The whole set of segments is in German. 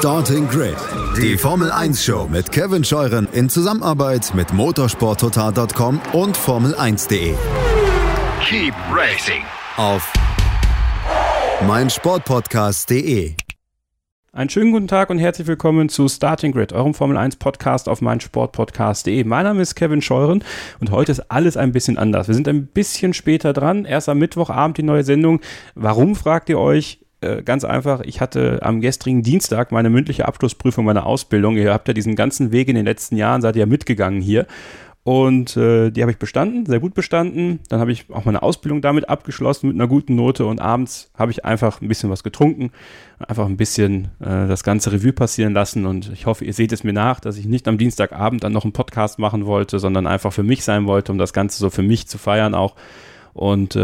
Starting Grid, die Formel 1 Show mit Kevin Scheuren in Zusammenarbeit mit motorsporttotal.com und Formel1.de. Keep racing Auf meinsportpodcast.de. Einen schönen guten Tag und herzlich willkommen zu Starting Grid, eurem Formel 1 Podcast auf meinsportpodcast.de. Mein Name ist Kevin Scheuren und heute ist alles ein bisschen anders. Wir sind ein bisschen später dran, erst am Mittwochabend die neue Sendung. Warum, fragt ihr euch? Ganz einfach, ich hatte am gestrigen Dienstag meine mündliche Abschlussprüfung meiner Ausbildung. Ihr habt ja diesen ganzen Weg in den letzten Jahren, seid ihr ja mitgegangen hier. Und die habe ich bestanden, sehr gut bestanden. Dann habe ich auch meine Ausbildung damit abgeschlossen mit einer guten Note und abends habe ich einfach ein bisschen was getrunken, einfach ein bisschen das ganze Revue passieren lassen und ich hoffe, ihr seht es mir nach, dass ich nicht am Dienstagabend dann noch einen Podcast machen wollte, sondern einfach für mich sein wollte, um das Ganze so für mich zu feiern auch. Und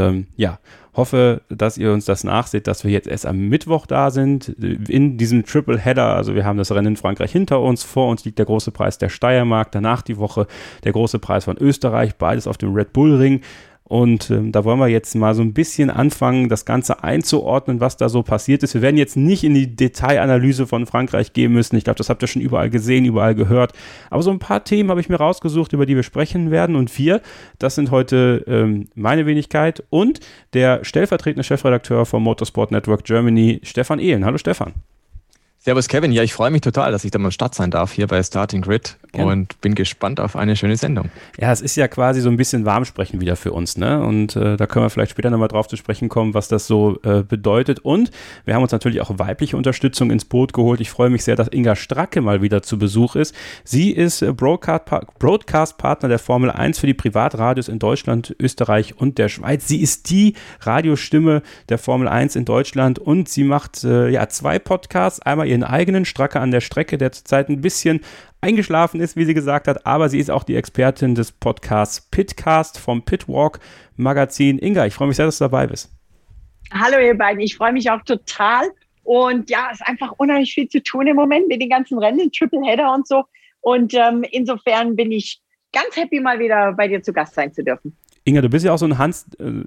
hoffe, dass ihr uns das nachseht, dass wir jetzt erst am Mittwoch da sind, in diesem Triple Header. Also wir haben das Rennen in Frankreich hinter uns, vor uns liegt der große Preis der Steiermark, danach die Woche der große Preis von Österreich, beides auf dem Red Bull Ring. Und da wollen wir jetzt mal so ein bisschen anfangen, das Ganze einzuordnen, was da so passiert ist. Wir werden jetzt nicht in die Detailanalyse von Frankreich gehen müssen. Ich glaube, das habt ihr schon überall gesehen, überall gehört. Aber so ein paar Themen habe ich mir rausgesucht, über die wir sprechen werden. Und das sind heute meine Wenigkeit und der stellvertretende Chefredakteur vom Motorsport Network Germany, Stefan Ehlen. Hallo Stefan. Servus Kevin, ja, ich freue mich total, dass ich da mal am Start sein darf hier bei Starting Grid und bin gespannt auf eine schöne Sendung. Ja, es ist ja quasi so ein bisschen Warmsprechen wieder für uns, ne? Und da können wir vielleicht später nochmal drauf zu sprechen kommen, was das so bedeutet. Und wir haben uns natürlich auch weibliche Unterstützung ins Boot geholt. Ich freue mich sehr, dass Inga Stracke mal wieder zu Besuch ist. Sie ist Broadcast-Partner der Formel 1 für die Privatradios in Deutschland, Österreich und der Schweiz. Sie ist die Radiostimme der Formel 1 in Deutschland und sie macht 2 Podcasts. Einmal ihren eigenen, Stracke an der Strecke, der zurzeit ein bisschen eingeschlafen ist, wie sie gesagt hat, aber sie ist auch die Expertin des Podcasts Pitcast vom Pitwalk Magazin. Inga, ich freue mich sehr, dass du dabei bist. Hallo ihr beiden, ich freue mich auch total und ja, es ist einfach unheimlich viel zu tun im Moment mit den ganzen Rennen, Triple Header und so und insofern bin ich ganz happy, mal wieder bei dir zu Gast sein zu dürfen. Inga, du bist ja auch so ein Hans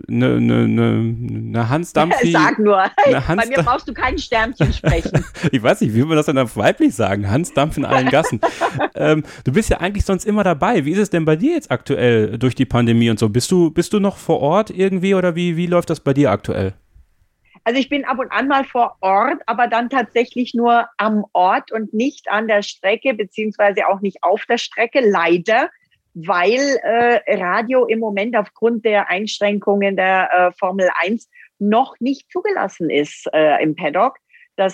Dampfi. Sag nur, bei mir brauchst du kein Sternchen sprechen. Ich weiß nicht, wie man das denn auf weiblich sagen? Hans Dampf in allen Gassen. Du bist ja eigentlich sonst immer dabei. Wie ist es denn bei dir jetzt aktuell durch die Pandemie und so? Bist du noch vor Ort irgendwie oder wie läuft das bei dir aktuell? Also ich bin ab und an mal vor Ort, aber dann tatsächlich nur am Ort und nicht an der Strecke, beziehungsweise auch nicht auf der Strecke, leider. Weil Radio im Moment aufgrund der Einschränkungen der Formel 1 noch nicht zugelassen ist im Paddock. Das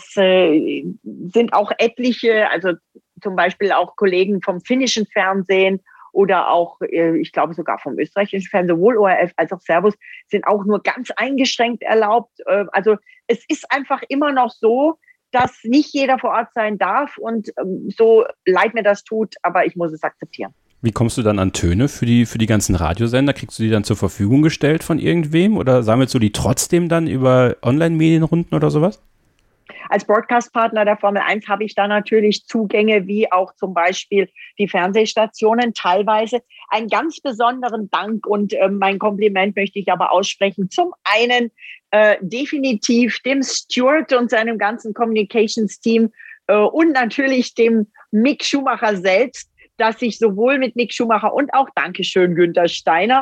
sind auch etliche, also zum Beispiel auch Kollegen vom finnischen Fernsehen oder auch, ich glaube sogar vom österreichischen Fernsehen, sowohl ORF als auch Servus, sind auch nur ganz eingeschränkt erlaubt. Also es ist einfach immer noch so, dass nicht jeder vor Ort sein darf und so leid mir das tut, aber ich muss es akzeptieren. Wie kommst du dann an Töne für die ganzen Radiosender? Kriegst du die dann zur Verfügung gestellt von irgendwem oder sammelst du die trotzdem dann über Online-Medienrunden oder sowas? Als Broadcast-Partner der Formel 1 habe ich da natürlich Zugänge, wie auch zum Beispiel die Fernsehstationen teilweise. Einen ganz besonderen Dank und mein Kompliment möchte ich aber aussprechen. Zum einen definitiv dem Stuart und seinem ganzen Communications-Team und natürlich dem Mick Schumacher selbst, dass ich sowohl mit Mick Schumacher und auch Dankeschön Günther Steiner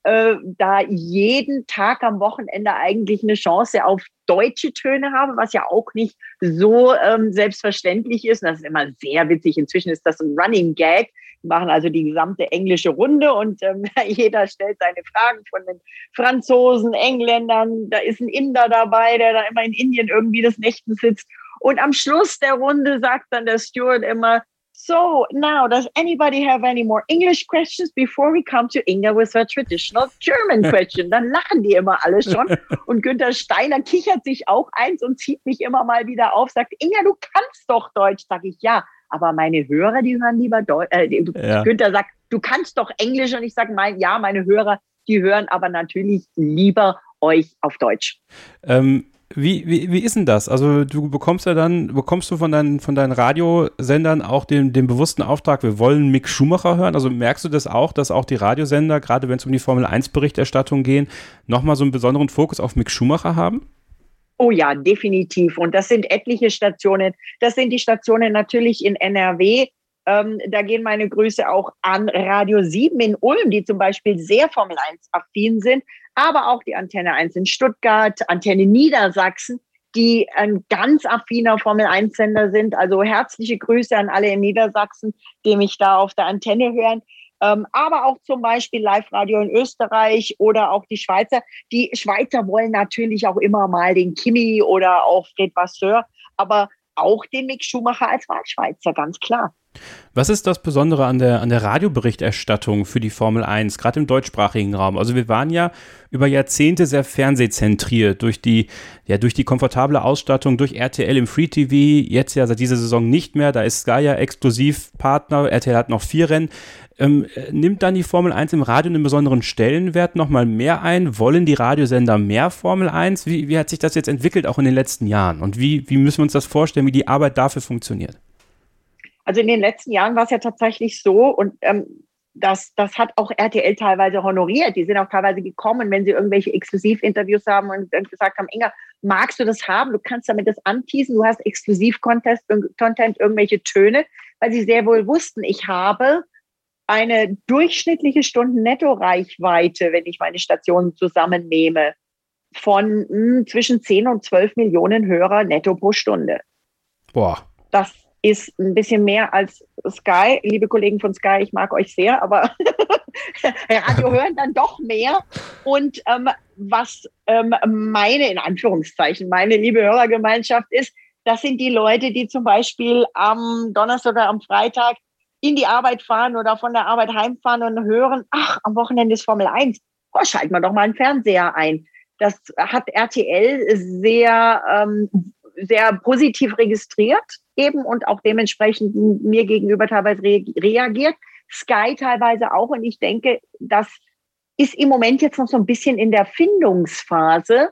da jeden Tag am Wochenende eigentlich eine Chance auf deutsche Töne habe, was ja auch nicht so selbstverständlich ist. Und das ist immer sehr witzig. Inzwischen ist das ein Running Gag. Wir machen also die gesamte englische Runde und jeder stellt seine Fragen von den Franzosen, Engländern. Da ist ein Inder dabei, der da immer in Indien irgendwie des Nächtens sitzt. Und am Schluss der Runde sagt dann der Steward immer, so, now, does anybody have any more English questions before we come to Inga with her traditional German question? Dann lachen die immer alle schon. Und Günther Steiner kichert sich auch eins und zieht mich immer mal wieder auf, sagt, Inga, du kannst doch Deutsch. Sag ich, ja, aber meine Hörer, die hören lieber Deutsch. Ja. Günther sagt, du kannst doch Englisch. Und ich sage, ja, meine Hörer, die hören aber natürlich lieber euch auf Deutsch. Wie ist denn das? Also bekommst du von deinen Radiosendern auch den bewussten Auftrag, wir wollen Mick Schumacher hören? Also merkst du das auch, dass auch die Radiosender, gerade wenn es um die Formel 1 Berichterstattung gehen, nochmal so einen besonderen Fokus auf Mick Schumacher haben? Oh ja, definitiv. Und das sind etliche Stationen. Das sind die Stationen natürlich in NRW. Da gehen meine Grüße auch an Radio 7 in Ulm, die zum Beispiel sehr Formel 1 affin sind, aber auch die Antenne 1 in Stuttgart, Antenne Niedersachsen, die ein ganz affiner Formel 1 Sender sind. Also herzliche Grüße an alle in Niedersachsen, die mich da auf der Antenne hören. Aber auch zum Beispiel Live-Radio in Österreich oder auch die Schweizer. Die Schweizer wollen natürlich auch immer mal den Kimi oder auch Fred Vasseur, aber auch den Mick Schumacher als Wahlschweizer, ganz klar. Was ist das Besondere an der Radioberichterstattung für die Formel 1, gerade im deutschsprachigen Raum? Also wir waren ja über Jahrzehnte sehr fernsehzentriert durch die komfortable Ausstattung, durch RTL im Free TV, jetzt ja seit dieser Saison nicht mehr, da ist Sky ja Exklusivpartner, RTL hat noch 4 Rennen. Nimmt dann die Formel 1 im Radio einen besonderen Stellenwert nochmal mehr ein? Wollen die Radiosender mehr Formel 1? Wie hat sich das jetzt entwickelt, auch in den letzten Jahren? Und wie müssen wir uns das vorstellen, wie die Arbeit dafür funktioniert? Also in den letzten Jahren war es ja tatsächlich so, und das hat auch RTL teilweise honoriert. Die sind auch teilweise gekommen, wenn sie irgendwelche Exklusivinterviews haben und dann gesagt haben, Inga, magst du das haben? Du kannst damit das anteasen, du hast Exklusiv-Content, irgendwelche Töne, weil sie sehr wohl wussten, ich habe eine durchschnittliche Stunden-Netto-Reichweite, wenn ich meine Stationen zusammennehme, von zwischen 10 und 12 Millionen Hörer netto pro Stunde. Boah. Das ist ein bisschen mehr als Sky. Liebe Kollegen von Sky, ich mag euch sehr, aber Radio hören dann doch mehr. Und was meine, in Anführungszeichen, meine liebe Hörergemeinschaft ist, das sind die Leute, die zum Beispiel am Donnerstag oder am Freitag in die Arbeit fahren oder von der Arbeit heimfahren und hören, ach, am Wochenende ist Formel 1. Oh, schalten wir doch mal einen Fernseher ein. Das hat RTL sehr positiv registriert eben und auch dementsprechend mir gegenüber teilweise reagiert. Sky teilweise auch. Und ich denke, das ist im Moment jetzt noch so ein bisschen in der Findungsphase.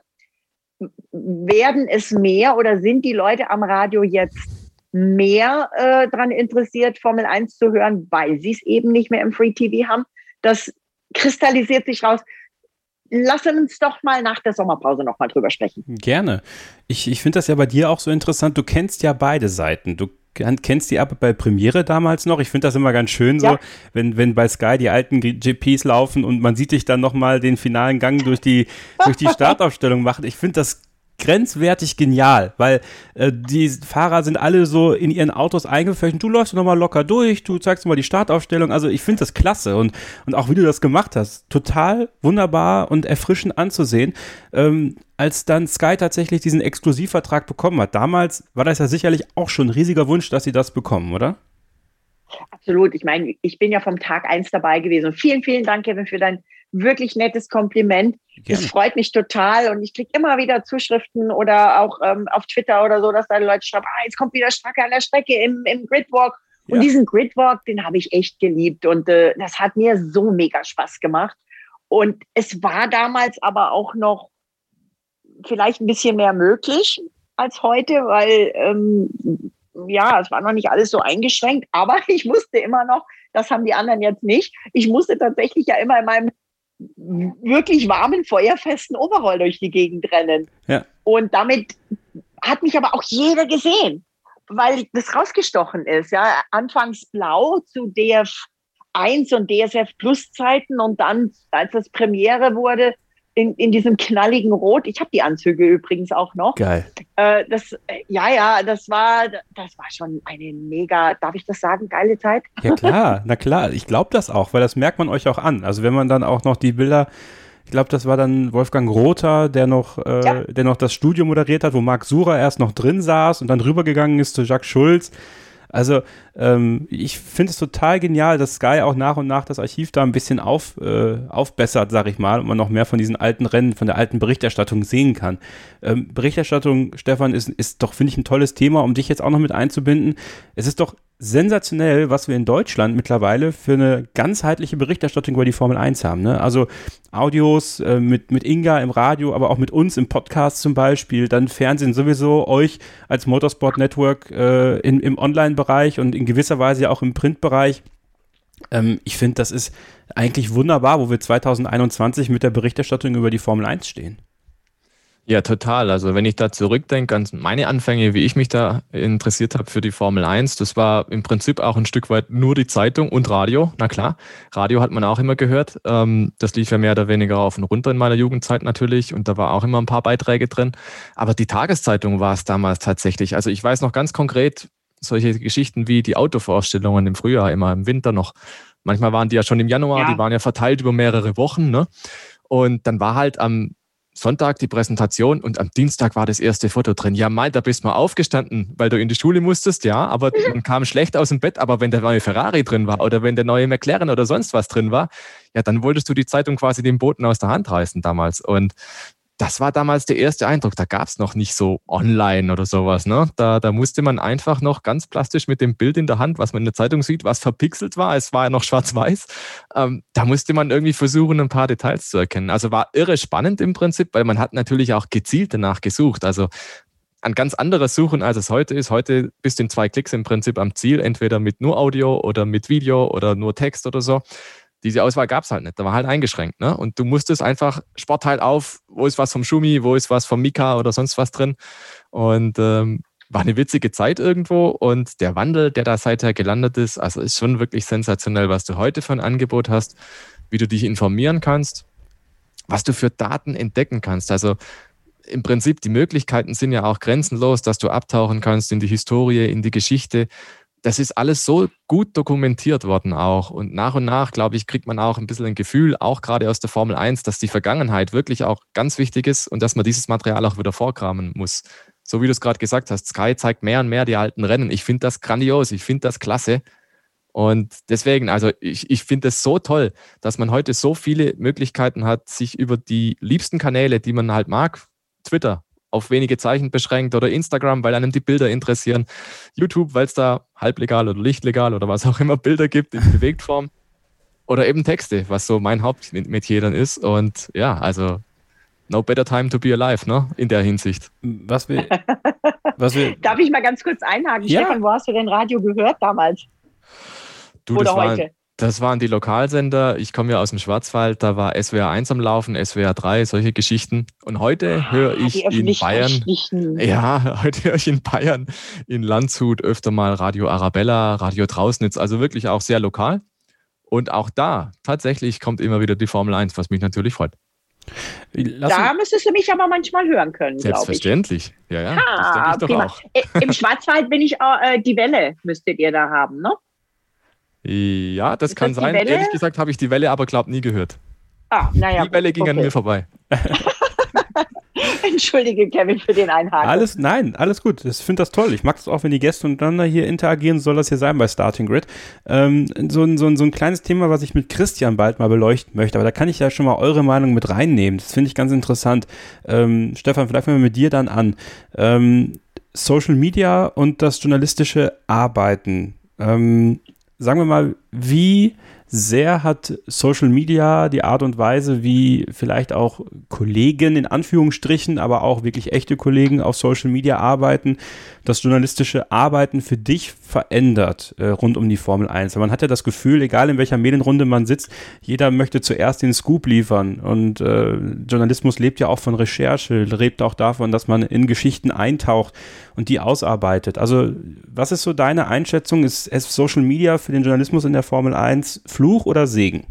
Werden es mehr oder sind die Leute am Radio jetzt mehr daran interessiert, Formel 1 zu hören, weil sie es eben nicht mehr im Free TV haben? Das kristallisiert sich raus. Lassen uns doch mal nach der Sommerpause noch mal drüber sprechen. Gerne. Ich finde das ja bei dir auch so interessant. Du kennst ja beide Seiten. Du kennst die Arbeit bei Premiere damals noch. Ich finde das immer ganz schön so, wenn bei Sky die alten GPs laufen und man sieht dich dann nochmal den finalen Gang durch die Startaufstellung machen. Ich finde das grenzwertig genial, weil die Fahrer sind alle so in ihren Autos eingeflecht. Du läufst nochmal locker durch, du zeigst mal die Startaufstellung. Also ich finde das klasse und auch wie du das gemacht hast, total wunderbar und erfrischend anzusehen. Als dann Sky tatsächlich diesen Exklusivvertrag bekommen hat, damals war das ja sicherlich auch schon ein riesiger Wunsch, dass sie das bekommen, oder? Absolut. Ich meine, ich bin ja vom Tag 1 dabei gewesen. Und vielen, vielen Dank, Kevin, für dein wirklich nettes Kompliment. Gerne. Das freut mich total und ich kriege immer wieder Zuschriften oder auch auf Twitter oder so, dass da Leute schreiben, jetzt kommt wieder Stracke an der Strecke im Gridwalk. Und diesen Gridwalk, den habe ich echt geliebt und das hat mir so mega Spaß gemacht. Und es war damals aber auch noch vielleicht ein bisschen mehr möglich als heute, weil es war noch nicht alles so eingeschränkt, aber ich musste immer noch, das haben die anderen jetzt nicht, ich musste tatsächlich ja immer in meinem wirklich warmen, feuerfesten Overall durch die Gegend rennen. Ja. Und damit hat mich aber auch jeder gesehen, weil das rausgestochen ist. Ja, anfangs blau zu DF1 und DSF Plus Zeiten und dann, als das Premiere wurde, in diesem knalligen Rot. Ich habe die Anzüge übrigens auch noch. Geil. Das war schon eine mega, darf ich das sagen, geile Zeit? Ja klar, na klar. Ich glaube das auch, weil das merkt man euch auch an. Also wenn man dann auch noch die Bilder, ich glaube, das war dann Wolfgang Rother, der noch das Studio moderiert hat, wo Marc Surer erst noch drin saß und dann rübergegangen ist zu Jacques Schulz. Also ich finde es total genial, dass Sky auch nach und nach das Archiv da ein bisschen aufbessert, sag ich mal, und man noch mehr von diesen alten Rennen, von der alten Berichterstattung sehen kann. Berichterstattung, Stefan, ist doch, finde ich, ein tolles Thema, um dich jetzt auch noch mit einzubinden. Es ist doch sensationell, was wir in Deutschland mittlerweile für eine ganzheitliche Berichterstattung über die Formel 1 haben. Ne? Also Audios mit Inga im Radio, aber auch mit uns im Podcast zum Beispiel, dann Fernsehen sowieso, euch als Motorsport Network im Online-Bereich und in gewisser Weise ja auch im Printbereich. Ich finde, das ist eigentlich wunderbar, wo wir 2021 mit der Berichterstattung über die Formel 1 stehen. Ja, total. Also wenn ich da zurückdenke an meine Anfänge, wie ich mich da interessiert habe für die Formel 1, das war im Prinzip auch ein Stück weit nur die Zeitung und Radio. Na klar, Radio hat man auch immer gehört. Das lief ja mehr oder weniger auf und runter in meiner Jugendzeit natürlich und da war auch immer ein paar Beiträge drin. Aber die Tageszeitung war es damals tatsächlich. Also ich weiß noch ganz konkret solche Geschichten wie die Autovorstellungen im Frühjahr, immer im Winter noch. Manchmal waren die ja schon im Januar, die waren ja verteilt über mehrere Wochen, ne? Und dann war halt am Sonntag die Präsentation und am Dienstag war das erste Foto drin. Ja, mal, da bist du mal aufgestanden, weil du in die Schule musstest, ja, aber man kam schlecht aus dem Bett. Aber wenn der neue Ferrari drin war oder wenn der neue McLaren oder sonst was drin war, ja, dann wolltest du die Zeitung quasi dem Boten aus der Hand reißen damals. Und das war damals der erste Eindruck. Da gab es noch nicht so online oder sowas, ne? Da musste man einfach noch ganz plastisch mit dem Bild in der Hand, was man in der Zeitung sieht, was verpixelt war. Es war ja noch schwarz-weiß. Da musste man irgendwie versuchen, ein paar Details zu erkennen. Also war irre spannend im Prinzip, weil man hat natürlich auch gezielt danach gesucht. Also ein ganz anderes Suchen, als es heute ist. Heute bist du in 2 Klicks im Prinzip am Ziel, entweder mit nur Audio oder mit Video oder nur Text oder so. Diese Auswahl gab es halt nicht, da war halt eingeschränkt. Ne? Und du musstest einfach Sportteil auf, wo ist was vom Schumi, wo ist was vom Mika oder sonst was drin. Und war eine witzige Zeit irgendwo. Und der Wandel, der da seither gelandet ist, also ist schon wirklich sensationell, was du heute für ein Angebot hast, wie du dich informieren kannst, was du für Daten entdecken kannst. Also im Prinzip, die Möglichkeiten sind ja auch grenzenlos, dass du abtauchen kannst in die Historie, in die Geschichte. Das ist alles so gut dokumentiert worden auch. Und nach, glaube ich, kriegt man auch ein bisschen ein Gefühl, auch gerade aus der Formel 1, dass die Vergangenheit wirklich auch ganz wichtig ist und dass man dieses Material auch wieder vorkramen muss. So wie du es gerade gesagt hast, Sky zeigt mehr und mehr die alten Rennen. Ich finde das grandios, ich finde das klasse. Und deswegen, also ich finde es so toll, dass man heute so viele Möglichkeiten hat, sich über die liebsten Kanäle, die man halt mag, Twitter, auf wenige Zeichen beschränkt oder Instagram, weil einem die Bilder interessieren. YouTube, weil es da halblegal oder lichtlegal oder was auch immer Bilder gibt in Bewegtform. Oder eben Texte, was so mein Hauptmetier dann ist. Und ja, also no better time to be alive, ne? In der Hinsicht. Was wir Darf ich mal ganz kurz einhaken? Ja. Stefan, wo hast du denn Radio gehört damals? Du, Oder heute? Das waren die Lokalsender. Ich komme ja aus dem Schwarzwald, da war SWR 1 am Laufen, SWR 3, solche Geschichten. Und heute höre ich in Bayern, heute höre ich in Bayern, in Landshut öfter mal Radio Arabella, Radio Trausnitz, also wirklich auch sehr lokal. Und auch da tatsächlich kommt immer wieder die Formel 1, was mich natürlich freut. Da müsstest du mich aber manchmal hören können, glaube ich. Selbstverständlich. Ja, das denke ich doch prima. auch. Im Schwarzwald bin ich auch, die Welle müsstet ihr da haben, ne? Ja, das kann sein. Ehrlich gesagt habe ich die Welle aber, glaube ich, nie gehört. Naja. Die Welle ging an mir vorbei. Entschuldige, Kevin, für den Einhaken. Alles gut. Ich finde das toll. Ich mag es auch, wenn die Gäste untereinander hier interagieren. Soll das hier sein bei Starting Grid. So ein kleines Thema, was ich mit Christian bald mal beleuchten möchte. Aber da kann ich ja schon mal eure Meinung mit reinnehmen. Das finde ich ganz interessant. Stefan, vielleicht fangen wir mit dir dann an. Social Media und das journalistische Arbeiten. Sagen wir mal, wie sehr hat Social Media die Art und Weise, wie vielleicht auch Kollegen in Anführungsstrichen, aber auch wirklich echte Kollegen auf Social Media arbeiten, das journalistische Arbeiten für dich verändert rund um die Formel 1? Weil man hat ja das Gefühl, egal in welcher Medienrunde man sitzt, jeder möchte zuerst den Scoop liefern und Journalismus lebt ja auch von Recherche, lebt auch davon, dass man in Geschichten eintaucht und die ausarbeitet. Also was ist so deine Einschätzung? Ist Social Media für den Journalismus in der Formel 1 Fluch oder Segen?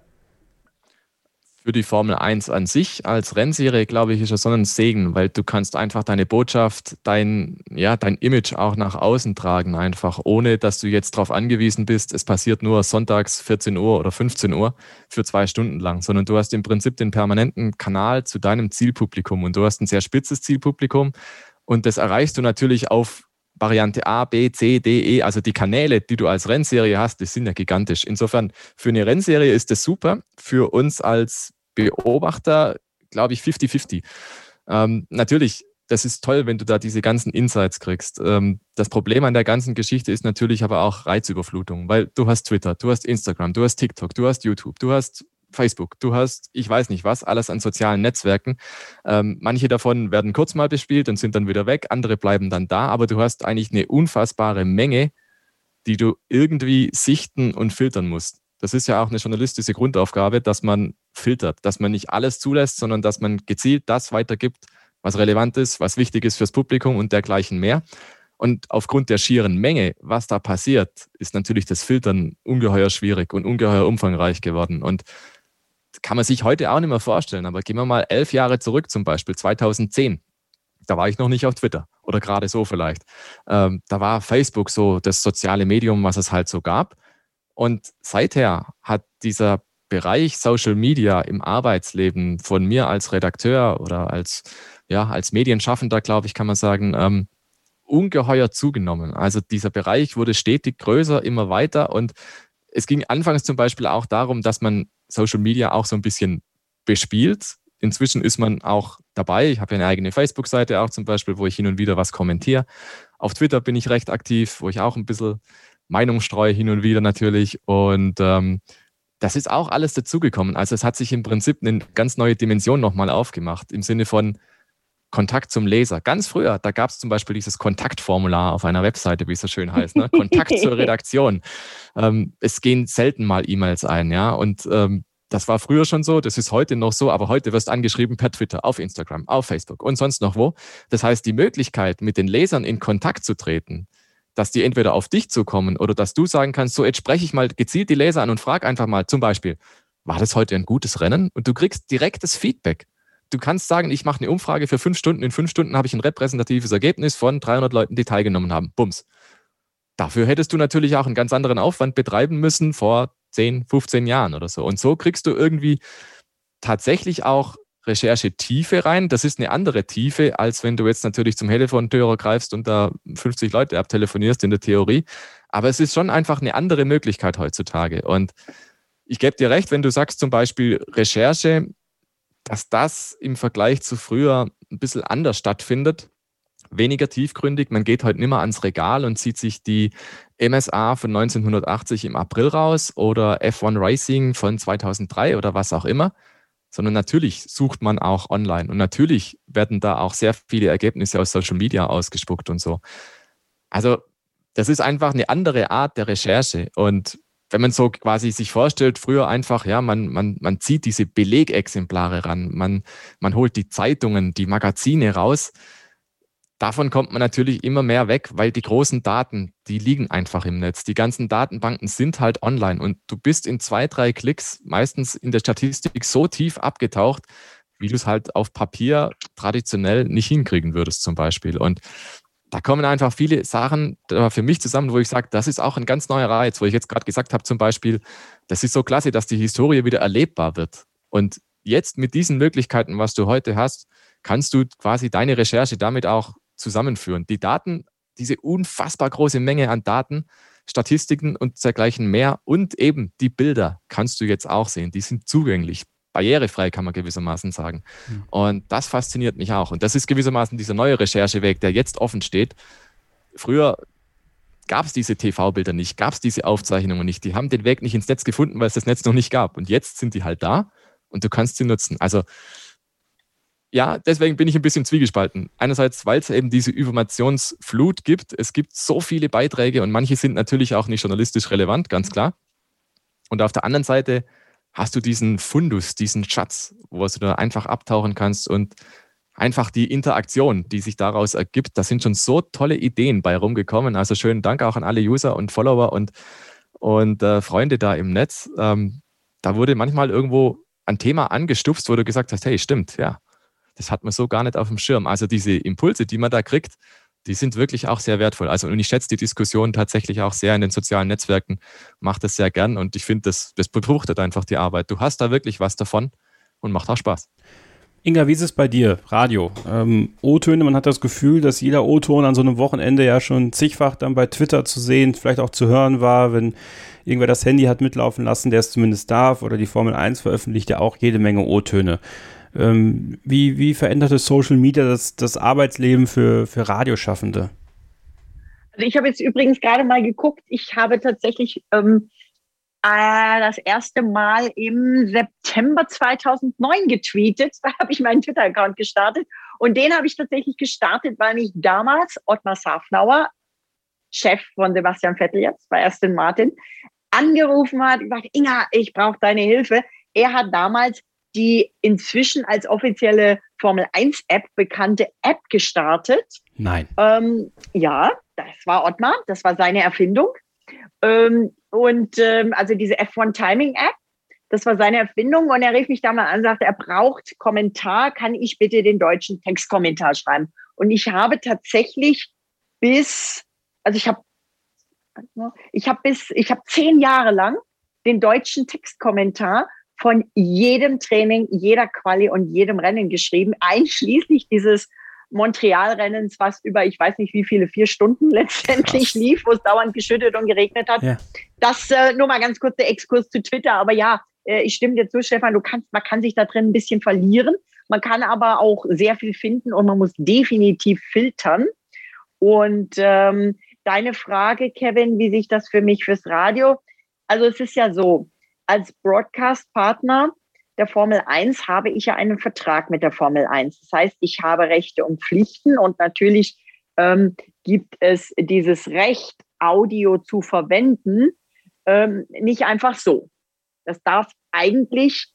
Für die Formel 1 an sich als Rennserie, glaube ich, ist es so ein Segen, weil du kannst einfach deine Botschaft, dein Image auch nach außen tragen, einfach ohne, dass du jetzt darauf angewiesen bist, es passiert nur sonntags 14 Uhr oder 15 Uhr für 2 Stunden lang, sondern du hast im Prinzip den permanenten Kanal zu deinem Zielpublikum und du hast ein sehr spitzes Zielpublikum und das erreichst du natürlich auf Variante A, B, C, D, E, also die Kanäle, die du als Rennserie hast, die sind ja gigantisch. Insofern, für eine Rennserie ist das super, für uns als Beobachter, glaube ich, 50-50. Natürlich, das ist toll, wenn du da diese ganzen Insights kriegst. Das Problem an der ganzen Geschichte ist natürlich aber auch Reizüberflutung, weil du hast Twitter, du hast Instagram, du hast TikTok, du hast YouTube, du hast Facebook, du hast, ich weiß nicht was, alles an sozialen Netzwerken. Manche davon werden kurz mal bespielt und sind dann wieder weg, andere bleiben dann da, aber du hast eigentlich eine unfassbare Menge, die du irgendwie sichten und filtern musst. Das ist ja auch eine journalistische Grundaufgabe, dass man filtert, dass man nicht alles zulässt, sondern dass man gezielt das weitergibt, was relevant ist, was wichtig ist fürs Publikum und dergleichen mehr. Und aufgrund der schieren Menge, was da passiert, ist natürlich das Filtern ungeheuer schwierig und ungeheuer umfangreich geworden. Und kann man sich heute auch nicht mehr vorstellen. Aber gehen wir mal 11 Jahre zurück, zum Beispiel 2010. Da war ich noch nicht auf Twitter oder gerade so vielleicht. Da war Facebook so das soziale Medium, was es halt so gab. Und seither hat dieser Bereich Social Media im Arbeitsleben von mir als Redakteur oder als Medienschaffender, glaube ich, kann man sagen, ungeheuer zugenommen. Also dieser Bereich wurde stetig größer, immer weiter. Und es ging anfangs zum Beispiel auch darum, dass man Social Media auch so ein bisschen bespielt. Inzwischen ist man auch dabei. Ich habe ja eine eigene Facebook-Seite auch zum Beispiel, wo ich hin und wieder was kommentiere. Auf Twitter bin ich recht aktiv, wo ich auch ein bisschen Meinung streue hin und wieder natürlich. Und das ist auch alles dazugekommen. Also es hat sich im Prinzip eine ganz neue Dimension nochmal aufgemacht im Sinne von Kontakt zum Leser. Ganz früher, da gab es zum Beispiel dieses Kontaktformular auf einer Webseite, wie es so schön heißt, ne? Kontakt zur Redaktion. Es gehen selten mal E-Mails ein, ja, und das war früher schon so, das ist heute noch so, aber heute wirst du angeschrieben per Twitter, auf Instagram, auf Facebook und sonst noch wo. Das heißt, die Möglichkeit, mit den Lesern in Kontakt zu treten, dass die entweder auf dich zukommen oder dass du sagen kannst, so jetzt spreche ich mal gezielt die Leser an und frage einfach mal zum Beispiel, war das heute ein gutes Rennen? Und du kriegst direktes Feedback. Du kannst sagen, ich mache eine Umfrage für 5 Stunden. In 5 Stunden habe ich ein repräsentatives Ergebnis von 300 Leuten, die teilgenommen haben. Bums. Dafür hättest du natürlich auch einen ganz anderen Aufwand betreiben müssen vor 10, 15 Jahren oder so. Und so kriegst du irgendwie tatsächlich auch Recherchetiefe rein. Das ist eine andere Tiefe, als wenn du jetzt natürlich zum Telefonhörer greifst und da 50 Leute abtelefonierst in der Theorie. Aber es ist schon einfach eine andere Möglichkeit heutzutage. Und ich gebe dir recht, wenn du sagst zum Beispiel Recherche, dass das im Vergleich zu früher ein bisschen anders stattfindet, weniger tiefgründig. Man geht heute nicht mehr ans Regal und zieht sich die MSA von 1980 im April raus oder F1 Racing von 2003 oder was auch immer, sondern natürlich sucht man auch online und natürlich werden da auch sehr viele Ergebnisse aus Social Media ausgespuckt und so. Also das ist einfach eine andere Art der Recherche und wenn man so quasi sich vorstellt, früher einfach, ja, man zieht diese Belegexemplare ran, man holt die Zeitungen, die Magazine raus. Davon kommt man natürlich immer mehr weg, weil die großen Daten, die liegen einfach im Netz. Die ganzen Datenbanken sind halt online und du bist in 2, 3 Klicks meistens in der Statistik so tief abgetaucht, wie du es halt auf Papier traditionell nicht hinkriegen würdest zum Beispiel. Und da kommen einfach viele Sachen für mich zusammen, wo ich sage, das ist auch ein ganz neuer Reiz, wo ich jetzt gerade gesagt habe zum Beispiel, das ist so klasse, dass die Historie wieder erlebbar wird. Und jetzt mit diesen Möglichkeiten, was du heute hast, kannst du quasi deine Recherche damit auch zusammenführen. Die Daten, diese unfassbar große Menge an Daten, Statistiken und dergleichen mehr und eben die Bilder kannst du jetzt auch sehen. Die sind zugänglich. Barrierefrei, kann man gewissermaßen sagen. Und das fasziniert mich auch. Und das ist gewissermaßen dieser neue Rechercheweg, der jetzt offen steht. Früher gab es diese TV-Bilder nicht, gab es diese Aufzeichnungen nicht. Die haben den Weg nicht ins Netz gefunden, weil es das Netz noch nicht gab. Und jetzt sind die halt da und du kannst sie nutzen. Also ja, deswegen bin ich ein bisschen zwiegespalten. Einerseits, weil es eben diese Informationsflut gibt. Es gibt so viele Beiträge und manche sind natürlich auch nicht journalistisch relevant, ganz klar. Und auf der anderen Seite hast du diesen Fundus, diesen Schatz, wo du da einfach abtauchen kannst und einfach die Interaktion, die sich daraus ergibt, da sind schon so tolle Ideen bei rumgekommen. Also schönen Dank auch an alle User und Follower und Freunde da im Netz. Da wurde manchmal irgendwo ein Thema angestupst, wo du gesagt hast, hey, stimmt, ja, das hat man so gar nicht auf dem Schirm. Also diese Impulse, die man da kriegt, die sind wirklich auch sehr wertvoll. Also und ich schätze die Diskussion tatsächlich auch sehr in den sozialen Netzwerken, mache das sehr gern und ich finde, das befruchtet einfach die Arbeit. Du hast da wirklich was davon und macht auch Spaß. Inga, wie ist es bei dir? Radio. O-Töne, man hat das Gefühl, dass jeder O-Ton an so einem Wochenende ja schon zigfach dann bei Twitter zu sehen, vielleicht auch zu hören war, wenn irgendwer das Handy hat mitlaufen lassen, der es zumindest darf, oder die Formel 1 veröffentlicht ja auch jede Menge O-Töne. Wie veränderte Social Media das Arbeitsleben für Radioschaffende? Also ich habe jetzt übrigens gerade mal geguckt, ich habe tatsächlich das erste Mal im September 2009 getweetet. Da habe ich meinen Twitter-Account gestartet und den habe ich tatsächlich gestartet, weil mich damals Ottmar Safnauer, Chef von Sebastian Vettel jetzt bei Aston Martin, angerufen hat und gesagt, Inga, ich brauche deine Hilfe. Er hat damals die inzwischen als offizielle Formel-1-App bekannte App gestartet. Nein. Ja, das war Ottmar, das war seine Erfindung. Also diese F1 Timing App, das war seine Erfindung. Und er rief mich da mal an und sagte, er braucht Kommentar, kann ich bitte den deutschen Textkommentar schreiben? Und ich habe tatsächlich ich habe 10 Jahre lang den deutschen Textkommentar von jedem Training, jeder Quali und jedem Rennen geschrieben, einschließlich dieses Montreal-Rennens, was über, ich weiß nicht wie viele, 4 Stunden letztendlich lief, wo es dauernd geschüttet und geregnet hat. Ja. Das nur mal ganz kurz der Exkurs zu Twitter. Aber ja, ich stimme dir zu, Stefan, man kann sich da drin ein bisschen verlieren. Man kann aber auch sehr viel finden und man muss definitiv filtern. Und deine Frage, Kevin, wie sich das für mich fürs Radio, also es ist ja so, als Broadcast-Partner der Formel 1 habe ich ja einen Vertrag mit der Formel 1. Das heißt, ich habe Rechte und Pflichten und natürlich gibt es dieses Recht, Audio zu verwenden, nicht einfach so. Das darf eigentlich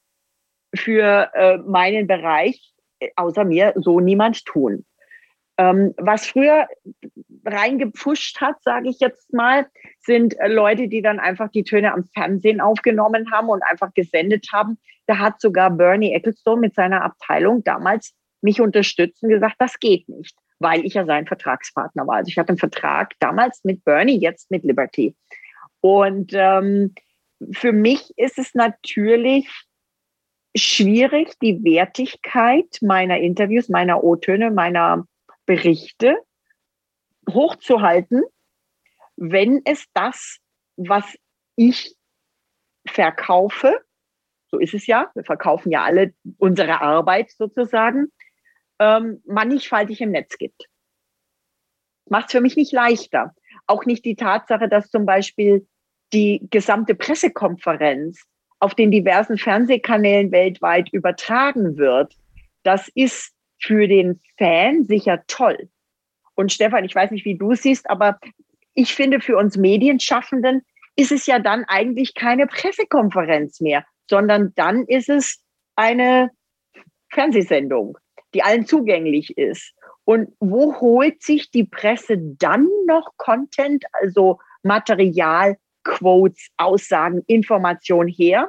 für meinen Bereich außer mir so niemand tun. Was früher reingepusht hat, sage ich jetzt mal, sind Leute, die dann einfach die Töne am Fernsehen aufgenommen haben und einfach gesendet haben. Da hat sogar Bernie Ecclestone mit seiner Abteilung damals mich unterstützt und gesagt, das geht nicht, weil ich ja sein Vertragspartner war. Also ich hatte einen Vertrag damals mit Bernie, jetzt mit Liberty. Und für mich ist es natürlich schwierig, die Wertigkeit meiner Interviews, meiner O-Töne, meiner Berichte hochzuhalten, wenn es das, was ich verkaufe, so ist es ja, wir verkaufen ja alle unsere Arbeit sozusagen, mannigfaltig im Netz gibt. Macht es für mich nicht leichter. Auch nicht die Tatsache, dass zum Beispiel die gesamte Pressekonferenz auf den diversen Fernsehkanälen weltweit übertragen wird. Das ist für den Fan sicher toll. Und Stefan, ich weiß nicht, wie du es siehst, aber ich finde, für uns Medienschaffenden ist es ja dann eigentlich keine Pressekonferenz mehr, sondern dann ist es eine Fernsehsendung, die allen zugänglich ist. Und wo holt sich die Presse dann noch Content, also Material, Quotes, Aussagen, Information her,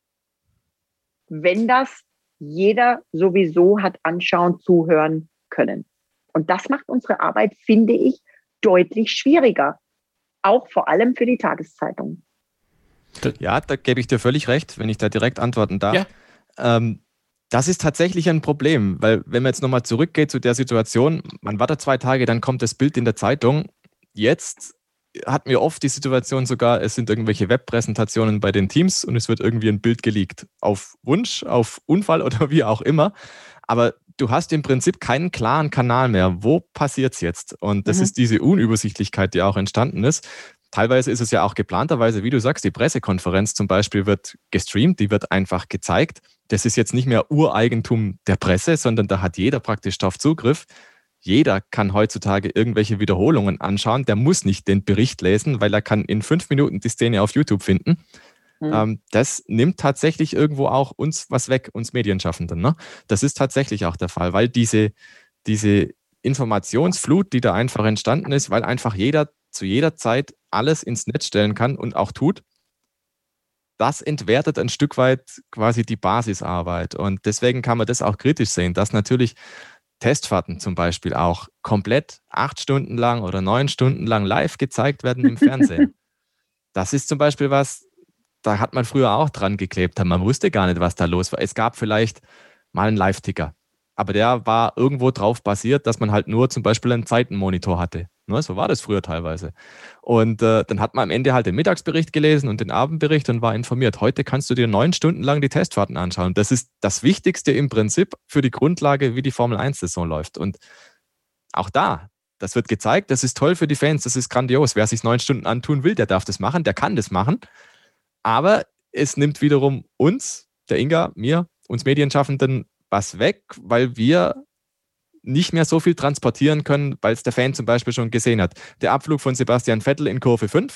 wenn das jeder sowieso hat anschauen, zuhören können? Und das macht unsere Arbeit, finde ich, deutlich schwieriger. Auch vor allem für die Tageszeitung. Ja, da gebe ich dir völlig recht, wenn ich da direkt antworten darf. Ja. Das ist tatsächlich ein Problem, weil wenn man jetzt nochmal zurückgeht zu der Situation, man wartet 2 Tage, dann kommt das Bild in der Zeitung. Jetzt hatten wir oft die Situation sogar, es sind irgendwelche Webpräsentationen bei den Teams und es wird irgendwie ein Bild geleakt. Auf Wunsch, auf Unfall oder wie auch immer. Aber du hast im Prinzip keinen klaren Kanal mehr. Wo passiert es jetzt? Und das ist diese Unübersichtlichkeit, die auch entstanden ist. Teilweise ist es ja auch geplanterweise, wie du sagst, die Pressekonferenz zum Beispiel wird gestreamt, die wird einfach gezeigt. Das ist jetzt nicht mehr Ureigentum der Presse, sondern da hat jeder praktisch drauf Zugriff. Jeder kann heutzutage irgendwelche Wiederholungen anschauen. Der muss nicht den Bericht lesen, weil er kann in 5 Minuten die Szene auf YouTube finden. Das nimmt tatsächlich irgendwo auch uns was weg, uns Medienschaffenden. Ne? Das ist tatsächlich auch der Fall, weil diese Informationsflut, die da einfach entstanden ist, weil einfach jeder zu jeder Zeit alles ins Netz stellen kann und auch tut, das entwertet ein Stück weit quasi die Basisarbeit. Und deswegen kann man das auch kritisch sehen, dass natürlich Testfahrten zum Beispiel auch komplett 8 Stunden lang oder 9 Stunden lang live gezeigt werden im Fernsehen. Das ist zum Beispiel was, da hat man früher auch dran geklebt. Man wusste gar nicht, was da los war. Es gab vielleicht mal einen Live-Ticker, aber der war irgendwo drauf basiert, dass man halt nur zum Beispiel einen Zeitenmonitor hatte. So war das früher teilweise. Und dann hat man am Ende halt den Mittagsbericht gelesen und den Abendbericht und war informiert. Heute kannst du dir 9 Stunden lang die Testfahrten anschauen. Das ist das Wichtigste im Prinzip für die Grundlage, wie die Formel-1-Saison läuft. Und auch das wird gezeigt, das ist toll für die Fans, das ist grandios. Wer sich 9 Stunden antun will, der darf das machen, der kann das machen. Aber es nimmt wiederum uns, der Inga, mir, uns Medienschaffenden was weg, weil wir nicht mehr so viel transportieren können, weil es der Fan zum Beispiel schon gesehen hat. Der Abflug von Sebastian Vettel in Kurve 5,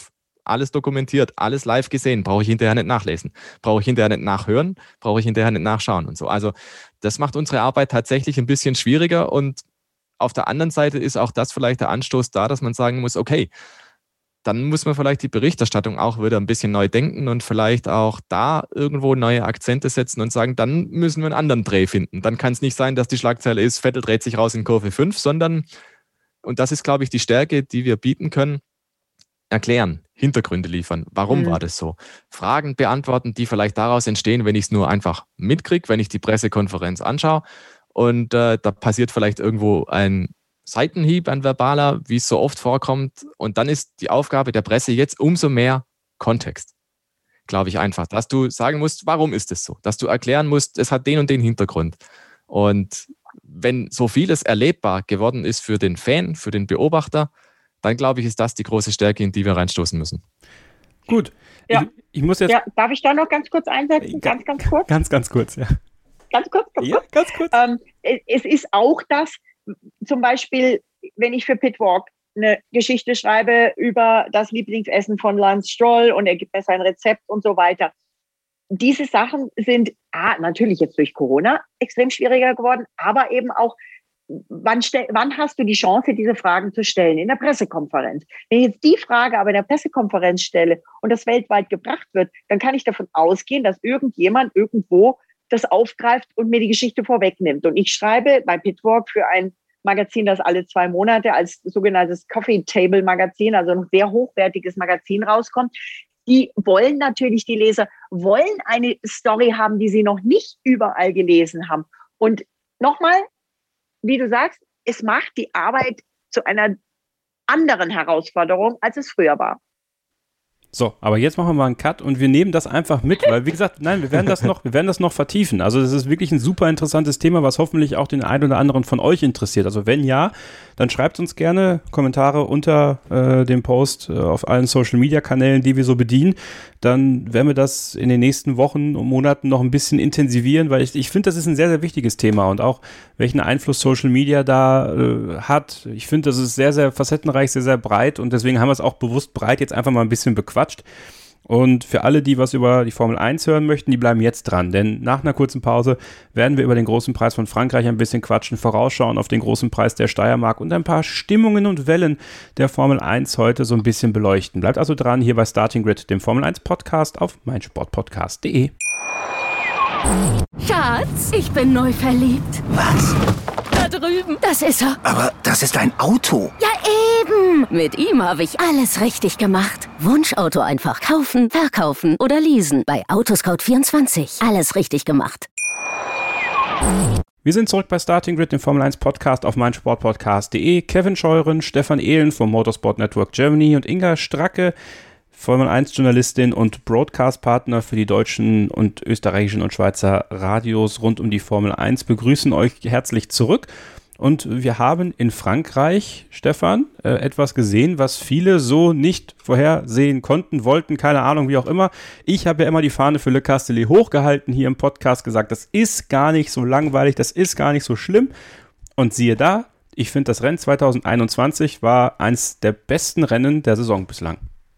alles dokumentiert, alles live gesehen, brauche ich hinterher nicht nachlesen, brauche ich hinterher nicht nachhören, brauche ich hinterher nicht nachschauen und so. Also das macht unsere Arbeit tatsächlich ein bisschen schwieriger und auf der anderen Seite ist auch das vielleicht der Anstoß da, dass man sagen muss, okay, dann muss man vielleicht die Berichterstattung auch wieder ein bisschen neu denken und vielleicht auch da irgendwo neue Akzente setzen und sagen, dann müssen wir einen anderen Dreh finden. Dann kann es nicht sein, dass die Schlagzeile ist, Vettel dreht sich raus in Kurve 5, sondern, und das ist, glaube ich, die Stärke, die wir bieten können, erklären, Hintergründe liefern. Warum war das so? Fragen beantworten, die vielleicht daraus entstehen, wenn ich es nur einfach mitkriege, wenn ich die Pressekonferenz anschaue und da passiert vielleicht irgendwo ein Seitenhieb, ein verbaler, wie es so oft vorkommt. Und dann ist die Aufgabe der Presse jetzt umso mehr Kontext, glaube ich einfach. Dass du sagen musst, warum ist es so? Dass du erklären musst, es hat den und den Hintergrund. Und wenn so vieles erlebbar geworden ist für den Fan, für den Beobachter, dann glaube ich, ist das die große Stärke, in die wir reinstoßen müssen. Gut. Ja. Ich muss jetzt. Ja, darf ich da noch ganz kurz einsetzen? Ganz kurz? Ganz kurz, ja. Ganz kurz? Ja, ganz kurz. Es ist auch das, zum Beispiel, wenn ich für Pitwalk eine Geschichte schreibe über das Lieblingsessen von Lance Stroll und er gibt mir sein Rezept und so weiter. Diese Sachen sind natürlich jetzt durch Corona extrem schwieriger geworden, aber eben auch, wann hast du die Chance, diese Fragen zu stellen? In der Pressekonferenz. Wenn ich jetzt die Frage aber in der Pressekonferenz stelle und das weltweit gebracht wird, dann kann ich davon ausgehen, dass irgendjemand irgendwo das aufgreift und mir die Geschichte vorwegnimmt. Und ich schreibe bei Pitwalk für ein Magazin, das alle 2 Monate als sogenanntes Coffee Table Magazin, also ein sehr hochwertiges Magazin rauskommt. Die wollen natürlich, die Leser wollen eine Story haben, die sie noch nicht überall gelesen haben. Und nochmal, wie du sagst, es macht die Arbeit zu einer anderen Herausforderung, als es früher war. So, aber jetzt machen wir mal einen Cut und wir nehmen das einfach mit, weil wie gesagt, nein, wir werden das noch vertiefen. Also das ist wirklich ein super interessantes Thema, was hoffentlich auch den einen oder anderen von euch interessiert. Also wenn ja, dann schreibt uns gerne Kommentare unter dem Post auf allen Social-Media-Kanälen, die wir so bedienen. Dann werden wir das in den nächsten Wochen und Monaten noch ein bisschen intensivieren, weil ich finde, das ist ein sehr, sehr wichtiges Thema und auch welchen Einfluss Social Media da hat. Ich finde, das ist sehr, sehr facettenreich, sehr, sehr breit und deswegen haben wir es auch bewusst breit jetzt einfach mal ein bisschen bequatscht. Und für alle, die was über die Formel 1 hören möchten, die bleiben jetzt dran, denn nach einer kurzen Pause werden wir über den großen Preis von Frankreich ein bisschen quatschen, vorausschauen auf den großen Preis der Steiermark und ein paar Stimmungen und Wellen der Formel 1 heute so ein bisschen beleuchten. Bleibt also dran hier bei Starting Grid, dem Formel 1 Podcast auf meinsportpodcast.de. Schatz, ich bin neu verliebt. Was? Da drüben. Das ist er. Aber das ist ein Auto. Ja, eben. Mit ihm habe ich alles richtig gemacht. Wunschauto einfach kaufen, verkaufen oder leasen. Bei Autoscout24. Alles richtig gemacht. Wir sind zurück bei Starting Grid, dem Formel 1 Podcast auf meinsportpodcast.de. Kevin Scheuren, Stefan Ehlen vom Motorsport Network Germany und Inga Stracke, Formel 1 Journalistin und Broadcast-Partner für die deutschen und österreichischen und Schweizer Radios rund um die Formel 1, begrüßen euch herzlich zurück. Und wir haben in Frankreich, Stefan, etwas gesehen, was viele so nicht vorhersehen konnten, wollten, keine Ahnung, wie auch immer. Ich habe ja immer die Fahne für Le Castellet hochgehalten, hier im Podcast gesagt, das ist gar nicht so langweilig, das ist gar nicht so schlimm. Und siehe da, ich finde, das Rennen 2021 war eins der besten Rennen der Saison bislang.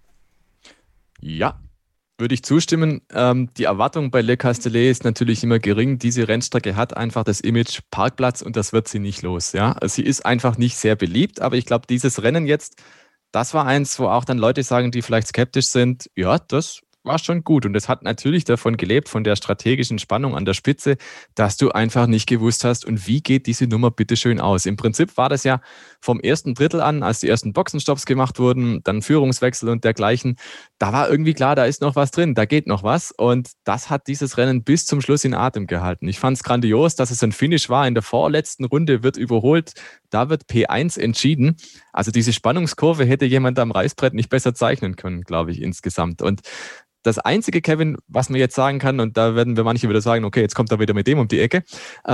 Ja, würde ich zustimmen. Die Erwartung bei Le Castellet ist natürlich immer gering. Diese Rennstrecke hat einfach das Image Parkplatz und das wird sie nicht los. Ja? Sie ist einfach nicht sehr beliebt, aber ich glaube, dieses Rennen jetzt, das war eins, wo auch dann Leute sagen, die vielleicht skeptisch sind, ja, das war schon gut. Und es hat natürlich davon gelebt, von der strategischen Spannung an der Spitze, dass du einfach nicht gewusst hast, und wie geht diese Nummer bitte schön aus. Im Prinzip war das ja vom ersten Drittel an, als die ersten Boxenstopps gemacht wurden, dann Führungswechsel und dergleichen, da war irgendwie klar, da ist noch was drin, da geht noch was. Und das hat dieses Rennen bis zum Schluss in Atem gehalten. Ich fand es grandios, dass es ein Finish war. In der vorletzten Runde wird überholt, da wird P1 entschieden. Also diese Spannungskurve hätte jemand am Reißbrett nicht besser zeichnen können, glaube ich, insgesamt. Und das Einzige, Kevin, was man jetzt sagen kann, und da werden wir manche wieder sagen, okay, jetzt kommt er wieder mit dem um die Ecke,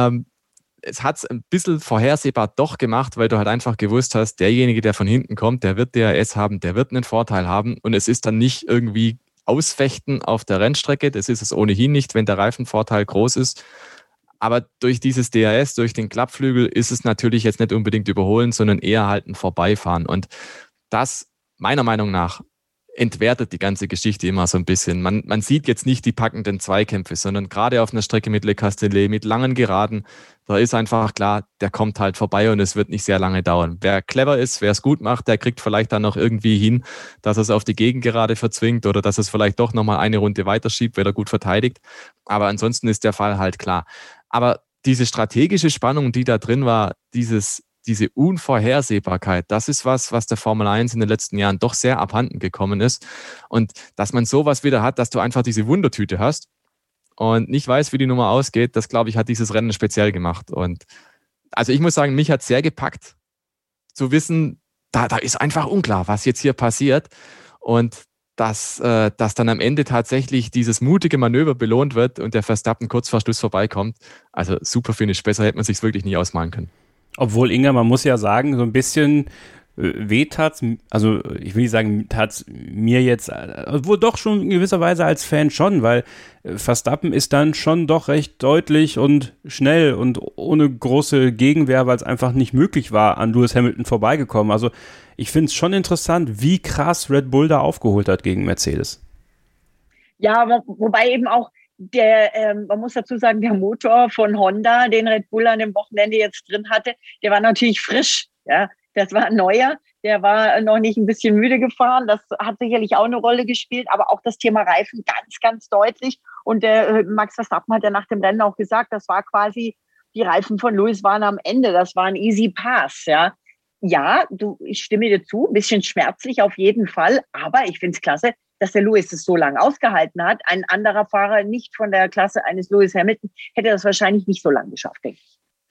es hat es ein bisschen vorhersehbar doch gemacht, weil du halt einfach gewusst hast, derjenige, der von hinten kommt, der wird DRS haben, der wird einen Vorteil haben, und es ist dann nicht irgendwie Ausfechten auf der Rennstrecke, das ist es ohnehin nicht, wenn der Reifenvorteil groß ist. Aber durch dieses DRS, durch den Klappflügel ist es natürlich jetzt nicht unbedingt überholen, sondern eher halt ein Vorbeifahren. Und das, meiner Meinung nach, entwertet die ganze Geschichte immer so ein bisschen. Man sieht jetzt nicht die packenden Zweikämpfe, sondern gerade auf einer Strecke mit Le Castellet, mit langen Geraden, da ist einfach klar, der kommt halt vorbei und es wird nicht sehr lange dauern. Wer clever ist, wer es gut macht, der kriegt vielleicht dann noch irgendwie hin, dass er es auf die Gegengerade verzwingt oder dass es vielleicht doch nochmal eine Runde weiterschiebt, wenn er gut verteidigt. Aber ansonsten ist der Fall halt klar. Aber diese strategische Spannung, die da drin war, diese Unvorhersehbarkeit, das ist was der Formel 1 in den letzten Jahren doch sehr abhanden gekommen ist. Und dass man sowas wieder hat, dass du einfach diese Wundertüte hast und nicht weiß, wie die Nummer ausgeht, das, glaube ich, hat dieses Rennen speziell gemacht. Und also ich muss sagen, mich hat es sehr gepackt, zu wissen, da ist einfach unklar, was jetzt hier passiert. Und dass dann am Ende tatsächlich dieses mutige Manöver belohnt wird und der Verstappen kurz vor Schluss vorbeikommt. Also super Finish, besser hätte man sich wirklich nie ausmalen können. Obwohl, Inga, man muss ja sagen, so ein bisschen weh tat's, also ich will nicht sagen, tat's mir jetzt, obwohl doch schon in gewisser Weise als Fan schon, weil Verstappen ist dann schon doch recht deutlich und schnell und ohne große Gegenwehr, weil es einfach nicht möglich war, an Lewis Hamilton vorbeigekommen. Also ich finde es schon interessant, wie krass Red Bull da aufgeholt hat gegen Mercedes. Ja, wobei eben auch man muss dazu sagen, der Motor von Honda, den Red Bull an dem Wochenende jetzt drin hatte, der war natürlich frisch. Ja, das war ein neuer, der war noch nicht ein bisschen müde gefahren. Das hat sicherlich auch eine Rolle gespielt, aber auch das Thema Reifen ganz, ganz deutlich. Und der Max Verstappen hat ja nach dem Rennen auch gesagt, das war quasi, die Reifen von Lewis waren am Ende, das war ein easy pass, ja. Ja, ich stimme dir zu, ein bisschen schmerzlich auf jeden Fall, aber ich finde es klasse, dass der Lewis es so lange ausgehalten hat. Ein anderer Fahrer, nicht von der Klasse eines Lewis Hamilton, hätte das wahrscheinlich nicht so lange geschafft, denke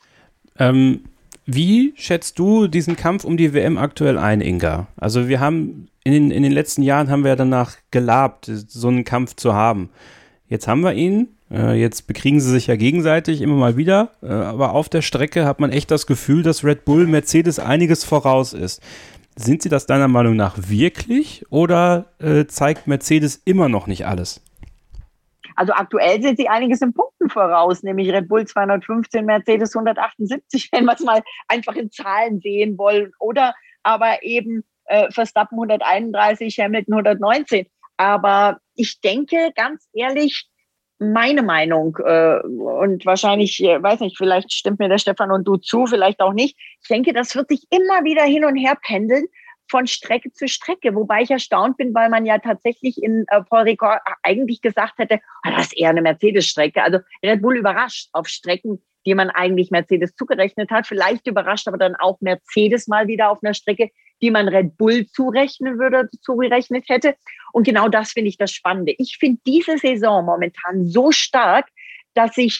ich. Wie schätzt du diesen Kampf um die WM aktuell ein, Inga? Also wir haben in den letzten Jahren haben wir danach gelabt, so einen Kampf zu haben. Jetzt haben wir ihn. Jetzt bekriegen sie sich ja gegenseitig immer mal wieder, aber auf der Strecke hat man echt das Gefühl, dass Red Bull Mercedes einiges voraus ist. Sind sie das deiner Meinung nach wirklich oder zeigt Mercedes immer noch nicht alles? Also aktuell sind sie einiges in Punkten voraus, nämlich Red Bull 215, Mercedes 178, wenn wir es mal einfach in Zahlen sehen wollen. Oder aber eben Verstappen 131, Hamilton 119. Aber ich denke, ganz ehrlich, meine Meinung, und wahrscheinlich, weiß nicht, vielleicht stimmt mir der Stefan und du zu, vielleicht auch nicht. Ich denke, das wird sich immer wieder hin und her pendeln von Strecke zu Strecke, wobei ich erstaunt bin, weil man ja tatsächlich in Paul Ricard eigentlich gesagt hätte, das ist eher eine Mercedes-Strecke. Also Red Bull überrascht auf Strecken, die man eigentlich Mercedes zugerechnet hat. Vielleicht überrascht aber dann auch Mercedes mal wieder auf einer Strecke, die man Red Bull zugerechnet hätte. Und genau das finde ich das Spannende. Ich finde diese Saison momentan so stark, dass ich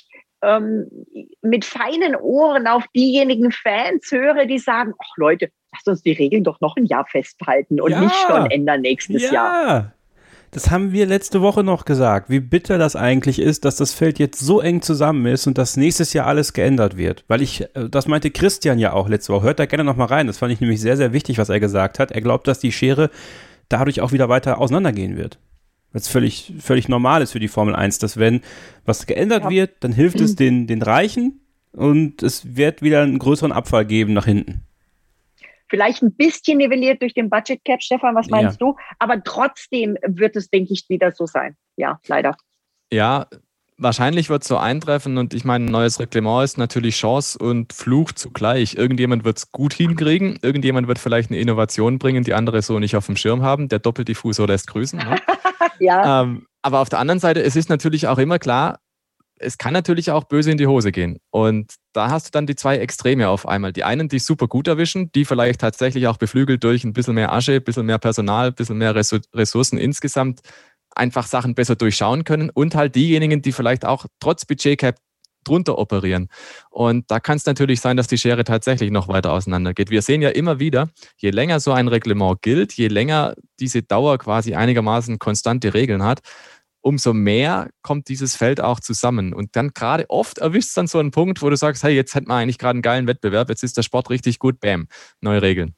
mit feinen Ohren auf diejenigen Fans höre, die sagen, ach Leute, lasst uns die Regeln doch noch ein Jahr festhalten und nicht schon ändern nächstes Jahr. Ja, das haben wir letzte Woche noch gesagt, wie bitter das eigentlich ist, dass das Feld jetzt so eng zusammen ist und dass nächstes Jahr alles geändert wird. Weil das meinte Christian ja auch letzte Woche, hört da gerne noch mal rein, das fand ich nämlich sehr, sehr wichtig, was er gesagt hat. Er glaubt, dass die Schere dadurch auch wieder weiter auseinandergehen wird. Weil es völlig normal ist für die Formel 1, dass wenn was geändert wird, dann hilft es den Reichen und es wird wieder einen größeren Abfall geben nach hinten. Vielleicht ein bisschen nivelliert durch den Budget Cap, Stefan, was meinst du? Aber trotzdem wird es, denke ich, wieder so sein. Ja, leider. Ja, wahrscheinlich wird es so eintreffen und ich meine, ein neues Reglement ist natürlich Chance und Fluch zugleich. Irgendjemand wird es gut hinkriegen, irgendjemand wird vielleicht eine Innovation bringen, die andere so nicht auf dem Schirm haben. Der Doppeldiffusor lässt grüßen. Ne? Ja. Aber auf der anderen Seite, es ist natürlich auch immer klar, es kann natürlich auch böse in die Hose gehen. Und da hast du dann die zwei Extreme auf einmal. Die einen, die super gut erwischen, die vielleicht tatsächlich auch beflügelt durch ein bisschen mehr Asche, ein bisschen mehr Personal, ein bisschen mehr Ressourcen insgesamt einfach Sachen besser durchschauen können. Und halt diejenigen, die vielleicht auch trotz Budgetcap drunter operieren. Und da kann es natürlich sein, dass die Schere tatsächlich noch weiter auseinandergeht. Wir sehen ja immer wieder, je länger so ein Reglement gilt, je länger diese Dauer quasi einigermaßen konstante Regeln hat, umso mehr kommt dieses Feld auch zusammen. Und dann gerade oft erwischt es dann so einen Punkt, wo du sagst, hey, jetzt hätten wir eigentlich gerade einen geilen Wettbewerb, jetzt ist der Sport richtig gut, bam, neue Regeln.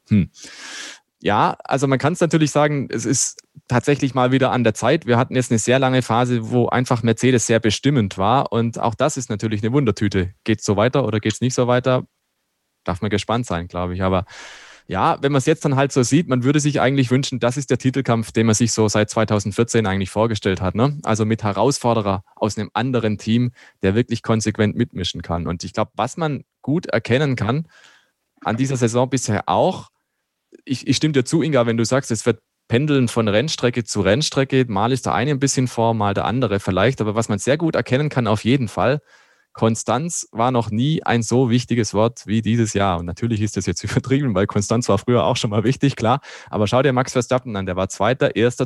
Ja, also man kann es natürlich sagen, es ist tatsächlich mal wieder an der Zeit. Wir hatten jetzt eine sehr lange Phase, wo einfach Mercedes sehr bestimmend war und auch das ist natürlich eine Wundertüte. Geht es so weiter oder geht es nicht so weiter? Darf man gespannt sein, glaube ich. Aber ja, wenn man es jetzt dann halt so sieht, man würde sich eigentlich wünschen, das ist der Titelkampf, den man sich so seit 2014 eigentlich vorgestellt hat. Ne? Also mit Herausforderer aus einem anderen Team, der wirklich konsequent mitmischen kann. Und ich glaube, was man gut erkennen kann an dieser Saison bisher auch, ich stimme dir zu, Inga, wenn du sagst, es wird pendeln von Rennstrecke zu Rennstrecke. Mal ist der eine ein bisschen vor, mal der andere vielleicht. Aber was man sehr gut erkennen kann, auf jeden Fall, Konstanz war noch nie ein so wichtiges Wort wie dieses Jahr. Und natürlich ist das jetzt übertrieben, weil Konstanz war früher auch schon mal wichtig, klar. Aber schau dir Max Verstappen an, der war Zweiter, Erster,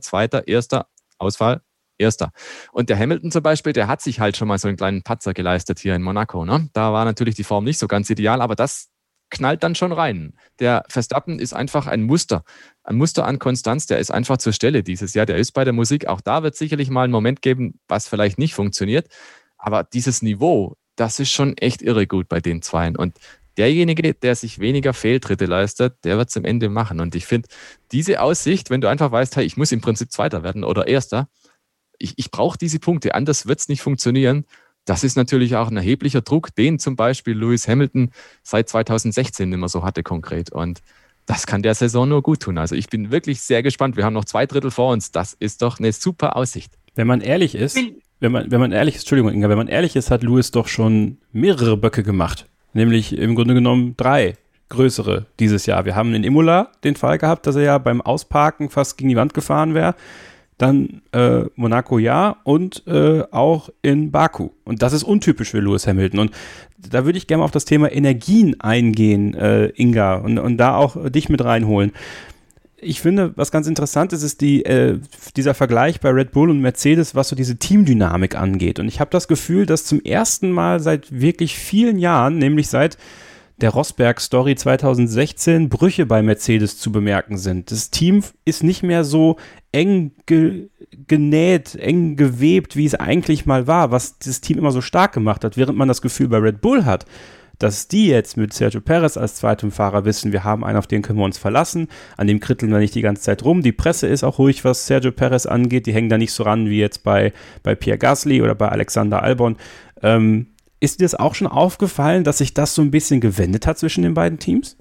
Ausfall, Erster. Und der Hamilton zum Beispiel, der hat sich halt schon mal so einen kleinen Patzer geleistet hier in Monaco. Ne? Da war natürlich die Form nicht so ganz ideal, aber das knallt dann schon rein. Der Verstappen ist einfach ein Muster an Konstanz, der ist einfach zur Stelle dieses Jahr. Der ist bei der Musik, auch da wird es sicherlich mal einen Moment geben, was vielleicht nicht funktioniert. Aber dieses Niveau, das ist schon echt irre gut bei den Zweien. Und derjenige, der sich weniger Fehltritte leistet, der wird es am Ende machen. Und ich finde, diese Aussicht, wenn du einfach weißt, hey, ich muss im Prinzip Zweiter werden oder Erster, ich brauche diese Punkte, anders wird es nicht funktionieren. Das ist natürlich auch ein erheblicher Druck, den zum Beispiel Lewis Hamilton seit 2016 nicht mehr so hatte konkret. Und das kann der Saison nur gut tun. Also ich bin wirklich sehr gespannt. Wir haben noch 2/3 vor uns. Das ist doch eine super Aussicht. Wenn man ehrlich ist, Entschuldigung, Inga, wenn man ehrlich ist, hat Lewis doch schon mehrere Böcke gemacht. Nämlich im Grunde genommen 3 größere dieses Jahr. Wir haben in Imola den Fall gehabt, dass er ja beim Ausparken fast gegen die Wand gefahren wäre. Dann Monaco ja und auch in Baku. Und das ist untypisch für Lewis Hamilton. Und da würde ich gerne mal auf das Thema Energien eingehen, Inga, und da auch dich mit reinholen. Ich finde, was ganz interessant ist dieser Vergleich bei Red Bull und Mercedes, was so diese Teamdynamik angeht. Und ich habe das Gefühl, dass zum ersten Mal seit wirklich vielen Jahren, nämlich seit der Rosberg-Story 2016, Brüche bei Mercedes zu bemerken sind. Das Team ist nicht mehr so eng genäht, eng gewebt, wie es eigentlich mal war, was das Team immer so stark gemacht hat, während man das Gefühl bei Red Bull hat, dass die jetzt mit Sergio Perez als zweitem Fahrer wissen, wir haben einen, auf den können wir uns verlassen, an dem kritteln wir nicht die ganze Zeit rum. Die Presse ist auch ruhig, was Sergio Perez angeht, die hängen da nicht so ran wie jetzt bei Pierre Gasly oder bei Alexander Albon. Ist dir das auch schon aufgefallen, dass sich das so ein bisschen gewendet hat zwischen den beiden Teams?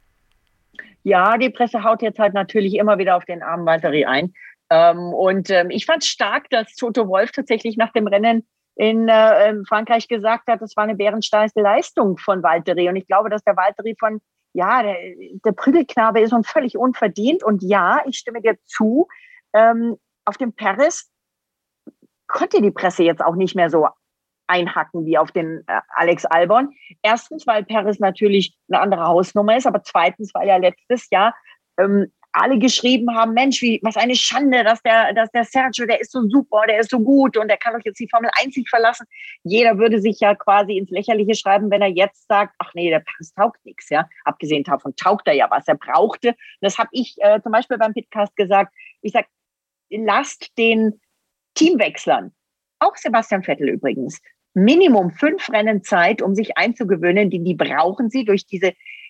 Ja, die Presse haut jetzt halt natürlich immer wieder auf den armen Valtteri ein. Ich fand es stark, dass Toto Wolff tatsächlich nach dem Rennen in Frankreich gesagt hat, das war eine bärenstarke Leistung von Valtteri. Und ich glaube, dass der Valtteri der Prügelknabe ist und völlig unverdient. Und ja, ich stimme dir zu, auf dem Perez konnte die Presse jetzt auch nicht mehr so einhacken wie auf den Alex Albon. Erstens, weil Perez natürlich eine andere Hausnummer ist, aber zweitens, weil ja letztes Jahr alle geschrieben haben, Mensch, was eine Schande, dass der Sergio, der ist so super, der ist so gut und der kann doch jetzt die Formel 1 nicht verlassen. Jeder würde sich ja quasi ins Lächerliche schreiben, wenn er jetzt sagt, ach nee, der Perez taugt nichts, ja. Abgesehen davon taugt er ja, was er brauchte. Das habe ich zum Beispiel beim Pitcast gesagt. Ich sage, lasst den Teamwechslern, auch Sebastian Vettel übrigens, Minimum 5 Rennen Zeit, um sich einzugewöhnen, die brauchen sie durch diese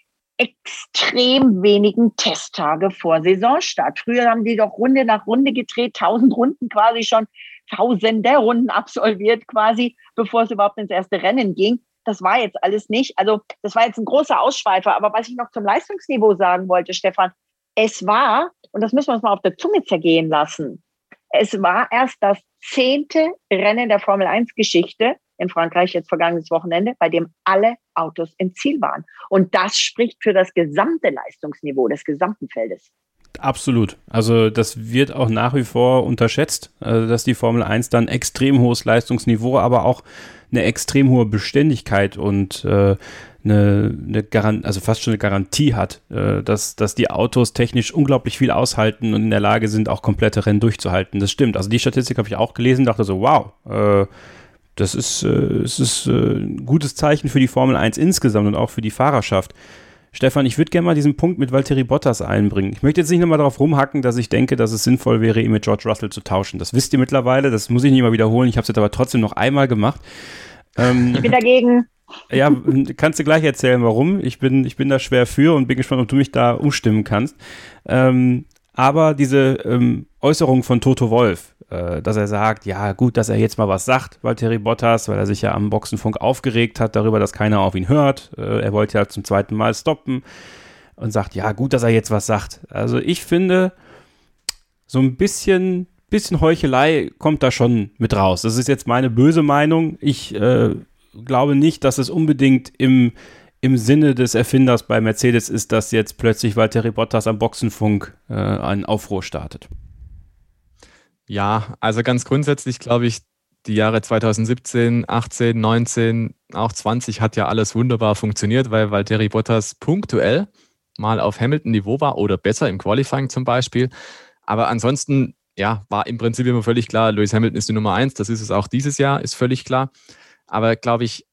extrem wenigen Testtage vor Saisonstart. Früher haben die doch Runde nach Runde gedreht, 1000 Runden quasi schon, tausende Runden absolviert quasi, bevor es überhaupt ins erste Rennen ging. Das war jetzt alles nicht. Also das war jetzt ein großer Ausschweifer. Aber was ich noch zum Leistungsniveau sagen wollte, Stefan, es war, und das müssen wir uns mal auf der Zunge zergehen lassen, es war erst das 10. Rennen der Formel-1-Geschichte in Frankreich jetzt vergangenes Wochenende, bei dem alle Autos im Ziel waren. Und das spricht für das gesamte Leistungsniveau des gesamten Feldes. Absolut. Also das wird auch nach wie vor unterschätzt, dass die Formel 1 dann extrem hohes Leistungsniveau, aber auch eine extrem hohe Beständigkeit und also fast schon eine Garantie hat, dass die Autos technisch unglaublich viel aushalten und in der Lage sind, auch komplette Rennen durchzuhalten. Das stimmt. Also die Statistik habe ich auch gelesen, dachte so, wow, es ist ein gutes Zeichen für die Formel 1 insgesamt und auch für die Fahrerschaft. Stefan, ich würde gerne mal diesen Punkt mit Valtteri Bottas einbringen. Ich möchte jetzt nicht nochmal darauf rumhacken, dass ich denke, dass es sinnvoll wäre, ihn mit George Russell zu tauschen. Das wisst ihr mittlerweile, das muss ich nicht mal wiederholen. Ich habe es jetzt aber trotzdem noch einmal gemacht. Ich bin dagegen. Ja, kannst du gleich erzählen, warum. Ich bin da schwer für und bin gespannt, ob du mich da umstimmen kannst. Aber diese Äußerung von Toto Wolff, dass er sagt, ja gut, dass er jetzt mal was sagt, Valtteri Bottas, weil er sich ja am Boxenfunk aufgeregt hat darüber, dass keiner auf ihn hört. Er wollte ja zum zweiten Mal stoppen. und sagt, ja, gut, dass er jetzt was sagt. Also ich finde, so ein bisschen Heuchelei kommt da schon mit raus. Das ist jetzt meine böse Meinung. Ich glaube nicht, dass es unbedingt im Sinne des Erfinders bei Mercedes ist, dass jetzt plötzlich Valtteri Bottas am Boxenfunk einen Aufruhr startet. Ja, also ganz grundsätzlich glaube ich, die Jahre 2017, 18, 19, auch 20 hat ja alles wunderbar funktioniert, weil Valtteri Bottas punktuell mal auf Hamilton-Niveau war oder besser im Qualifying zum Beispiel. Aber ansonsten, ja, war im Prinzip immer völlig klar, Lewis Hamilton ist die Nummer 1, das ist es auch dieses Jahr, ist völlig klar. Aber glaube ich,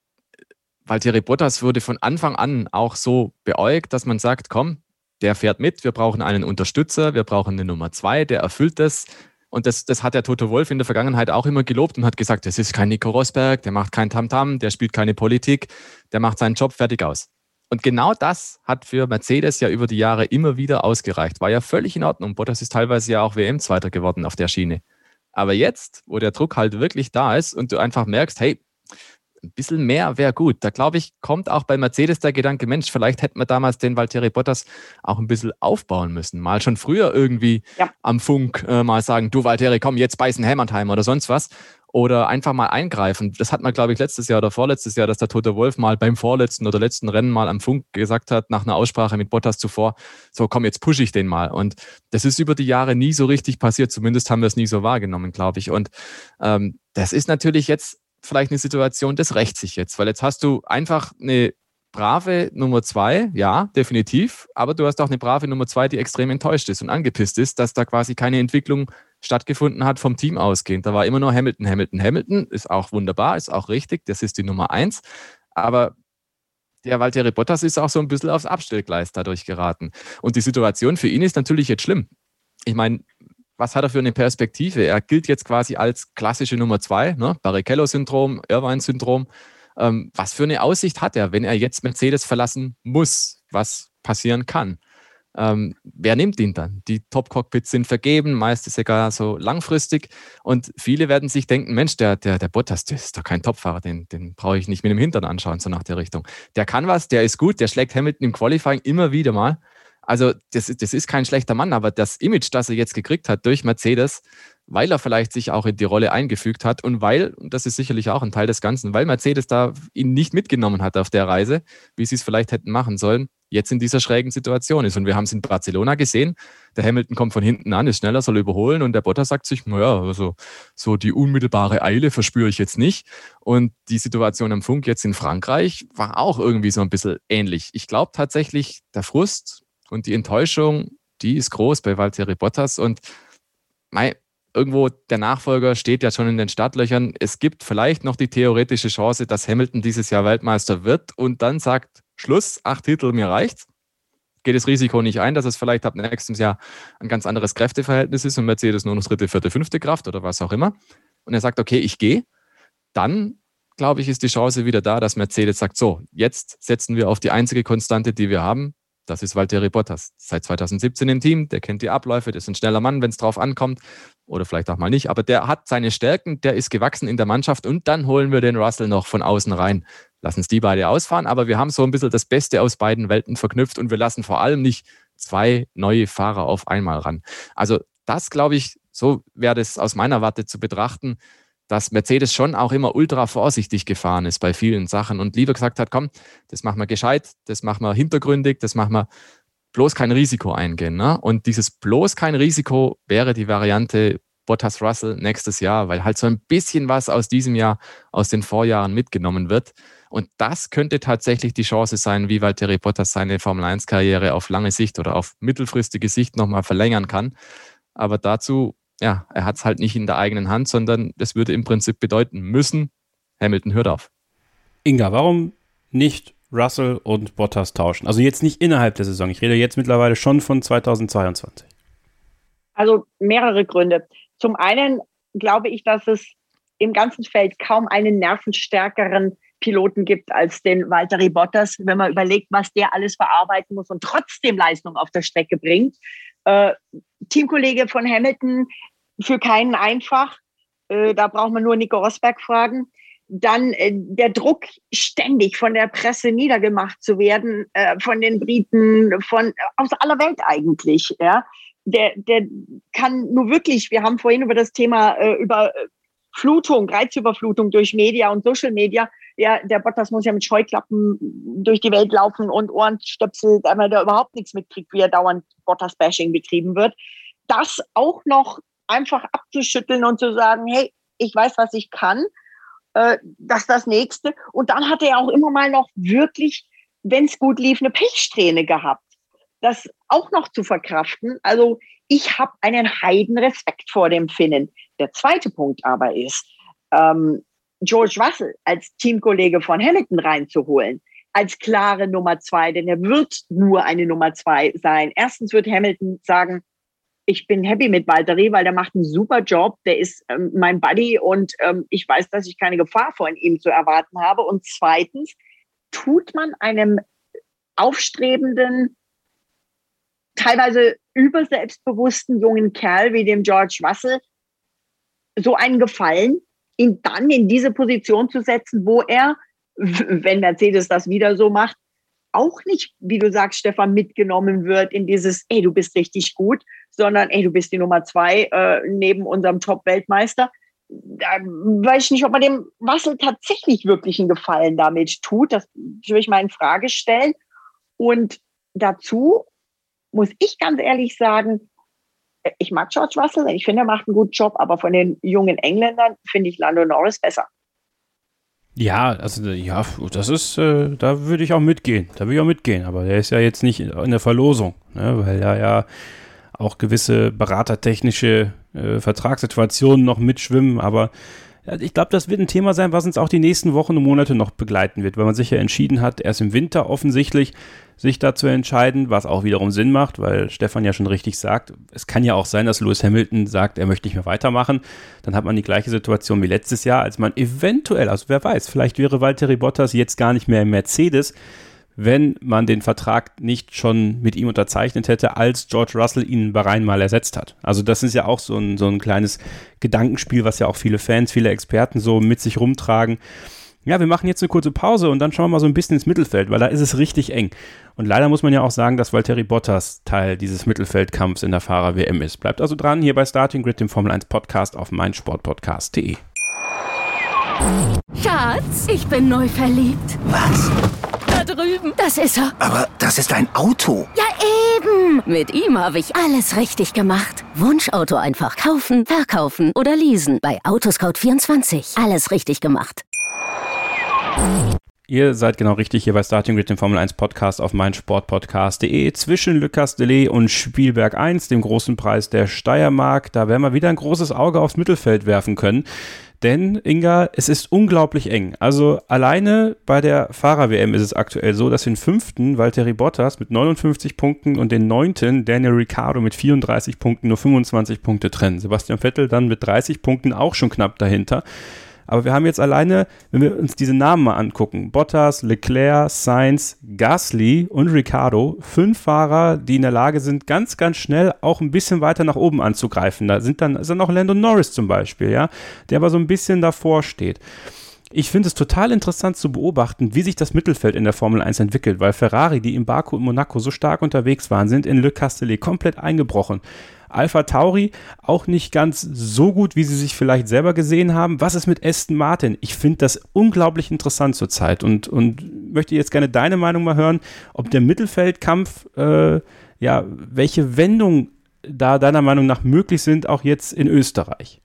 Valtteri Bottas wurde von Anfang an auch so beäugt, dass man sagt, komm, der fährt mit, wir brauchen einen Unterstützer, wir brauchen eine Nummer 2, der erfüllt das. Und das hat der Toto Wolff in der Vergangenheit auch immer gelobt und hat gesagt, das ist kein Nico Rosberg, der macht kein Tamtam, der spielt keine Politik, der macht seinen Job fertig aus. Und genau das hat für Mercedes ja über die Jahre immer wieder ausgereicht. War ja völlig in Ordnung. Bottas ist teilweise ja auch WM-Zweiter geworden auf der Schiene. Aber jetzt, wo der Druck halt wirklich da ist und du einfach merkst, hey, ein bisschen mehr wäre gut. Da glaube ich, kommt auch bei Mercedes der Gedanke, Mensch, vielleicht hätten wir damals den Valtteri Bottas auch ein bisschen aufbauen müssen. Mal schon früher irgendwie am Funk mal sagen, du Valtteri, komm, jetzt beißen Hämmertheim oder sonst was. Oder einfach mal eingreifen. Das hat man, glaube ich, letztes Jahr oder vorletztes Jahr, dass der Toto Wolff mal beim vorletzten oder letzten Rennen mal am Funk gesagt hat, nach einer Aussprache mit Bottas zuvor, so komm, jetzt pushe ich den mal. Und das ist über die Jahre nie so richtig passiert. Zumindest haben wir es nie so wahrgenommen, glaube ich. Und das ist natürlich jetzt vielleicht eine Situation, das rächt sich jetzt, weil jetzt hast du einfach eine brave Nummer 2, ja, definitiv, aber du hast auch eine brave Nummer 2, die extrem enttäuscht ist und angepisst ist, dass da quasi keine Entwicklung stattgefunden hat vom Team ausgehend. Da war immer nur Hamilton, ist auch wunderbar, ist auch richtig, das ist die Nummer 1, aber der Valtteri Bottas ist auch so ein bisschen aufs Abstellgleis dadurch geraten. Und die Situation für ihn ist natürlich jetzt schlimm. Ich meine, was hat er für eine Perspektive? Er gilt jetzt quasi als klassische Nummer 2, ne? Barrichello-Syndrom, Irvine-Syndrom. Was für eine Aussicht hat er, wenn er jetzt Mercedes verlassen muss, was passieren kann? Wer nimmt ihn dann? Die Top-Cockpits sind vergeben, meist ist sogar so langfristig. Und viele werden sich denken, Mensch, der Bottas, der ist doch kein Topfahrer, den brauche ich nicht mit dem Hintern anschauen, so nach der Richtung. Der kann was, der ist gut, der schlägt Hamilton im Qualifying immer wieder mal. Also das ist kein schlechter Mann, aber das Image, das er jetzt gekriegt hat durch Mercedes, weil er vielleicht sich auch in die Rolle eingefügt hat und weil, und das ist sicherlich auch ein Teil des Ganzen, weil Mercedes da ihn nicht mitgenommen hat auf der Reise, wie sie es vielleicht hätten machen sollen, jetzt in dieser schrägen Situation ist. Und wir haben es in Barcelona gesehen, der Hamilton kommt von hinten an, ist schneller, soll überholen und der Bottas sagt sich, naja, also so die unmittelbare Eile verspüre ich jetzt nicht. Und die Situation am Funk jetzt in Frankreich war auch irgendwie so ein bisschen ähnlich. Ich glaube tatsächlich, der Frust und die Enttäuschung, die ist groß bei Valtteri Bottas und irgendwo der Nachfolger steht ja schon in den Startlöchern. Es gibt vielleicht noch die theoretische Chance, dass Hamilton dieses Jahr Weltmeister wird und dann sagt, Schluss, 8 Titel, mir reicht's. Geht das Risiko nicht ein, dass es vielleicht ab nächstem Jahr ein ganz anderes Kräfteverhältnis ist und Mercedes nur noch 3., 4., 5. Kraft oder was auch immer. Und er sagt, okay, ich gehe. Dann, glaube ich, ist die Chance wieder da, dass Mercedes sagt, so, jetzt setzen wir auf die einzige Konstante, die wir haben. Das ist Valtteri Bottas. Seit 2017 im Team, der kennt die Abläufe, der ist ein schneller Mann, wenn es drauf ankommt. Oder vielleicht auch mal nicht. Aber der hat seine Stärken, der ist gewachsen in der Mannschaft und dann holen wir den Russell noch von außen rein. Lassen es die beide ausfahren, aber wir haben so ein bisschen das Beste aus beiden Welten verknüpft und wir lassen vor allem nicht 2 neue Fahrer auf einmal ran. Also das, glaube ich, so wäre das aus meiner Warte zu betrachten, dass Mercedes schon auch immer ultra vorsichtig gefahren ist bei vielen Sachen und lieber gesagt hat, komm, das machen wir gescheit, das machen wir hintergründig, das machen wir bloß kein Risiko eingehen. Ne? Und dieses bloß kein Risiko wäre die Variante Bottas-Russell nächstes Jahr, weil halt so ein bisschen was aus diesem Jahr, aus den Vorjahren mitgenommen wird. Und das könnte tatsächlich die Chance sein, wie Valtteri Bottas seine Formel-1-Karriere auf lange Sicht oder auf mittelfristige Sicht nochmal verlängern kann. Aber dazu, ja, er hat es halt nicht in der eigenen Hand, sondern das würde im Prinzip bedeuten müssen, Hamilton hört auf. Inga, warum nicht Russell und Bottas tauschen? Also jetzt nicht innerhalb der Saison. Ich rede jetzt mittlerweile schon von 2022. Also mehrere Gründe. Zum einen glaube ich, dass es im ganzen Feld kaum einen nervenstärkeren Piloten gibt als den Valtteri Bottas, wenn man überlegt, was der alles verarbeiten muss und trotzdem Leistung auf der Strecke bringt. Teamkollege von Hamilton, für keinen einfach. Da braucht man nur Nico Rosberg fragen. Dann der Druck, ständig von der Presse niedergemacht zu werden, von den Briten, aus aller Welt eigentlich. Ja, der kann nur wirklich. Wir haben vorhin über das Thema Reizüberflutung durch Media und Social Media. Ja, der Bottas muss ja mit Scheuklappen durch die Welt laufen und Ohrenstöpsel, weil der überhaupt nichts mitkriegt, wie er dauernd Bottas-Bashing betrieben wird. Das auch noch einfach abzuschütteln und zu sagen, hey, ich weiß, was ich kann, das ist das Nächste. Und dann hat er auch immer mal noch wirklich, wenn es gut lief, eine Pechsträhne gehabt. Das auch noch zu verkraften. Also ich habe einen Heidenrespekt vor dem Finnen. Der zweite Punkt aber ist, George Russell als Teamkollege von Hamilton reinzuholen, als klare Nummer 2, denn er wird nur eine Nummer 2 sein. Erstens wird Hamilton sagen, ich bin happy mit Valtteri, weil der macht einen super Job, der ist mein Buddy und ich weiß, dass ich keine Gefahr von ihm zu erwarten habe. Und zweitens tut man einem aufstrebenden, teilweise überselbstbewussten jungen Kerl wie dem George Russell so einen Gefallen, ihn dann in diese Position zu setzen, wo er, wenn Mercedes das wieder so macht, auch nicht, wie du sagst, Stefan, mitgenommen wird in dieses, ey, du bist richtig gut, sondern, ey, du bist die Nummer 2 neben unserem Top-Weltmeister. Da weiß ich nicht, ob man dem Russell tatsächlich wirklich einen Gefallen damit tut. Das würde ich mal in Frage stellen. Und dazu muss ich ganz ehrlich sagen, ich mag George Russell, ich finde, er macht einen guten Job, aber von den jungen Engländern finde ich Lando Norris besser. Ja, also ja, das ist, da würde ich auch mitgehen. Aber der ist ja jetzt nicht in der Verlosung, ne, weil da ja auch gewisse beratertechnische Vertragssituationen noch mitschwimmen. Aber ich glaube, das wird ein Thema sein, was uns auch die nächsten Wochen und Monate noch begleiten wird, weil man sich ja entschieden hat, erst im Winter offensichtlich sich dazu entscheiden, was auch wiederum Sinn macht, weil Stefan ja schon richtig sagt, es kann ja auch sein, dass Lewis Hamilton sagt, er möchte nicht mehr weitermachen. Dann hat man die gleiche Situation wie letztes Jahr, als man eventuell, also wer weiß, vielleicht wäre Valtteri Bottas jetzt gar nicht mehr im Mercedes, wenn man den Vertrag nicht schon mit ihm unterzeichnet hätte, als George Russell ihn in Bahrain mal ersetzt hat. Also das ist ja auch so ein kleines Gedankenspiel, was ja auch viele Fans, viele Experten so mit sich rumtragen. Ja, wir machen jetzt eine kurze Pause und dann schauen wir mal so ein bisschen ins Mittelfeld, weil da ist es richtig eng. Und leider muss man ja auch sagen, dass Valtteri Bottas Teil dieses Mittelfeldkampfs in der Fahrer-WM ist. Bleibt also dran, hier bei Starting Grid, dem Formel 1 Podcast auf meinsportpodcast.de. Schatz, ich bin neu verliebt. Was? Da drüben. Das ist er. Aber das ist ein Auto. Ja, eben. Mit ihm habe ich alles richtig gemacht. Wunschauto einfach kaufen, verkaufen oder leasen. Bei Autoscout24. Alles richtig gemacht. Ihr seid genau richtig hier bei Starting Grid, dem Formel 1 Podcast auf meinsportpodcast.de. Zwischen Le Castellet und Spielberg 1, dem großen Preis der Steiermark. Da werden wir wieder ein großes Auge aufs Mittelfeld werfen können. Denn, Inga, es ist unglaublich eng. Also alleine bei der Fahrer-WM ist es aktuell so, dass den 5. Valtteri Bottas mit 59 Punkten und den 9. Daniel Ricciardo mit 34 Punkten nur 25 Punkte trennen. Sebastian Vettel dann mit 30 Punkten auch schon knapp dahinter. Aber wir haben jetzt alleine, wenn wir uns diese Namen mal angucken, Bottas, Leclerc, Sainz, Gasly und Ricciardo, 5 Fahrer, die in der Lage sind, ganz, ganz schnell auch ein bisschen weiter nach oben anzugreifen. Da ist dann noch Lando Norris zum Beispiel, ja, der aber so ein bisschen davor steht. Ich finde es total interessant zu beobachten, wie sich das Mittelfeld in der Formel 1 entwickelt, weil Ferrari, die in Baku und Monaco so stark unterwegs waren, sind in Le Castellet komplett eingebrochen. AlphaTauri auch nicht ganz so gut, wie sie sich vielleicht selber gesehen haben. Was ist mit Aston Martin? Ich finde das unglaublich interessant zurzeit und möchte jetzt gerne deine Meinung mal hören, ob der Mittelfeldkampf, welche Wendungen da deiner Meinung nach möglich sind, auch jetzt in Österreich.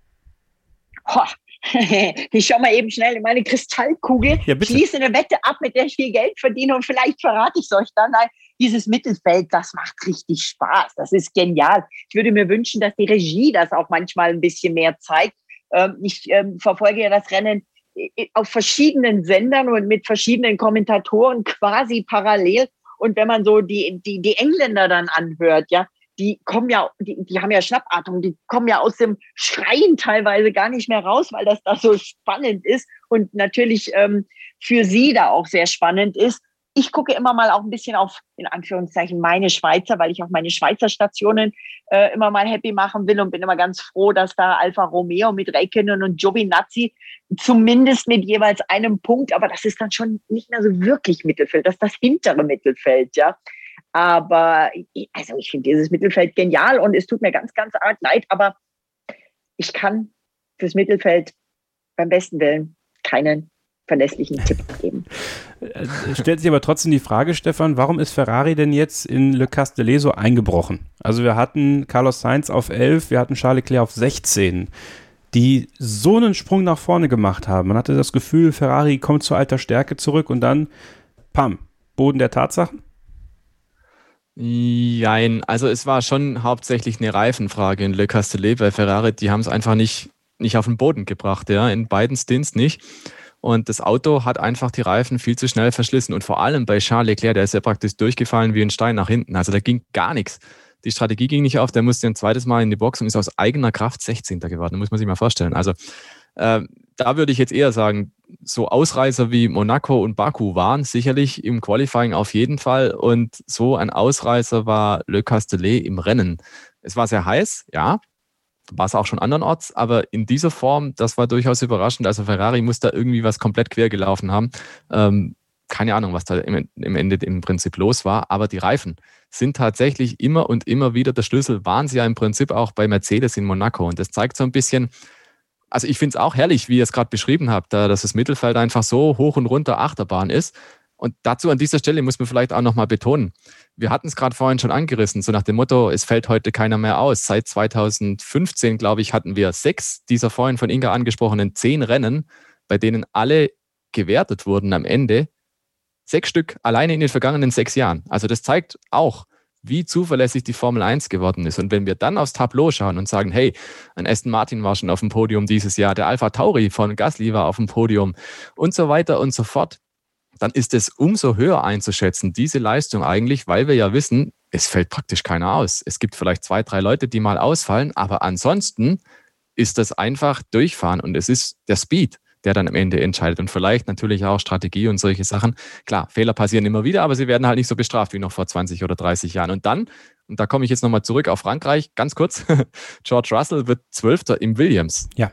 Ich schaue mal eben schnell in meine Kristallkugel, schließe eine Wette ab, mit der ich viel Geld verdiene und vielleicht verrate ich es euch dann. Nein, dieses Mittelfeld, das macht richtig Spaß, das ist genial. Ich würde mir wünschen, dass die Regie das auch manchmal ein bisschen mehr zeigt. Ich verfolge ja das Rennen auf verschiedenen Sendern und mit verschiedenen Kommentatoren quasi parallel. Und wenn man so die Engländer dann anhört, ja, die kommen ja, die haben ja Schnappatmung, die kommen ja aus dem Schreien teilweise gar nicht mehr raus, weil das da so spannend ist und natürlich für sie da auch sehr spannend ist. ich gucke immer mal auch ein bisschen auf, in Anführungszeichen, meine Schweizer, weil ich auch meine Schweizer Stationen immer mal happy machen will und bin immer ganz froh, dass da Alfa Romeo mit Räikkönen und Giovinazzi zumindest mit jeweils einem Punkt, aber das ist dann schon nicht mehr so wirklich Mittelfeld, das ist das hintere Mittelfeld, ja. Aber also ich finde dieses Mittelfeld genial und es tut mir ganz, ganz arg leid, aber ich kann fürs Mittelfeld beim besten Willen keinen verlässlichen Tipp geben. Stellt sich aber trotzdem die Frage, Stefan, warum ist Ferrari denn jetzt in Le Castellet so eingebrochen? Also wir hatten Carlos Sainz auf 11, wir hatten Charles Leclerc auf 16, die so einen Sprung nach vorne gemacht haben. Man hatte das Gefühl, Ferrari kommt zu alter Stärke zurück und dann, pam, Boden der Tatsachen? Jein, also es war schon hauptsächlich eine Reifenfrage in Le Castellet, weil Ferrari, die haben es einfach nicht auf den Boden gebracht, ja, in beiden Stints nicht. Und das Auto hat einfach die Reifen viel zu schnell verschlissen. Und vor allem bei Charles Leclerc, der ist ja praktisch durchgefallen wie ein Stein nach hinten. Also da ging gar nichts. Die Strategie ging nicht auf, der musste ein zweites Mal in die Box und ist aus eigener Kraft 16. geworden. Das muss man sich mal vorstellen. Also da würde ich jetzt eher sagen, so Ausreißer wie Monaco und Baku waren sicherlich im Qualifying auf jeden Fall. Und so ein Ausreißer war Le Castellet im Rennen. Es war sehr heiß, ja. War es auch schon andernorts, aber in dieser Form, das war durchaus überraschend. Also Ferrari muss da irgendwie was komplett quer gelaufen haben. Keine Ahnung, was da im Ende im Prinzip los war, aber die Reifen sind tatsächlich immer und immer wieder der Schlüssel. Waren sie ja im Prinzip auch bei Mercedes in Monaco und das zeigt so ein bisschen, also ich finde es auch herrlich, wie ihr es gerade beschrieben habt, dass das Mittelfeld einfach so hoch und runter Achterbahn ist. Und dazu an dieser Stelle muss man vielleicht auch nochmal betonen, wir hatten es gerade vorhin schon angerissen, so nach dem Motto, es fällt heute keiner mehr aus. Seit 2015, glaube ich, hatten wir 6 dieser vorhin von Inga angesprochenen 10 Rennen, bei denen alle gewertet wurden am Ende. 6 Stück alleine in den vergangenen 6 Jahren. Also das zeigt auch, wie zuverlässig die Formel 1 geworden ist. Und wenn wir dann aufs Tableau schauen und sagen, hey, ein Aston Martin war schon auf dem Podium dieses Jahr, der Alpha Tauri von Gasly war auf dem Podium und so weiter und so fort, dann ist es umso höher einzuschätzen, diese Leistung eigentlich, weil wir ja wissen, es fällt praktisch keiner aus. Es gibt vielleicht 2, 3 Leute, die mal ausfallen, aber ansonsten ist das einfach Durchfahren und es ist der Speed, der dann am Ende entscheidet und vielleicht natürlich auch Strategie und solche Sachen. Klar, Fehler passieren immer wieder, aber sie werden halt nicht so bestraft wie noch vor 20 oder 30 Jahren. Und dann, und da komme ich jetzt nochmal zurück auf Frankreich, ganz kurz, George Russell wird 12. im Williams. Ja.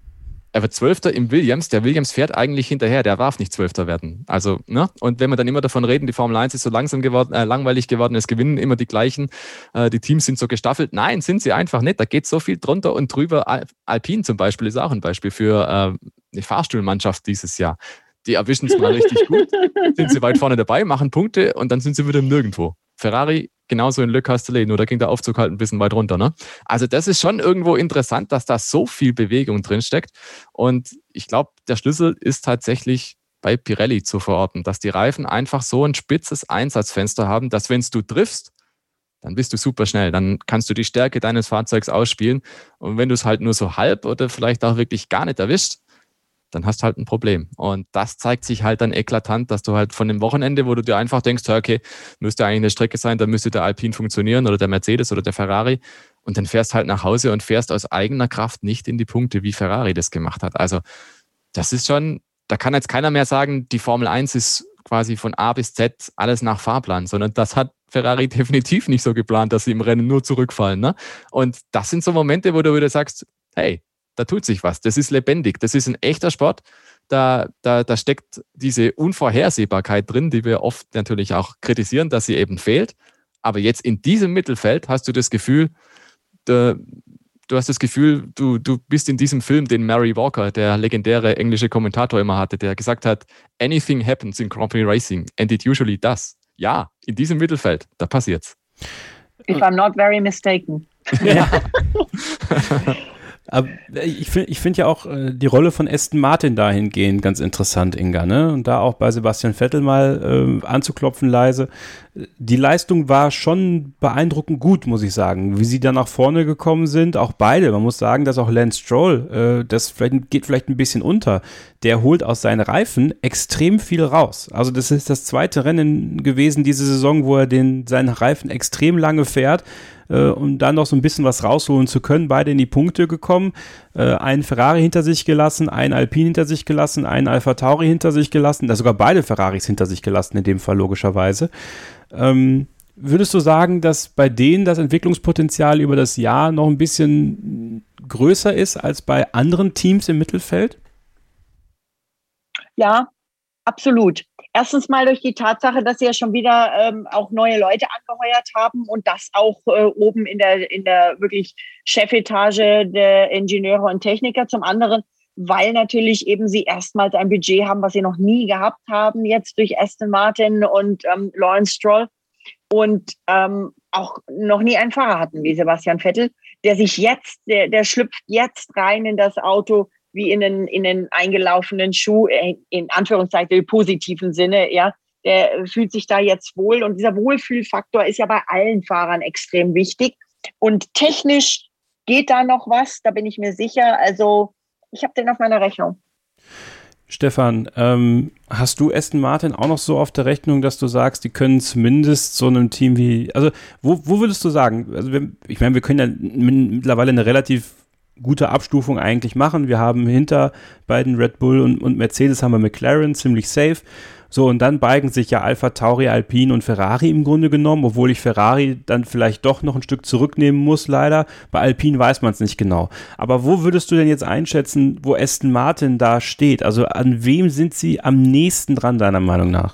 Er wird 12. im Williams. Der Williams fährt eigentlich hinterher. Der darf nicht 12. werden. Also, ne? Und wenn wir dann immer davon reden, die Formel 1 ist so langweilig geworden, es gewinnen immer die gleichen, die Teams sind so gestaffelt. Nein, sind sie einfach nicht. Da geht so viel drunter und drüber. Alpine zum Beispiel ist auch ein Beispiel für eine Fahrstuhlmannschaft dieses Jahr. Die erwischen es mal richtig gut, sind sie weit vorne dabei, machen Punkte und dann sind sie wieder nirgendwo. Ferrari genauso in Le Castellet, nur da ging der Aufzug halt ein bisschen weit runter. Ne? Also das ist schon irgendwo interessant, dass da so viel Bewegung drin steckt. Und ich glaube, der Schlüssel ist tatsächlich bei Pirelli zu verorten, dass die Reifen einfach so ein spitzes Einsatzfenster haben, dass wenn du triffst, dann bist du super schnell. Dann kannst du die Stärke deines Fahrzeugs ausspielen. Und wenn du es halt nur so halb oder vielleicht auch wirklich gar nicht erwischt, dann hast du halt ein Problem. Und das zeigt sich halt dann eklatant, dass du halt von dem Wochenende, wo du dir einfach denkst, okay, müsste eigentlich eine Strecke sein, da müsste der Alpine funktionieren oder der Mercedes oder der Ferrari. Und dann fährst halt nach Hause und fährst aus eigener Kraft nicht in die Punkte, wie Ferrari das gemacht hat. Also das ist schon, da kann jetzt keiner mehr sagen, die Formel 1 ist quasi von A bis Z alles nach Fahrplan, sondern das hat Ferrari definitiv nicht so geplant, dass sie im Rennen nur zurückfallen. Ne? Und das sind so Momente, wo du wieder sagst, hey, da tut sich was, das ist lebendig, das ist ein echter Sport, da steckt diese Unvorhersehbarkeit drin, die wir oft natürlich auch kritisieren, dass sie eben fehlt, aber jetzt in diesem Mittelfeld hast du das Gefühl, du bist in diesem Film, den Mary Walker, der legendäre englische Kommentator immer hatte, der gesagt hat, anything happens in Grand Prix Racing and it usually does. Ja, in diesem Mittelfeld, da passiert's. If I'm not very mistaken. Ja. Aber ich finde ja auch die Rolle von Aston Martin dahingehend ganz interessant, Inga, ne? Und da auch bei Sebastian Vettel mal anzuklopfen leise. Die Leistung war schon beeindruckend gut, muss ich sagen, wie sie da nach vorne gekommen sind. Auch beide. Man muss sagen, dass auch Lance Stroll, das geht vielleicht ein bisschen unter. Der holt aus seinen Reifen extrem viel raus. Also das ist das zweite Rennen gewesen diese Saison, wo er seinen Reifen extrem lange fährt. um dann noch so ein bisschen was rausholen zu können. Beide in die Punkte gekommen, einen Ferrari hinter sich gelassen, einen Alpine hinter sich gelassen, einen AlphaTauri hinter sich gelassen, sogar beide Ferraris hinter sich gelassen in dem Fall logischerweise. Würdest du sagen, dass bei denen das Entwicklungspotenzial über das Jahr noch ein bisschen größer ist als bei anderen Teams im Mittelfeld? Ja, absolut. Erstens mal durch die Tatsache, dass sie ja schon wieder auch neue Leute angeheuert haben und das auch oben in der wirklich Chefetage der Ingenieure und Techniker. Zum anderen, weil natürlich eben sie erstmals ein Budget haben, was sie noch nie gehabt haben, jetzt durch Aston Martin und Lawrence Stroll und auch noch nie einen Fahrer hatten wie Sebastian Vettel, der sich jetzt, der schlüpft jetzt rein in das Auto, wie in den eingelaufenen Schuh, in Anführungszeichen im positiven Sinne, ja, der fühlt sich da jetzt wohl und dieser Wohlfühlfaktor ist ja bei allen Fahrern extrem wichtig und technisch geht da noch was, da bin ich mir sicher, also ich habe den auf meiner Rechnung. Stefan, hast du Aston Martin auch noch so auf der Rechnung, dass du sagst, die können zumindest so einem Team wie, also wo würdest du sagen, also ich meine, wir können ja mittlerweile eine relativ gute Abstufung eigentlich machen. Wir haben hinter beiden Red Bull und Mercedes haben wir McLaren ziemlich safe. So, und dann beigen sich ja AlphaTauri, Alpine und Ferrari im Grunde genommen, obwohl ich Ferrari dann vielleicht doch noch ein Stück zurücknehmen muss, leider. Bei Alpine weiß man es nicht genau. Aber wo würdest du denn jetzt einschätzen, wo Aston Martin da steht? Also an wem sind sie am nächsten dran, deiner Meinung nach?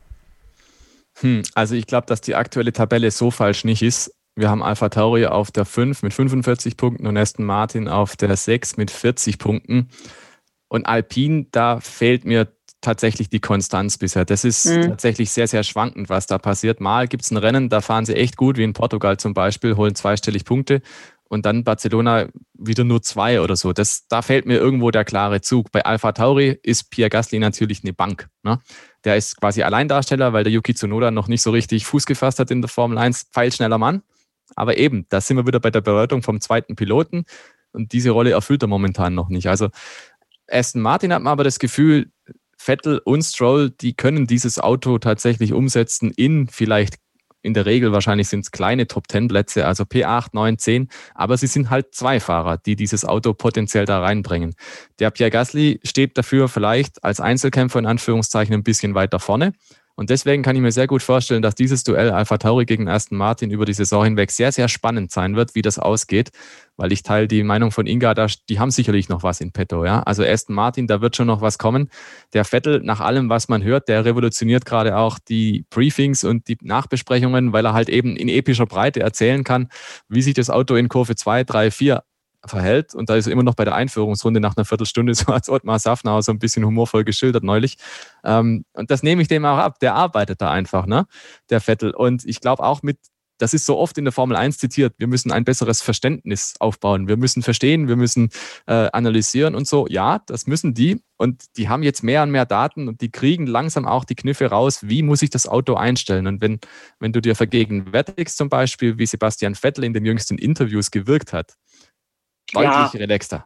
Also ich glaube, dass die aktuelle Tabelle so falsch nicht ist. Wir haben AlphaTauri auf der 5 mit 45 Punkten und Aston Martin auf der 6 mit 40 Punkten. Und Alpine, da fehlt mir tatsächlich die Konstanz bisher. Das ist tatsächlich sehr, sehr schwankend, was da passiert. Mal gibt es ein Rennen, da fahren sie echt gut, wie in Portugal zum Beispiel, holen zweistellig Punkte. Und dann Barcelona wieder nur 2 oder so. Da fehlt mir irgendwo der klare Zug. Bei AlphaTauri ist Pierre Gasly natürlich eine Bank. Ne? Der ist quasi Alleindarsteller, weil der Yuki Tsunoda noch nicht so richtig Fuß gefasst hat in der Formel 1. Pfeilschneller Mann. Aber eben, da sind wir wieder bei der Bedeutung vom zweiten Piloten. Und diese Rolle erfüllt er momentan noch nicht. Also Aston Martin hat man aber das Gefühl, Vettel und Stroll, die können dieses Auto tatsächlich umsetzen vielleicht in der Regel wahrscheinlich sind es kleine Top-10-Plätze, also P8, 9, 10, aber sie sind halt 2 Fahrer, die dieses Auto potenziell da reinbringen. Der Pierre Gasly steht dafür vielleicht als Einzelkämpfer in Anführungszeichen ein bisschen weiter vorne. Und deswegen kann ich mir sehr gut vorstellen, dass dieses Duell AlphaTauri gegen Aston Martin über die Saison hinweg sehr, sehr spannend sein wird, wie das ausgeht, weil ich teile die Meinung von Inga, die haben sicherlich noch was in petto. Ja? Also Aston Martin, da wird schon noch was kommen. Der Vettel, nach allem, was man hört, der revolutioniert gerade auch die Briefings und die Nachbesprechungen, weil er halt eben in epischer Breite erzählen kann, wie sich das Auto in Kurve 2, 3, 4 verhält. Und da ist er immer noch bei der Einführungsrunde nach einer Viertelstunde, so als Ottmar Safnauer so ein bisschen humorvoll geschildert neulich. Und das nehme ich dem auch ab. Der arbeitet da einfach, ne? Der Vettel. Und ich glaube auch das ist so oft in der Formel 1 zitiert, wir müssen ein besseres Verständnis aufbauen. Wir müssen verstehen, wir müssen analysieren und so. Ja, das müssen die. Und die haben jetzt mehr und mehr Daten und die kriegen langsam auch die Kniffe raus, wie muss ich das Auto einstellen. Und wenn du dir vergegenwärtigst zum Beispiel, wie Sebastian Vettel in den jüngsten Interviews gewirkt hat, deutlich relaxter.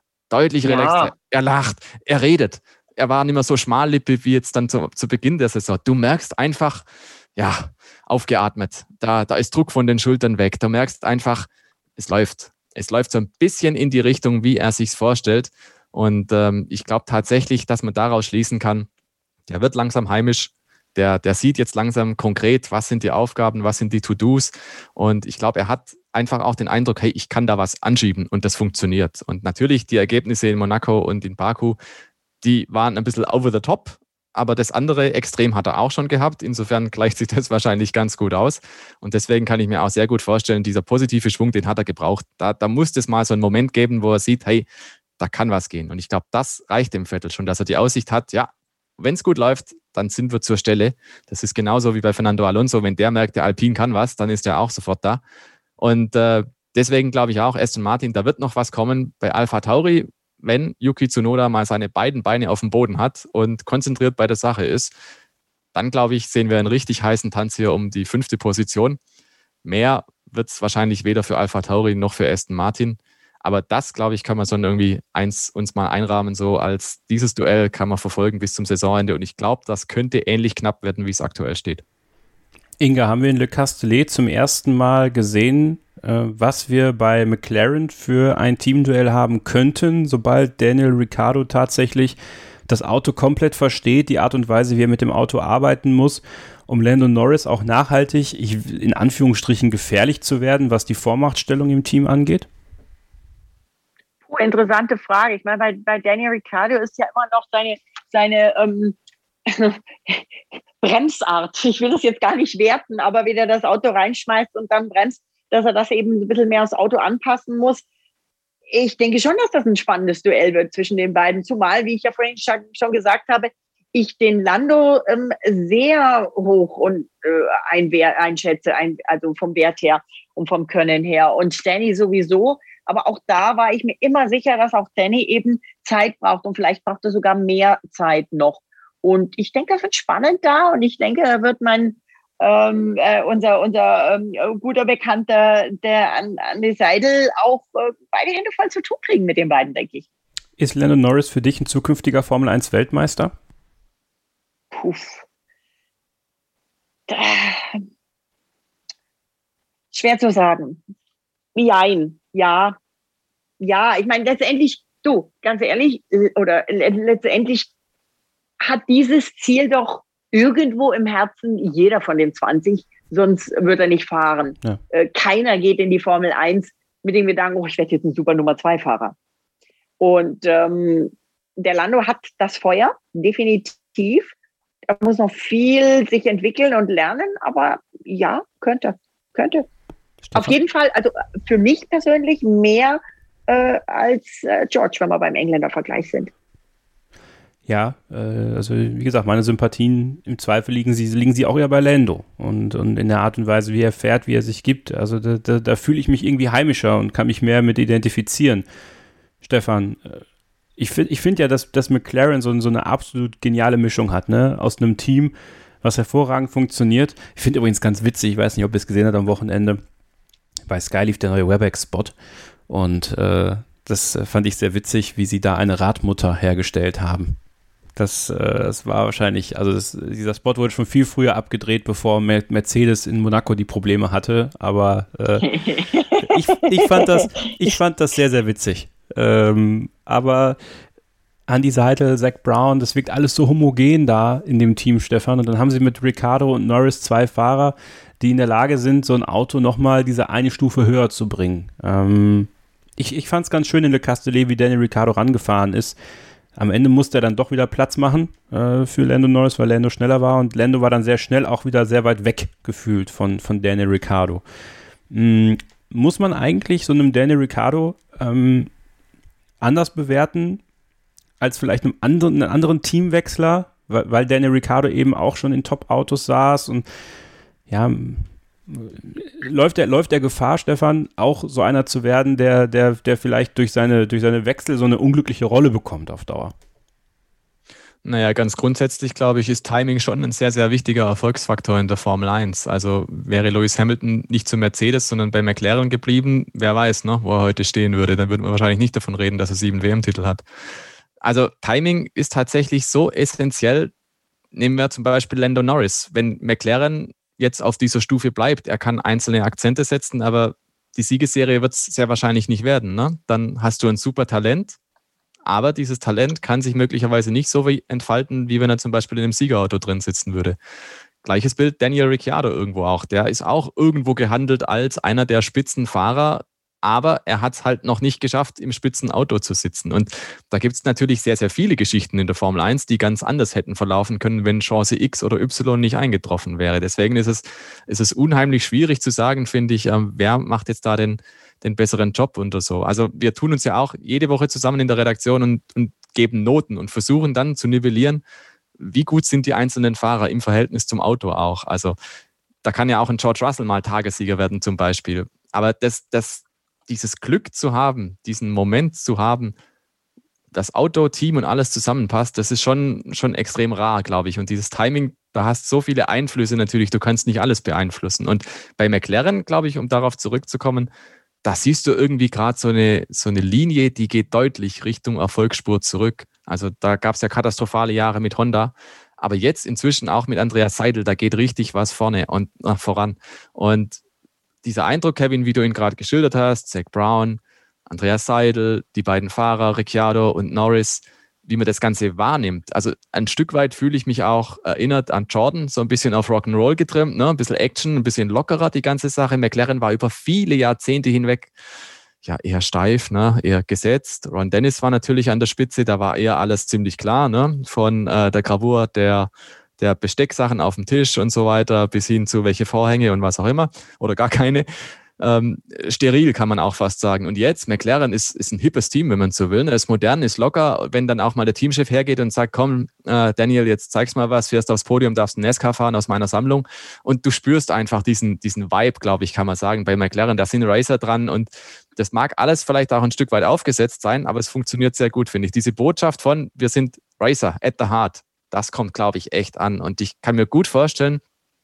Er lacht, er redet. Er war nicht mehr so schmallippig wie jetzt dann zu Beginn der Saison. Du merkst einfach, ja, aufgeatmet. Da ist Druck von den Schultern weg. Du merkst einfach, es läuft. Es läuft so ein bisschen in die Richtung, wie er sich's vorstellt. Und ich glaube tatsächlich, dass man daraus schließen kann, der wird langsam heimisch. Der sieht jetzt langsam konkret, was sind die Aufgaben, was sind die To-Dos. Und ich glaube, er hat einfach auch den Eindruck, hey, ich kann da was anschieben und das funktioniert. Und natürlich die Ergebnisse in Monaco und in Baku, die waren ein bisschen over the top. Aber das andere Extrem hat er auch schon gehabt. Insofern gleicht sich das wahrscheinlich ganz gut aus. Und deswegen kann ich mir auch sehr gut vorstellen, dieser positive Schwung, den hat er gebraucht. Da muss es mal so einen Moment geben, wo er sieht, hey, da kann was gehen. Und ich glaube, das reicht dem Vettel schon, dass er die Aussicht hat, ja, wenn es gut läuft, dann sind wir zur Stelle. Das ist genauso wie bei Fernando Alonso. Wenn der merkt, der Alpine kann was, dann ist er auch sofort da. Und deswegen glaube ich auch, Aston Martin, da wird noch was kommen. Bei AlphaTauri, wenn Yuki Tsunoda mal seine beiden Beine auf dem Boden hat und konzentriert bei der Sache ist, dann glaube ich, sehen wir einen richtig heißen Tanz hier um die 5. Position. Mehr wird es wahrscheinlich weder für AlphaTauri noch für Aston Martin. Aber das, glaube ich, kann man so irgendwie uns mal einrahmen, so als dieses Duell kann man verfolgen bis zum Saisonende. Und ich glaube, das könnte ähnlich knapp werden, wie es aktuell steht. Inga, haben wir in Le Castellet zum ersten Mal gesehen, was wir bei McLaren für ein Teamduell haben könnten, sobald Daniel Ricciardo tatsächlich das Auto komplett versteht, die Art und Weise, wie er mit dem Auto arbeiten muss, um Lando Norris auch nachhaltig, in Anführungsstrichen gefährlich zu werden, was die Vormachtstellung im Team angeht? Interessante Frage. Ich meine, bei Daniel Ricciardo ist ja immer noch seine Bremsart. Ich will das jetzt gar nicht werten, aber wenn er das Auto reinschmeißt und dann bremst, dass er das eben ein bisschen mehr aufs Auto anpassen muss. Ich denke schon, dass das ein spannendes Duell wird zwischen den beiden. Zumal, wie ich ja vorhin schon gesagt habe, ich den Lando sehr hoch und einschätze, also vom Wert her und vom Können her. Und Danny sowieso. Aber auch da war ich mir immer sicher, dass auch Danny eben Zeit braucht und vielleicht braucht er sogar mehr Zeit noch. Und ich denke, das wird spannend da und ich denke, da wird unser guter Bekannter, der Andy Seidel, auch beide Hände voll zu tun kriegen mit den beiden, denke ich. Ist Lando Norris für dich ein zukünftiger Formel-1-Weltmeister? Schwer zu sagen. Jein. Ja, ich meine, letztendlich, ganz ehrlich, oder letztendlich hat dieses Ziel doch irgendwo im Herzen jeder von den 20, sonst wird er nicht fahren. Ja. Keiner geht in die Formel 1 mit dem Gedanken, ich werde jetzt ein super Nummer 2 Fahrer. Und der Lando hat das Feuer, definitiv. Er muss noch viel sich entwickeln und lernen, aber ja, könnte. Stefan? Auf jeden Fall, also für mich persönlich mehr als George, wenn wir beim Engländer-Vergleich sind. Ja, also wie gesagt, meine Sympathien im Zweifel liegen sie auch eher bei Lando und in der Art und Weise, wie er fährt, wie er sich gibt. Also da fühle ich mich irgendwie heimischer und kann mich mehr mit identifizieren. Stefan, ich finde ja, dass McLaren so eine absolut geniale Mischung hat, ne? Aus einem Team, was hervorragend funktioniert. Ich finde übrigens ganz witzig, ich weiß nicht, ob ihr es gesehen habt am Wochenende, bei Sky lief der neue WebEx-Spot und das fand ich sehr witzig, wie sie da eine Radmutter hergestellt haben. Das war wahrscheinlich, also dieser Spot wurde schon viel früher abgedreht, bevor Mercedes in Monaco die Probleme hatte, aber ich fand das sehr, sehr witzig. Aber Andy Seidel, Zach Brown, das wirkt alles so homogen da in dem Team, Stefan, und dann haben sie mit Ricciardo und Norris 2 Fahrer, die in der Lage sind, so ein Auto nochmal diese eine Stufe höher zu bringen. Ich fand es ganz schön in Le Castellet, wie Daniel Ricciardo rangefahren ist. Am Ende musste er dann doch wieder Platz machen für Lando Norris, weil Lando schneller war und Lando war dann sehr schnell auch wieder sehr weit weg gefühlt von Daniel Ricciardo. Muss man eigentlich so einem Daniel Ricciardo anders bewerten als vielleicht einen anderen Teamwechsler, weil Daniel Ricciardo eben auch schon in Top-Autos saß und ja, läuft der Gefahr, Stefan, auch so einer zu werden, der vielleicht durch seine Wechsel so eine unglückliche Rolle bekommt auf Dauer? Naja, ganz grundsätzlich, glaube ich, ist Timing schon ein sehr, sehr wichtiger Erfolgsfaktor in der Formel 1. Also wäre Lewis Hamilton nicht zu Mercedes, sondern bei McLaren geblieben, wer weiß, ne, wo er heute stehen würde, dann würde man wahrscheinlich nicht davon reden, dass er 7 WM-Titel hat. Also Timing ist tatsächlich so essentiell. Nehmen wir zum Beispiel Lando Norris. Wenn McLaren jetzt auf dieser Stufe bleibt, er kann einzelne Akzente setzen, aber die Siegesserie wird es sehr wahrscheinlich nicht werden. Ne? Dann hast du ein super Talent, aber dieses Talent kann sich möglicherweise nicht so entfalten, wie wenn er zum Beispiel in einem Siegerauto drin sitzen würde. Gleiches Bild Daniel Ricciardo irgendwo auch. Der ist auch irgendwo gehandelt als einer der Spitzenfahrer, aber er hat es halt noch nicht geschafft, im Spitzenauto zu sitzen. Und da gibt es natürlich sehr, sehr viele Geschichten in der Formel 1, die ganz anders hätten verlaufen können, wenn Chance X oder Y nicht eingetroffen wäre. Deswegen ist es unheimlich schwierig zu sagen, finde ich, wer macht jetzt da den besseren Job oder so. Also wir tun uns ja auch jede Woche zusammen in der Redaktion und geben Noten und versuchen dann zu nivellieren, wie gut sind die einzelnen Fahrer im Verhältnis zum Auto auch. Also da kann ja auch ein George Russell mal Tagessieger werden zum Beispiel. Aber dieses Glück zu haben, diesen Moment zu haben, das Auto, Team und alles zusammenpasst, das ist schon extrem rar, glaube ich. Und dieses Timing, da hast so viele Einflüsse natürlich, du kannst nicht alles beeinflussen. Und bei McLaren, glaube ich, um darauf zurückzukommen, da siehst du irgendwie gerade so eine Linie, die geht deutlich Richtung Erfolgsspur zurück. Also da gab es ja katastrophale Jahre mit Honda, aber jetzt inzwischen auch mit Andreas Seidel, da geht richtig was voran. Und dieser Eindruck, Kevin, wie du ihn gerade geschildert hast, Zak Brown, Andreas Seidel, die beiden Fahrer, Ricciardo und Norris, wie man das Ganze wahrnimmt. Also ein Stück weit fühle ich mich auch erinnert an Jordan, so ein bisschen auf Rock'n'Roll getrimmt, ne? Ein bisschen Action, ein bisschen lockerer die ganze Sache. McLaren war über viele Jahrzehnte hinweg ja eher steif, ne? Eher gesetzt. Ron Dennis war natürlich an der Spitze, da war eher alles ziemlich klar, ne? Von der Gravur der Bestecksachen auf dem Tisch und so weiter bis hin zu welche Vorhänge und was auch immer oder gar keine. Steril kann man auch fast sagen. Und jetzt, McLaren ist ein hippes Team, wenn man so will. Er ist modern, ist locker. Wenn dann auch mal der Teamchef hergeht und sagt, komm, Daniel, jetzt zeig's mal was, fährst aufs Podium, darfst einen NASCAR fahren aus meiner Sammlung. Und du spürst einfach diesen Vibe, glaube ich, kann man sagen, bei McLaren. Da sind Racer dran und das mag alles vielleicht auch ein Stück weit aufgesetzt sein, aber es funktioniert sehr gut, finde ich. Diese Botschaft von, wir sind Racer at the heart, das kommt, glaube ich, echt an. Und ich kann mir gut vorstellen,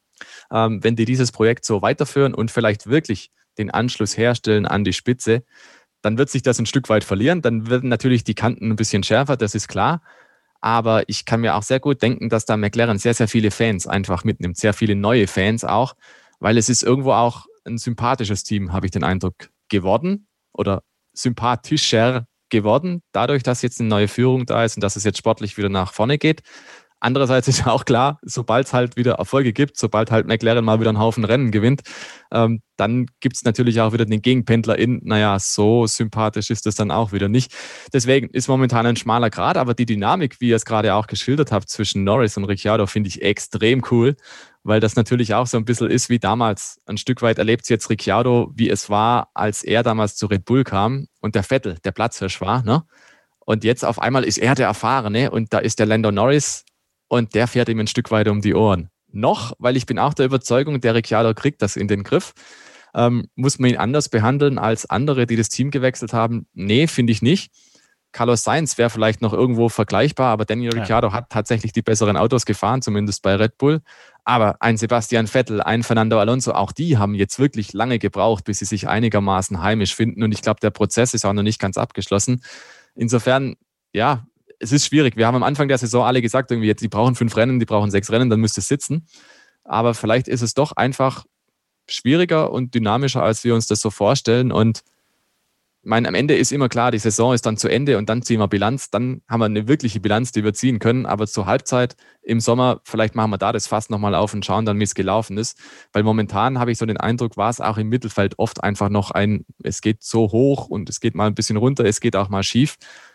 wenn die dieses Projekt so weiterführen und vielleicht wirklich den Anschluss herstellen an die Spitze, dann wird sich das ein Stück weit verlieren. Dann werden natürlich die Kanten ein bisschen schärfer, das ist klar. Aber ich kann mir auch sehr gut denken, dass da McLaren sehr, sehr viele Fans einfach mitnimmt. Sehr viele neue Fans auch, weil es ist irgendwo auch ein sympathisches Team, habe ich den Eindruck, geworden oder sympathischer geworden, dadurch, dass jetzt eine neue Führung da ist und dass es jetzt sportlich wieder nach vorne geht. Andererseits ist auch klar, sobald es halt wieder Erfolge gibt, sobald halt McLaren mal wieder einen Haufen Rennen gewinnt, dann gibt es natürlich auch wieder den Gegenpendler naja, so sympathisch ist das dann auch wieder nicht. Deswegen ist momentan ein schmaler Grat, aber die Dynamik, wie ihr es gerade auch geschildert habt, zwischen Norris und Ricciardo, finde ich extrem cool, weil das natürlich auch so ein bisschen ist wie damals. Ein Stück weit erlebt jetzt Ricciardo, wie es war, als er damals zu Red Bull kam und der Vettel, der Platzhirsch war, ne? Und jetzt auf einmal ist er der Erfahrene und da ist der Lando Norris und der fährt ihm ein Stück weiter um die Ohren. Noch, weil ich bin auch der Überzeugung, der Ricciardo kriegt das in den Griff. Muss man ihn anders behandeln als andere, die das Team gewechselt haben? Nee, finde ich nicht. Carlos Sainz wäre vielleicht noch irgendwo vergleichbar, aber Daniel Ricciardo hat tatsächlich die besseren Autos gefahren, zumindest bei Red Bull. Aber ein Sebastian Vettel, ein Fernando Alonso, auch die haben jetzt wirklich lange gebraucht, bis sie sich einigermaßen heimisch finden. Und ich glaube, der Prozess ist auch noch nicht ganz abgeschlossen. Insofern, ja, es ist schwierig. Wir haben am Anfang der Saison alle gesagt, irgendwie jetzt, die brauchen 5 Rennen, die brauchen 6 Rennen, dann müsste es sitzen. Aber vielleicht ist es doch einfach schwieriger und dynamischer, als wir uns das so vorstellen. Und ich meine, am Ende ist immer klar, die Saison ist dann zu Ende und dann ziehen wir Bilanz. Dann haben wir eine wirkliche Bilanz, die wir ziehen können. Aber zur Halbzeit im Sommer, vielleicht machen wir da das Fass nochmal auf und schauen dann, wie es gelaufen ist. Weil momentan habe ich so den Eindruck, war es auch im Mittelfeld oft einfach noch es geht so hoch und es geht mal ein bisschen runter, es geht auch mal schief.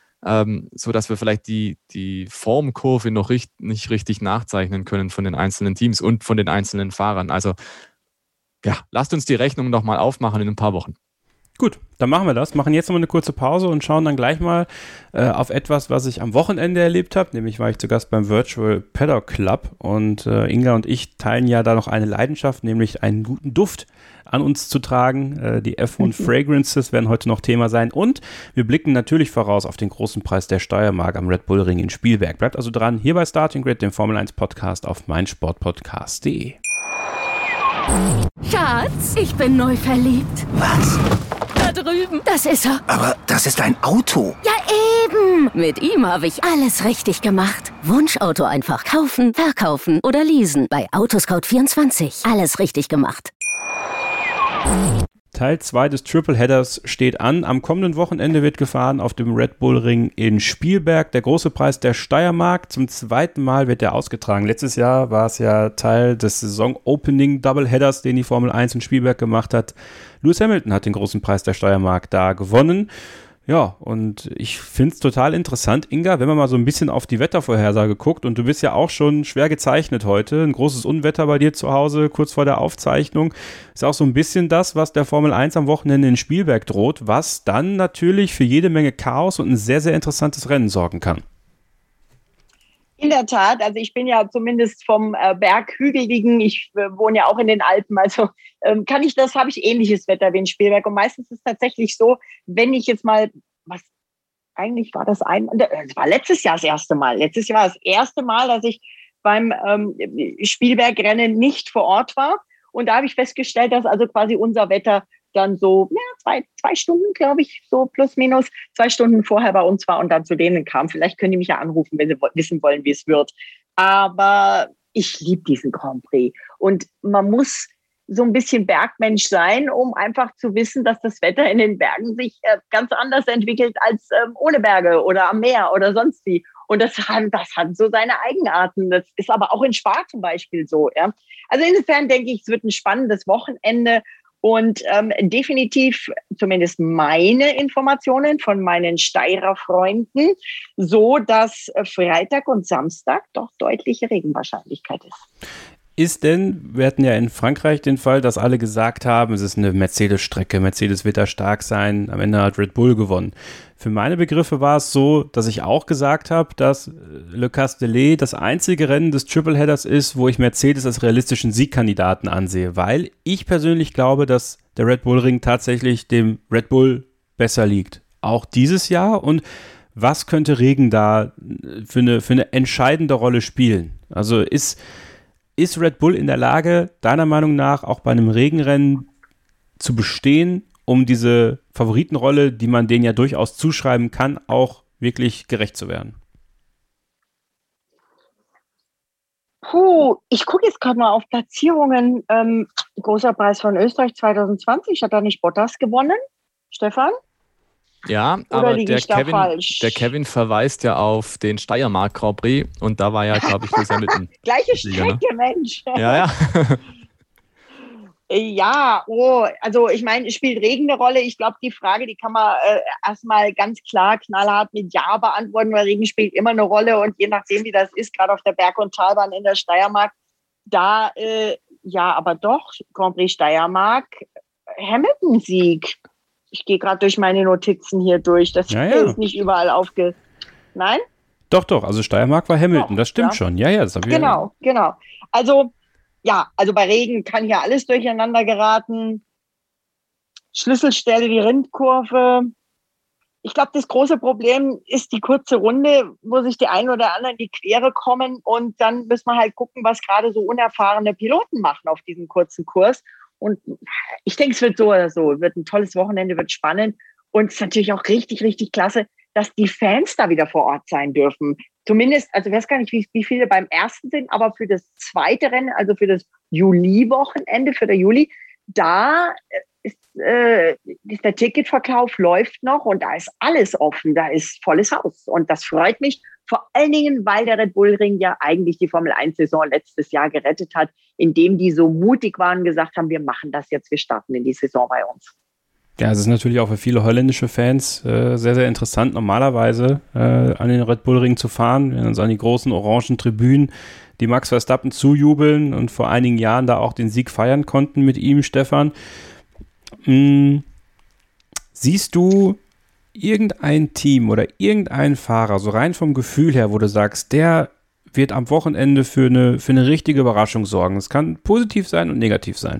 So dass wir vielleicht die Formkurve noch nicht richtig nachzeichnen können von den einzelnen Teams und von den einzelnen Fahrern. Also ja, lasst uns die Rechnung nochmal aufmachen in ein paar Wochen. Gut, dann machen wir das. Machen jetzt nochmal eine kurze Pause und schauen dann gleich mal auf etwas, was ich am Wochenende erlebt habe. Nämlich war ich zu Gast beim Virtual Paddock Club und Inga und ich teilen ja da noch eine Leidenschaft, nämlich einen guten Duft an uns zu tragen. Die F1 Fragrances werden heute noch Thema sein und wir blicken natürlich voraus auf den großen Preis der Steiermark am Red Bull Ring in Spielberg. Bleibt also dran, hier bei Starting Grid, dem Formel 1 Podcast auf meinsportpodcast.de. Schatz, ich bin neu verliebt. Was? Da drüben. Das ist er. Aber das ist ein Auto. Ja, eben. Mit ihm habe ich alles richtig gemacht. Wunschauto einfach kaufen, verkaufen oder leasen. Bei Autoscout24. Alles richtig gemacht. Teil 2 des Tripleheaders steht an. Am kommenden Wochenende wird gefahren auf dem Red Bull Ring in Spielberg. Der große Preis der Steiermark. Zum 2. Mal wird der ausgetragen. Letztes Jahr war es ja Teil des Saison-Opening-Doubleheaders, den die Formel 1 in Spielberg gemacht hat. Lewis Hamilton hat den großen Preis der Steiermark da gewonnen. Ja, und ich finde es total interessant, Inga, wenn man mal so ein bisschen auf die Wettervorhersage guckt, und du bist ja auch schon schwer gezeichnet heute, ein großes Unwetter bei dir zu Hause, kurz vor der Aufzeichnung, ist auch so ein bisschen das, was der Formel 1 am Wochenende in Spielberg droht, was dann natürlich für jede Menge Chaos und ein sehr, sehr interessantes Rennen sorgen kann. In der Tat, also ich bin ja zumindest vom Berghügeligen, ich wohne ja auch in den Alpen, also habe ich ähnliches Wetter wie in Spielberg. Und meistens ist es tatsächlich so, wenn ich jetzt mal, eigentlich war das war letztes Jahr das erste Mal. Letztes Jahr war das erste Mal, dass ich beim Spielbergrennen nicht vor Ort war. Und da habe ich festgestellt, dass also quasi unser Wetter dann so zwei Stunden, glaube ich, so plus minus 2 Stunden vorher bei uns war und dann zu denen kam. Vielleicht können die mich ja anrufen, wenn sie wissen wollen, wie es wird. Aber ich liebe diesen Grand Prix. Und man muss so ein bisschen Bergmensch sein, um einfach zu wissen, dass das Wetter in den Bergen sich ganz anders entwickelt als ohne Berge oder am Meer oder sonst wie. Und das hat so seine Eigenarten. Das ist aber auch in Spa zum Beispiel so. Ja? Also insofern denke ich, es wird ein spannendes Wochenende. Und definitiv, zumindest meine Informationen von meinen Steirer Freunden, so, dass Freitag und Samstag doch deutliche Regenwahrscheinlichkeit ist. Ist denn, wir hatten ja in Frankreich den Fall, dass alle gesagt haben, es ist eine Mercedes-Strecke, Mercedes wird da stark sein, am Ende hat Red Bull gewonnen. Für meine Begriffe war es so, dass ich auch gesagt habe, dass Le Castellet das einzige Rennen des Tripleheaders ist, wo ich Mercedes als realistischen Siegkandidaten ansehe, weil ich persönlich glaube, dass der Red Bull Ring tatsächlich dem Red Bull besser liegt. Auch dieses Jahr. Und was könnte Regen da für eine entscheidende Rolle spielen? Also ist Red Bull in der Lage, deiner Meinung nach auch bei einem Regenrennen zu bestehen, um diese Favoritenrolle, die man denen ja durchaus zuschreiben kann, auch wirklich gerecht zu werden? Ich gucke jetzt gerade mal auf Platzierungen. Großer Preis von Österreich 2020, hat da nicht Bottas gewonnen? Stefan? Ja, Oder aber liege ich da falsch? der Kevin verweist ja auf den Steiermark Grand Prix und da war ja, glaube ich, Lewis Hamilton. Gleiche Strecke, ne? Mensch. Ja. Ja, also ich meine, spielt Regen eine Rolle? Ich glaube, die Frage, die kann man erstmal ganz klar, knallhart mit Ja beantworten, weil Regen spielt immer eine Rolle und je nachdem, wie das ist, gerade auf der Berg- und Talbahn in der Steiermark, da, ja, aber doch, Grand Prix Steiermark, Hamilton-Sieg. Ich gehe gerade durch meine Notizen hier durch. Das ist nicht überall Nein? Doch. Also Steiermark war Hamilton. Doch, das stimmt schon. Ja, das habe ich. Genau. Also bei Regen kann hier alles durcheinander geraten. Schlüsselstelle, die Rindkurve. Ich glaube, das große Problem ist die kurze Runde, wo sich die einen oder anderen in die Quere kommen. Und dann müssen wir halt gucken, was gerade so unerfahrene Piloten machen auf diesem kurzen Kurs. Und ich denke, es wird so oder so. Wird ein tolles Wochenende, wird spannend. Und es ist natürlich auch richtig, richtig klasse, dass die Fans da wieder vor Ort sein dürfen. Zumindest, also ich weiß gar nicht, wie viele beim ersten sind, aber für das zweite Rennen, also für das Juli-Wochenende, für der Juli, da ist der Ticketverkauf läuft noch und da ist alles offen, da ist volles Haus. Und das freut mich, vor allen Dingen, weil der Red Bull Ring ja eigentlich die Formel-1-Saison letztes Jahr gerettet hat, indem die so mutig waren und gesagt haben, wir machen das jetzt, wir starten in die Saison bei uns. Ja, es ist natürlich auch für viele holländische Fans sehr, sehr interessant, normalerweise an den Red Bull Ring zu fahren, also an die großen orangen Tribünen, die Max Verstappen zujubeln und vor einigen Jahren da auch den Sieg feiern konnten mit ihm, Stefan. Siehst du irgendein Team oder irgendein Fahrer, so rein vom Gefühl her, wo du sagst, der wird am Wochenende für eine richtige Überraschung sorgen? Es kann positiv sein und negativ sein.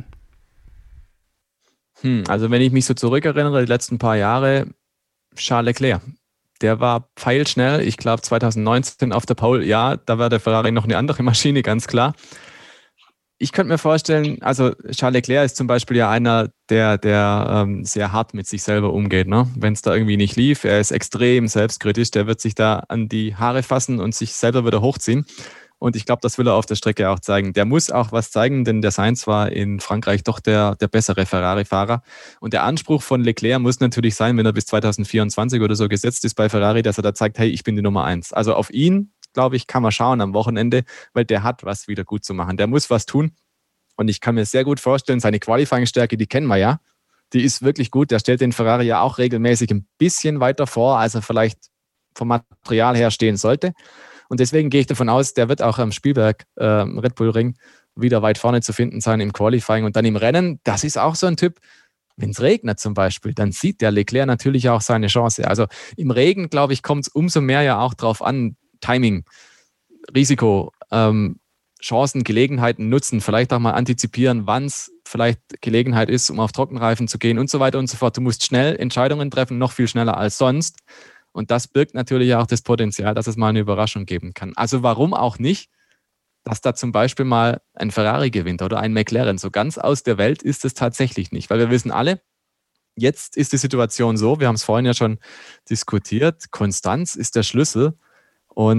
Also wenn ich mich so zurückerinnere, die letzten paar Jahre, Charles Leclerc, der war pfeilschnell. Ich glaube 2019 auf der Pole, ja, da war der Ferrari noch eine andere Maschine, ganz klar. Ich könnte mir vorstellen, also Charles Leclerc ist zum Beispiel ja einer, der sehr hart mit sich selber umgeht, ne? Wenn es da irgendwie nicht lief, er ist extrem selbstkritisch, der wird sich da an die Haare fassen und sich selber wieder hochziehen. Und ich glaube, das will er auf der Strecke auch zeigen. Der muss auch was zeigen, denn der Sainz war in Frankreich doch der bessere Ferrari-Fahrer. Und der Anspruch von Leclerc muss natürlich sein, wenn er bis 2024 oder so gesetzt ist bei Ferrari, dass er da zeigt, hey, ich bin die Nummer 1. Also auf ihn, glaube ich, kann man schauen am Wochenende, weil der hat was wieder gut zu machen. Der muss was tun. Und ich kann mir sehr gut vorstellen, seine Qualifying-Stärke, die kennen wir ja. Die ist wirklich gut. Der stellt den Ferrari ja auch regelmäßig ein bisschen weiter vor, als er vielleicht vom Material her stehen sollte. Und deswegen gehe ich davon aus, der wird auch am Spielberg Red Bull Ring wieder weit vorne zu finden sein im Qualifying und dann im Rennen. Das ist auch so ein Typ, wenn es regnet zum Beispiel, dann sieht der Leclerc natürlich auch seine Chance. Also im Regen, glaube ich, kommt es umso mehr ja auch drauf an, Timing, Risiko, Chancen, Gelegenheiten nutzen, vielleicht auch mal antizipieren, wann es vielleicht Gelegenheit ist, um auf Trockenreifen zu gehen und so weiter und so fort. Du musst schnell Entscheidungen treffen, noch viel schneller als sonst. Und das birgt natürlich auch das Potenzial, dass es mal eine Überraschung geben kann. Also warum auch nicht, dass da zum Beispiel mal ein Ferrari gewinnt oder ein McLaren. So ganz aus der Welt ist es tatsächlich nicht, weil wir wissen alle, jetzt ist die Situation so, wir haben es vorhin ja schon diskutiert, Konstanz ist der Schlüssel. Und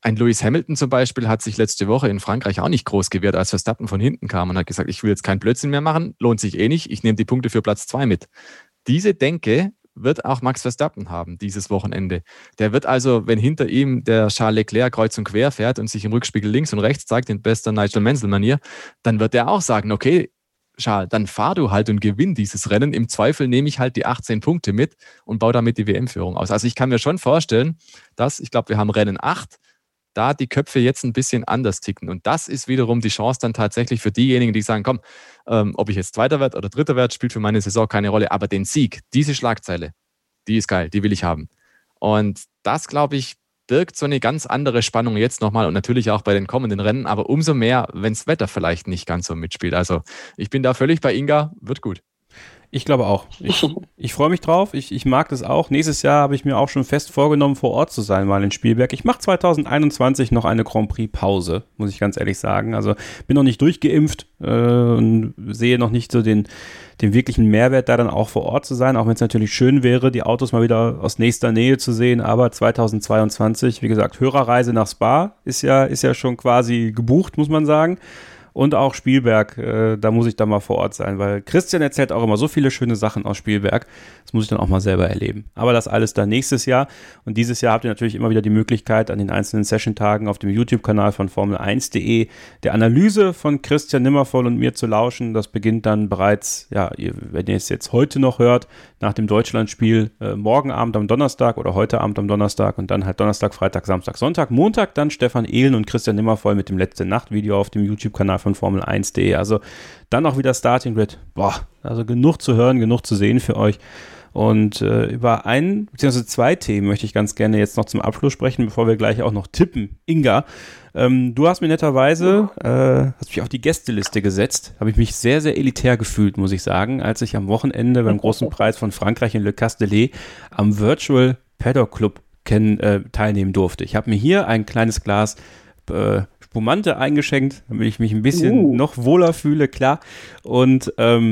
ein Lewis Hamilton zum Beispiel hat sich letzte Woche in Frankreich auch nicht groß gewehrt, als Verstappen von hinten kam und hat gesagt, ich will jetzt keinen Blödsinn mehr machen, lohnt sich eh nicht, ich nehme die Punkte für Platz 2 mit. Diese Denke wird auch Max Verstappen haben dieses Wochenende. Der wird also, wenn hinter ihm der Charles Leclerc kreuz und quer fährt und sich im Rückspiegel links und rechts zeigt, in bester Nigel Mansell-Manier, dann wird er auch sagen, okay, Charles, dann fahr du halt und gewinn dieses Rennen. Im Zweifel nehme ich halt die 18 Punkte mit und baue damit die WM-Führung aus. Also ich kann mir schon vorstellen, dass, ich glaube, wir haben Rennen 8, da die Köpfe jetzt ein bisschen anders ticken. Und das ist wiederum die Chance dann tatsächlich für diejenigen, die sagen, komm, ob ich jetzt Zweiter werde oder Dritter werde, spielt für meine Saison keine Rolle. Aber den Sieg, diese Schlagzeile, die ist geil, die will ich haben. Und das, glaube ich, birgt so eine ganz andere Spannung jetzt nochmal und natürlich auch bei den kommenden Rennen, aber umso mehr, wenn das Wetter vielleicht nicht ganz so mitspielt. Also ich bin da völlig bei Inga, wird gut. Ich glaube auch. Ich freue mich drauf. Ich mag das auch. Nächstes Jahr habe ich mir auch schon fest vorgenommen, vor Ort zu sein, mal in Spielberg. Ich mache 2021 noch eine Grand Prix Pause, muss ich ganz ehrlich sagen. Also bin noch nicht durchgeimpft und sehe noch nicht so den wirklichen Mehrwert, da dann auch vor Ort zu sein, auch wenn es natürlich schön wäre, die Autos mal wieder aus nächster Nähe zu sehen. Aber 2022, wie gesagt, Hörerreise nach Spa ist ja schon quasi gebucht, muss man sagen. Und auch Spielberg, da muss ich dann mal vor Ort sein, weil Christian erzählt auch immer so viele schöne Sachen aus Spielberg. Das muss ich dann auch mal selber erleben. Aber das alles dann nächstes Jahr. Und dieses Jahr habt ihr natürlich immer wieder die Möglichkeit, an den einzelnen Session-Tagen auf dem YouTube-Kanal von Formel1.de der Analyse von Christian Nimmervoll und mir zu lauschen. Das beginnt dann bereits, ja, wenn ihr es jetzt heute noch hört, nach dem Deutschlandspiel morgen Abend am Donnerstag oder heute Abend am Donnerstag und dann halt Donnerstag, Freitag, Samstag, Sonntag. Montag dann Stefan Ehlen und Christian Nimmervoll mit dem Letzte-Nacht-Video auf dem YouTube-Kanal von Formel1.de. Also dann auch wieder Starting Grid. Also genug zu hören, genug zu sehen für euch. Und über ein bzw. 2 Themen möchte ich ganz gerne jetzt noch zum Abschluss sprechen, bevor wir gleich auch noch tippen. Inga, du hast mir netterweise hast mich auf die Gästeliste gesetzt. Habe ich mich sehr, sehr elitär gefühlt, muss ich sagen, als ich am Wochenende beim großen Preis von Frankreich in Le Castellet am Virtual Paddock Club teilnehmen durfte. Ich habe mir hier ein kleines Glas Spumante eingeschenkt, damit ich mich ein bisschen noch wohler fühle, klar. Und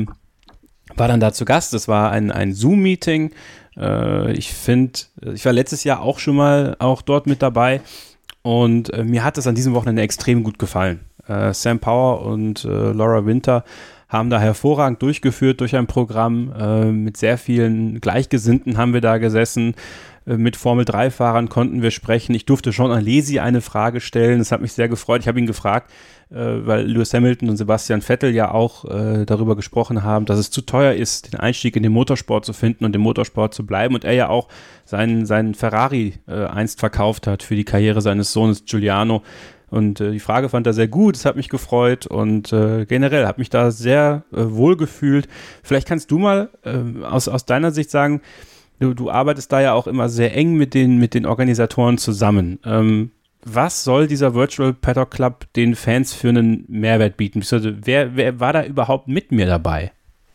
war dann da zu Gast. Das war ein Zoom-Meeting. Ich war letztes Jahr auch schon mal auch dort mit dabei und mir hat es an diesem Wochenende extrem gut gefallen. Sam Power und Laura Winter haben da hervorragend durchgeführt durch ein Programm. Mit sehr vielen Gleichgesinnten haben wir da gesessen. Mit Formel-3-Fahrern konnten wir sprechen. Ich durfte Jean Alesi eine Frage stellen. Das hat mich sehr gefreut. Ich habe ihn gefragt, weil Lewis Hamilton und Sebastian Vettel ja auch darüber gesprochen haben, dass es zu teuer ist, den Einstieg in den Motorsport zu finden und im Motorsport zu bleiben. Und er ja auch seinen Ferrari einst verkauft hat für die Karriere seines Sohnes Giuliano. Und die Frage fand er sehr gut, es hat mich gefreut und generell hat mich da sehr wohl gefühlt. Vielleicht kannst du mal aus deiner Sicht sagen, du arbeitest da ja auch immer sehr eng mit den Organisatoren zusammen. Was soll dieser Virtual Paddock Club den Fans für einen Mehrwert bieten? Wer war da überhaupt mit mir dabei?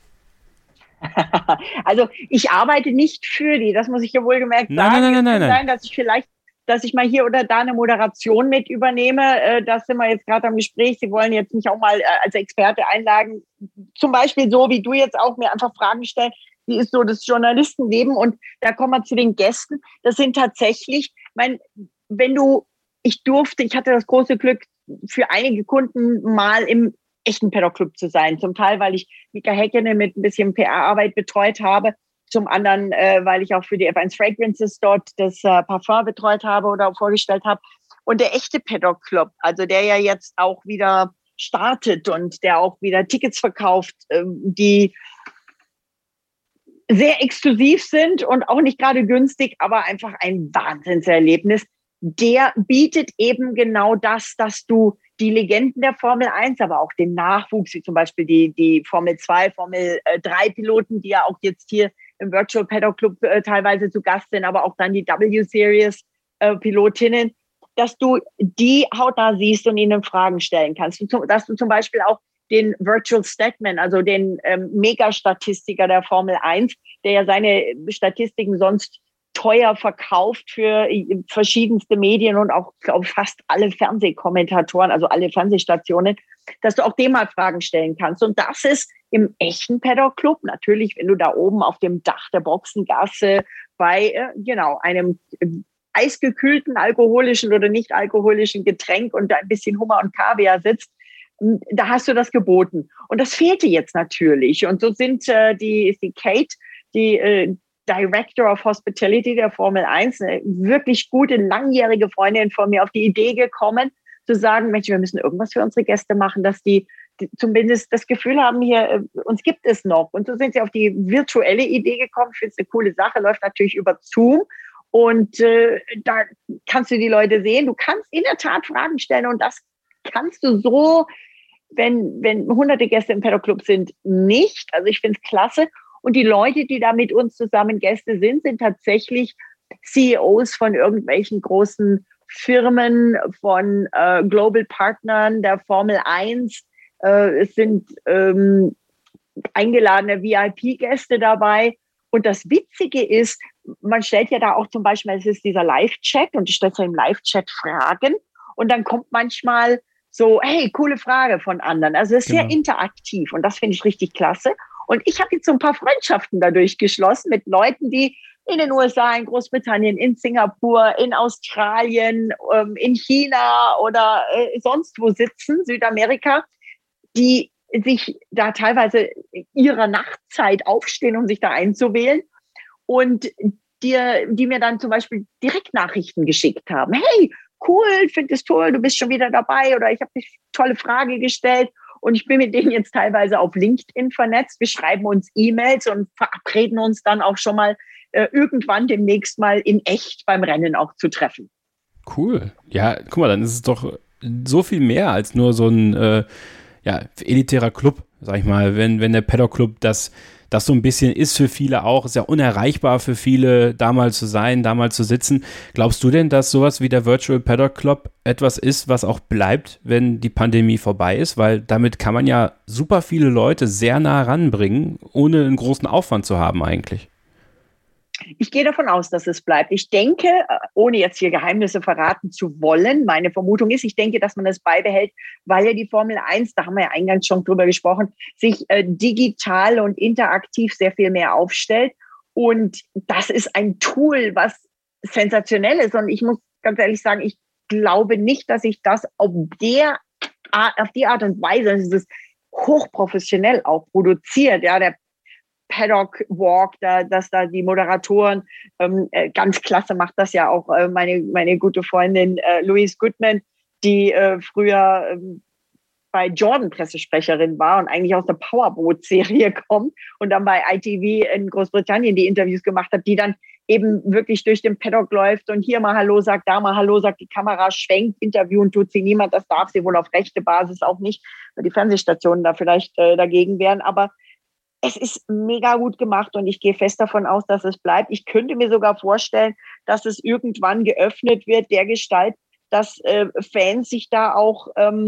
Also ich arbeite nicht für die, das muss ich ja wohlgemerkt sagen. Nein. Dass ich mal hier oder da eine Moderation mit übernehme. Das sind wir jetzt gerade am Gespräch. Sie wollen jetzt mich auch mal als Experte einladen. Zum Beispiel so, wie du jetzt auch mir einfach Fragen stellen. Wie ist so das Journalistenleben? Und da kommen wir zu den Gästen. Das sind tatsächlich, ich hatte das große Glück, für einige Kunden mal im echten Paddock Club zu sein. Zum Teil, weil ich Mika Häkkinen mit ein bisschen PR-Arbeit betreut habe. Zum anderen, weil ich auch für die F1 Fragrances dort das Parfum betreut habe oder auch vorgestellt habe. Und der echte Paddock Club, also der ja jetzt auch wieder startet und der auch wieder Tickets verkauft, die sehr exklusiv sind und auch nicht gerade günstig, aber einfach ein Wahnsinnserlebnis. Der bietet eben genau das, dass du die Legenden der Formel 1, aber auch den Nachwuchs, wie zum Beispiel die Formel 2, Formel 3 Piloten, die ja auch jetzt hier im Virtual Paddock Club teilweise zu Gast sind, aber auch dann die W-Series Pilotinnen, dass du die hautnah siehst und ihnen Fragen stellen kannst. Dass du zum Beispiel auch den Virtual Statman, also den Mega-Statistiker der Formel 1, der ja seine Statistiken sonst teuer verkauft für verschiedenste Medien und auch, glaube ich, fast alle Fernsehkommentatoren, also alle Fernsehstationen, dass du auch dem mal Fragen stellen kannst. Und das ist im echten Paddock Club natürlich, wenn du da oben auf dem Dach der Boxengasse bei einem eisgekühlten alkoholischen oder nicht alkoholischen Getränk und da ein bisschen Hummer und Kaviar sitzt, da hast du das geboten. Und das fehlte jetzt natürlich. Und so sind die Kate, die Director of Hospitality der Formel 1, eine wirklich gute, langjährige Freundin von mir, auf die Idee gekommen, zu sagen, Mensch, wir müssen irgendwas für unsere Gäste machen, dass die zumindest das Gefühl haben, hier, uns gibt es noch. Und so sind sie auf die virtuelle Idee gekommen. Ich finde es eine coole Sache, läuft natürlich über Zoom. Und da kannst du die Leute sehen. Du kannst in der Tat Fragen stellen und das kannst du so, wenn hunderte Gäste im Paddock Club sind, nicht. Also ich finde es klasse. Und die Leute, die da mit uns zusammen Gäste sind tatsächlich CEOs von irgendwelchen großen Firmen, von Global Partnern der Formel 1. Es sind eingeladene VIP-Gäste dabei. Und das Witzige ist, man stellt ja da auch zum Beispiel, es ist dieser Live-Chat und du stellst ja im Live-Chat Fragen und dann kommt manchmal so, hey, coole Frage von anderen. Also es ist sehr interaktiv und das finde ich richtig klasse. Und ich habe jetzt so ein paar Freundschaften dadurch geschlossen mit Leuten, die in den USA, in Großbritannien, in Singapur, in Australien, in China oder sonst wo sitzen, Südamerika, die sich da teilweise ihrer Nachtzeit aufstehen, um sich da einzuwählen und die mir dann zum Beispiel Direktnachrichten geschickt haben. Hey, cool, finde es toll, du bist schon wieder dabei oder ich habe eine tolle Frage gestellt. Und ich bin mit denen jetzt teilweise auf LinkedIn vernetzt. Wir schreiben uns E-Mails und verabreden uns dann auch schon mal irgendwann demnächst mal in echt beim Rennen auch zu treffen. Cool. Ja, guck mal, dann ist es doch so viel mehr als nur so ein elitärer Club, sag ich mal. Wenn der Paddock Club das so ein bisschen ist für viele auch, ist ja unerreichbar für viele, da mal zu sein, da mal zu sitzen. Glaubst du denn, dass sowas wie der Virtual Paddock Club etwas ist, was auch bleibt, wenn die Pandemie vorbei ist? Weil damit kann man ja super viele Leute sehr nah ranbringen, ohne einen großen Aufwand zu haben eigentlich. Ich gehe davon aus, dass es bleibt. Ich denke, ohne jetzt hier Geheimnisse verraten zu wollen, meine Vermutung ist, ich denke, dass man es beibehält, weil ja die Formel 1, da haben wir ja eingangs schon drüber gesprochen, sich digital und interaktiv sehr viel mehr aufstellt. Und das ist ein Tool, was sensationell ist. Und ich muss ganz ehrlich sagen, ich glaube nicht, dass ich das auf die Art und Weise, es ist hochprofessionell auch produziert, ja, der Paddock Walk, dass da die Moderatoren ganz klasse macht das ja auch meine gute Freundin Louise Goodman, die früher bei Jordan Pressesprecherin war und eigentlich aus der Powerboat-Serie kommt und dann bei ITV in Großbritannien die Interviews gemacht hat, die dann eben wirklich durch den Paddock läuft und hier mal Hallo sagt, da mal Hallo sagt, die Kamera schwenkt, interviewen tut sie niemand, das darf sie wohl auf rechte Basis auch nicht, weil die Fernsehstationen da vielleicht dagegen wären, aber es ist mega gut gemacht und ich gehe fest davon aus, dass es bleibt. Ich könnte mir sogar vorstellen, dass es irgendwann geöffnet wird, dergestalt, dass Fans sich da auch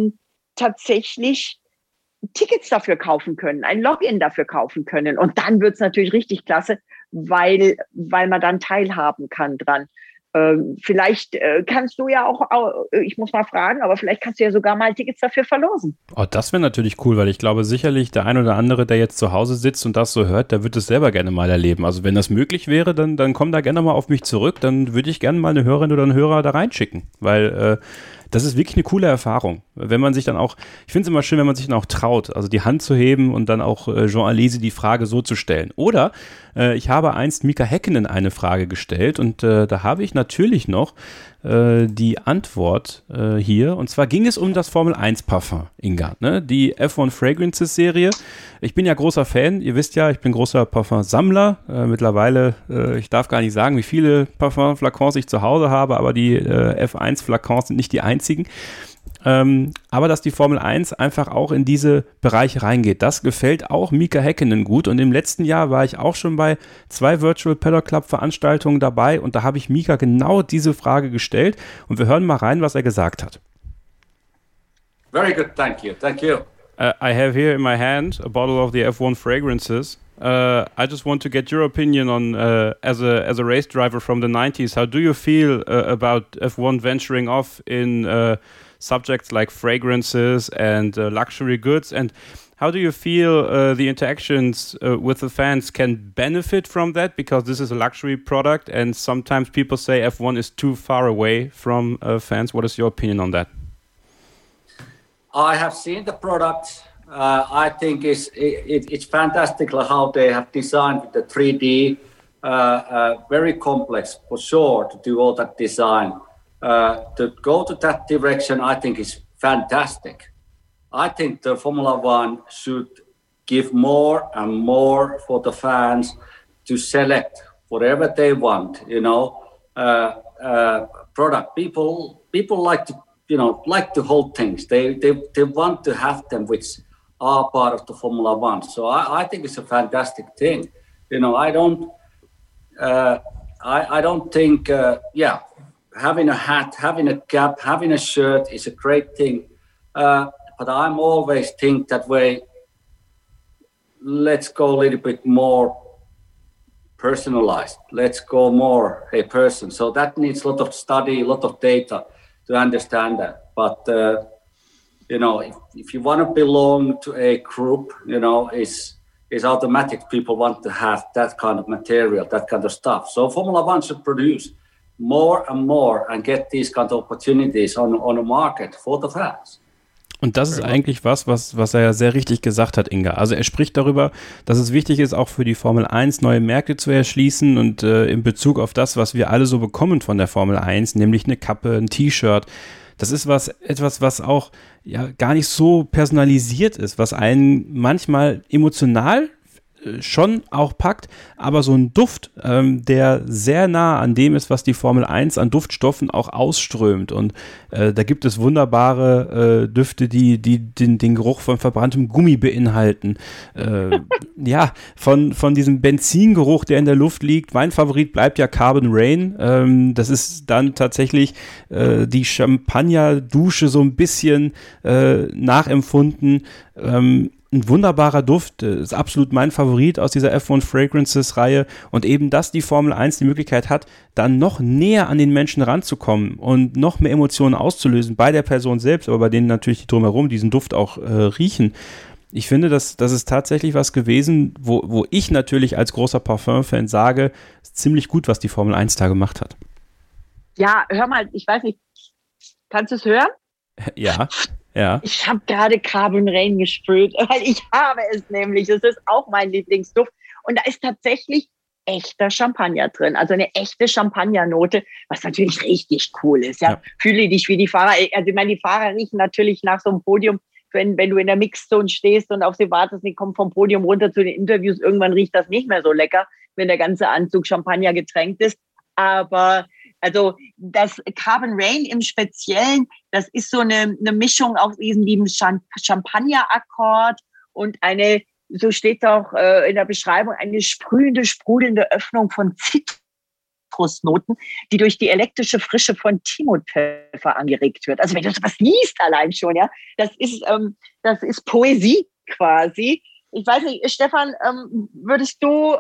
tatsächlich Tickets dafür kaufen können, ein Login dafür kaufen können. Und dann wird es natürlich richtig klasse, weil man dann teilhaben kann dran. Vielleicht kannst du ja auch, ich muss mal fragen, aber vielleicht kannst du ja sogar mal Tickets dafür verlosen. Oh, das wäre natürlich cool, weil ich glaube sicherlich der ein oder andere, der jetzt zu Hause sitzt und das so hört, der wird es selber gerne mal erleben. Also wenn das möglich wäre, dann komm da gerne mal auf mich zurück, dann würde ich gerne mal eine Hörerin oder einen Hörer da reinschicken, weil das ist wirklich eine coole Erfahrung. Wenn man sich dann auch, ich finde es immer schön, wenn man sich dann auch traut, also die Hand zu heben und dann auch Jean Alesi die Frage so zu stellen. Oder ich habe einst Mika Häkkinen eine Frage gestellt und da habe ich natürlich noch die Antwort hier. Und zwar ging es um das Formel 1 Parfum, Inga, ne? Die F1 Fragrances Serie. Ich bin ja großer Fan, ihr wisst ja, ich bin großer Parfumsammler. Mittlerweile, ich darf gar nicht sagen, wie viele Parfumflakons ich zu Hause habe, aber die F1 Flakons sind nicht die einzigen. Aber dass die Formel 1 einfach auch in diese Bereiche reingeht, das gefällt auch Mika Häkkinen gut und im letzten Jahr war ich auch schon bei 2 Virtual Paddock Club Veranstaltungen dabei und da habe ich Mika genau diese Frage gestellt und wir hören mal rein, was er gesagt hat. Very good, thank you. I have here in my hand a bottle of the F1 fragrances. I just want to get your opinion on, as a race driver from the 90s, how do you feel about F1 venturing off in subjects like fragrances and luxury goods, and how do you feel the interactions with the fans can benefit from that? Because this is a luxury product, and sometimes people say F1 is too far away from fans. What is your opinion on that? I have seen the product. I think it's fantastic how they have designed with the 3D. Very complex for sure to do all that design. To go to that direction, I think is fantastic. I think the Formula One should give more and more for the fans to select whatever they want. Product people like to hold things. They want to have them, which are part of the Formula One. So I think it's a fantastic thing. I don't think having a hat, having a cap, having a shirt is a great thing. But I'm always think that way, let's go a little bit more personalized. Let's go more a person. So that needs a lot of study, a lot of data to understand that. But, if you want to belong to a group, it's automatic. People want to have that kind of material, that kind of stuff. So Formula One should produce more and more and get these kind of opportunities on the market for the fans. Und das ist eigentlich was er ja sehr richtig gesagt hat, Inga. Also er spricht darüber, dass es wichtig ist, auch für die Formel 1 neue Märkte zu erschließen und in Bezug auf das, was wir alle so bekommen von der Formel 1, nämlich eine Kappe, ein T-Shirt. Das ist etwas, was auch ja gar nicht so personalisiert ist, was einen manchmal emotional schon auch packt, aber so ein Duft, der sehr nah an dem ist, was die Formel 1 an Duftstoffen auch ausströmt. Und da gibt es wunderbare Düfte, die den Geruch von verbranntem Gummi beinhalten. Von diesem Benzingeruch, der in der Luft liegt. Mein Favorit bleibt ja Carbon Rain. Das ist dann tatsächlich die Champagner-Dusche so ein bisschen nachempfunden. Ein wunderbarer Duft, ist absolut mein Favorit aus dieser F1 Fragrances-Reihe und eben, dass die Formel 1 die Möglichkeit hat, dann noch näher an den Menschen ranzukommen und noch mehr Emotionen auszulösen, bei der Person selbst, aber bei denen natürlich die drumherum diesen Duft auch riechen. Ich finde, das ist tatsächlich was gewesen, wo ich natürlich als großer Parfum-Fan sage, ist ziemlich gut, was die Formel 1 da gemacht hat. Ja, hör mal, ich weiß nicht, kannst du es hören? Ja. Ja. Ich habe gerade Carbon Rain gesprüht, weil ich habe es nämlich. Es ist auch mein Lieblingsduft. Und da ist tatsächlich echter Champagner drin. Also eine echte Champagnernote, was natürlich richtig cool ist. Ja. Fühle dich wie die Fahrer. Also ich meine, die Fahrer riechen natürlich nach so einem Podium, wenn du in der Mixzone stehst und auf sie wartest, die kommen vom Podium runter zu den Interviews. Irgendwann riecht das nicht mehr so lecker, wenn der ganze Anzug Champagner getränkt ist. Aber also das Carbon Rain im Speziellen, das ist so eine Mischung aus diesem lieben Champagner-Akkord und so steht auch in der Beschreibung, eine sprühende, sprudelnde Öffnung von Zitrusnoten, die durch die elektrische Frische von Timotpfeffer angeregt wird. Also wenn du sowas liest allein schon, ja, das ist Poesie quasi. Ich weiß nicht, Stefan, würdest du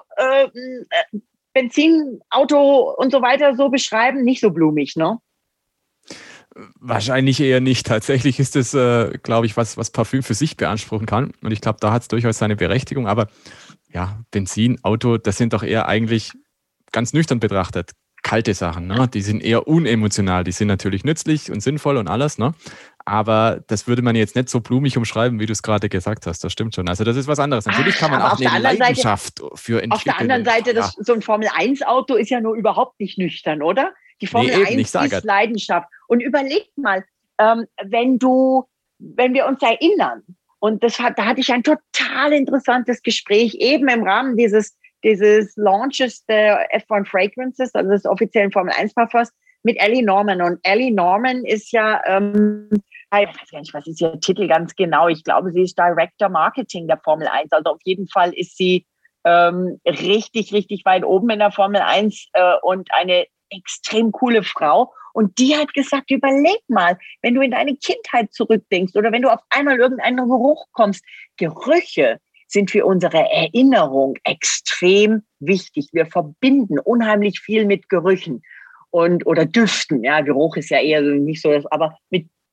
Benzinauto und so weiter so beschreiben? Nicht so blumig, ne? Wahrscheinlich eher nicht. Tatsächlich ist es, glaube ich, was Parfüm für sich beanspruchen kann. Und ich glaube, da hat es durchaus seine Berechtigung. Aber ja, Benzinauto, das sind doch eher eigentlich ganz nüchtern betrachtet kalte Sachen. Ne? Die sind eher unemotional. Die sind natürlich nützlich und sinnvoll und alles. Ne? Aber das würde man jetzt nicht so blumig umschreiben, wie du es gerade gesagt hast. Das stimmt schon. Also das ist was anderes. Natürlich kann man auch eine Leidenschaft für entwickeln. Auf der anderen Seite, so ein Formel-1-Auto ist ja nur überhaupt nicht nüchtern, oder? Die Formel 1 ist Leidenschaft. Und überleg mal, wenn wir uns erinnern, und da hatte ich ein total interessantes Gespräch, eben im Rahmen dieses Launches der F1 Fragrances, also des offiziellen Formel 1 Parfums, mit Ellie Norman. Und Ellie Norman ist ja, ich weiß gar nicht, was ist ihr Titel ganz genau. Ich glaube, sie ist Director Marketing der Formel 1. Also auf jeden Fall ist sie richtig, richtig weit oben in der Formel 1 und eine extrem coole Frau. Und die hat gesagt, überleg mal, wenn du in deine Kindheit zurückdenkst oder wenn du auf einmal irgendeinen Geruch kommst, Gerüche sind für unsere Erinnerung extrem wichtig. Wir verbinden unheimlich viel mit Gerüchen oder Düften. Ja, Geruch ist ja eher nicht so, aber mit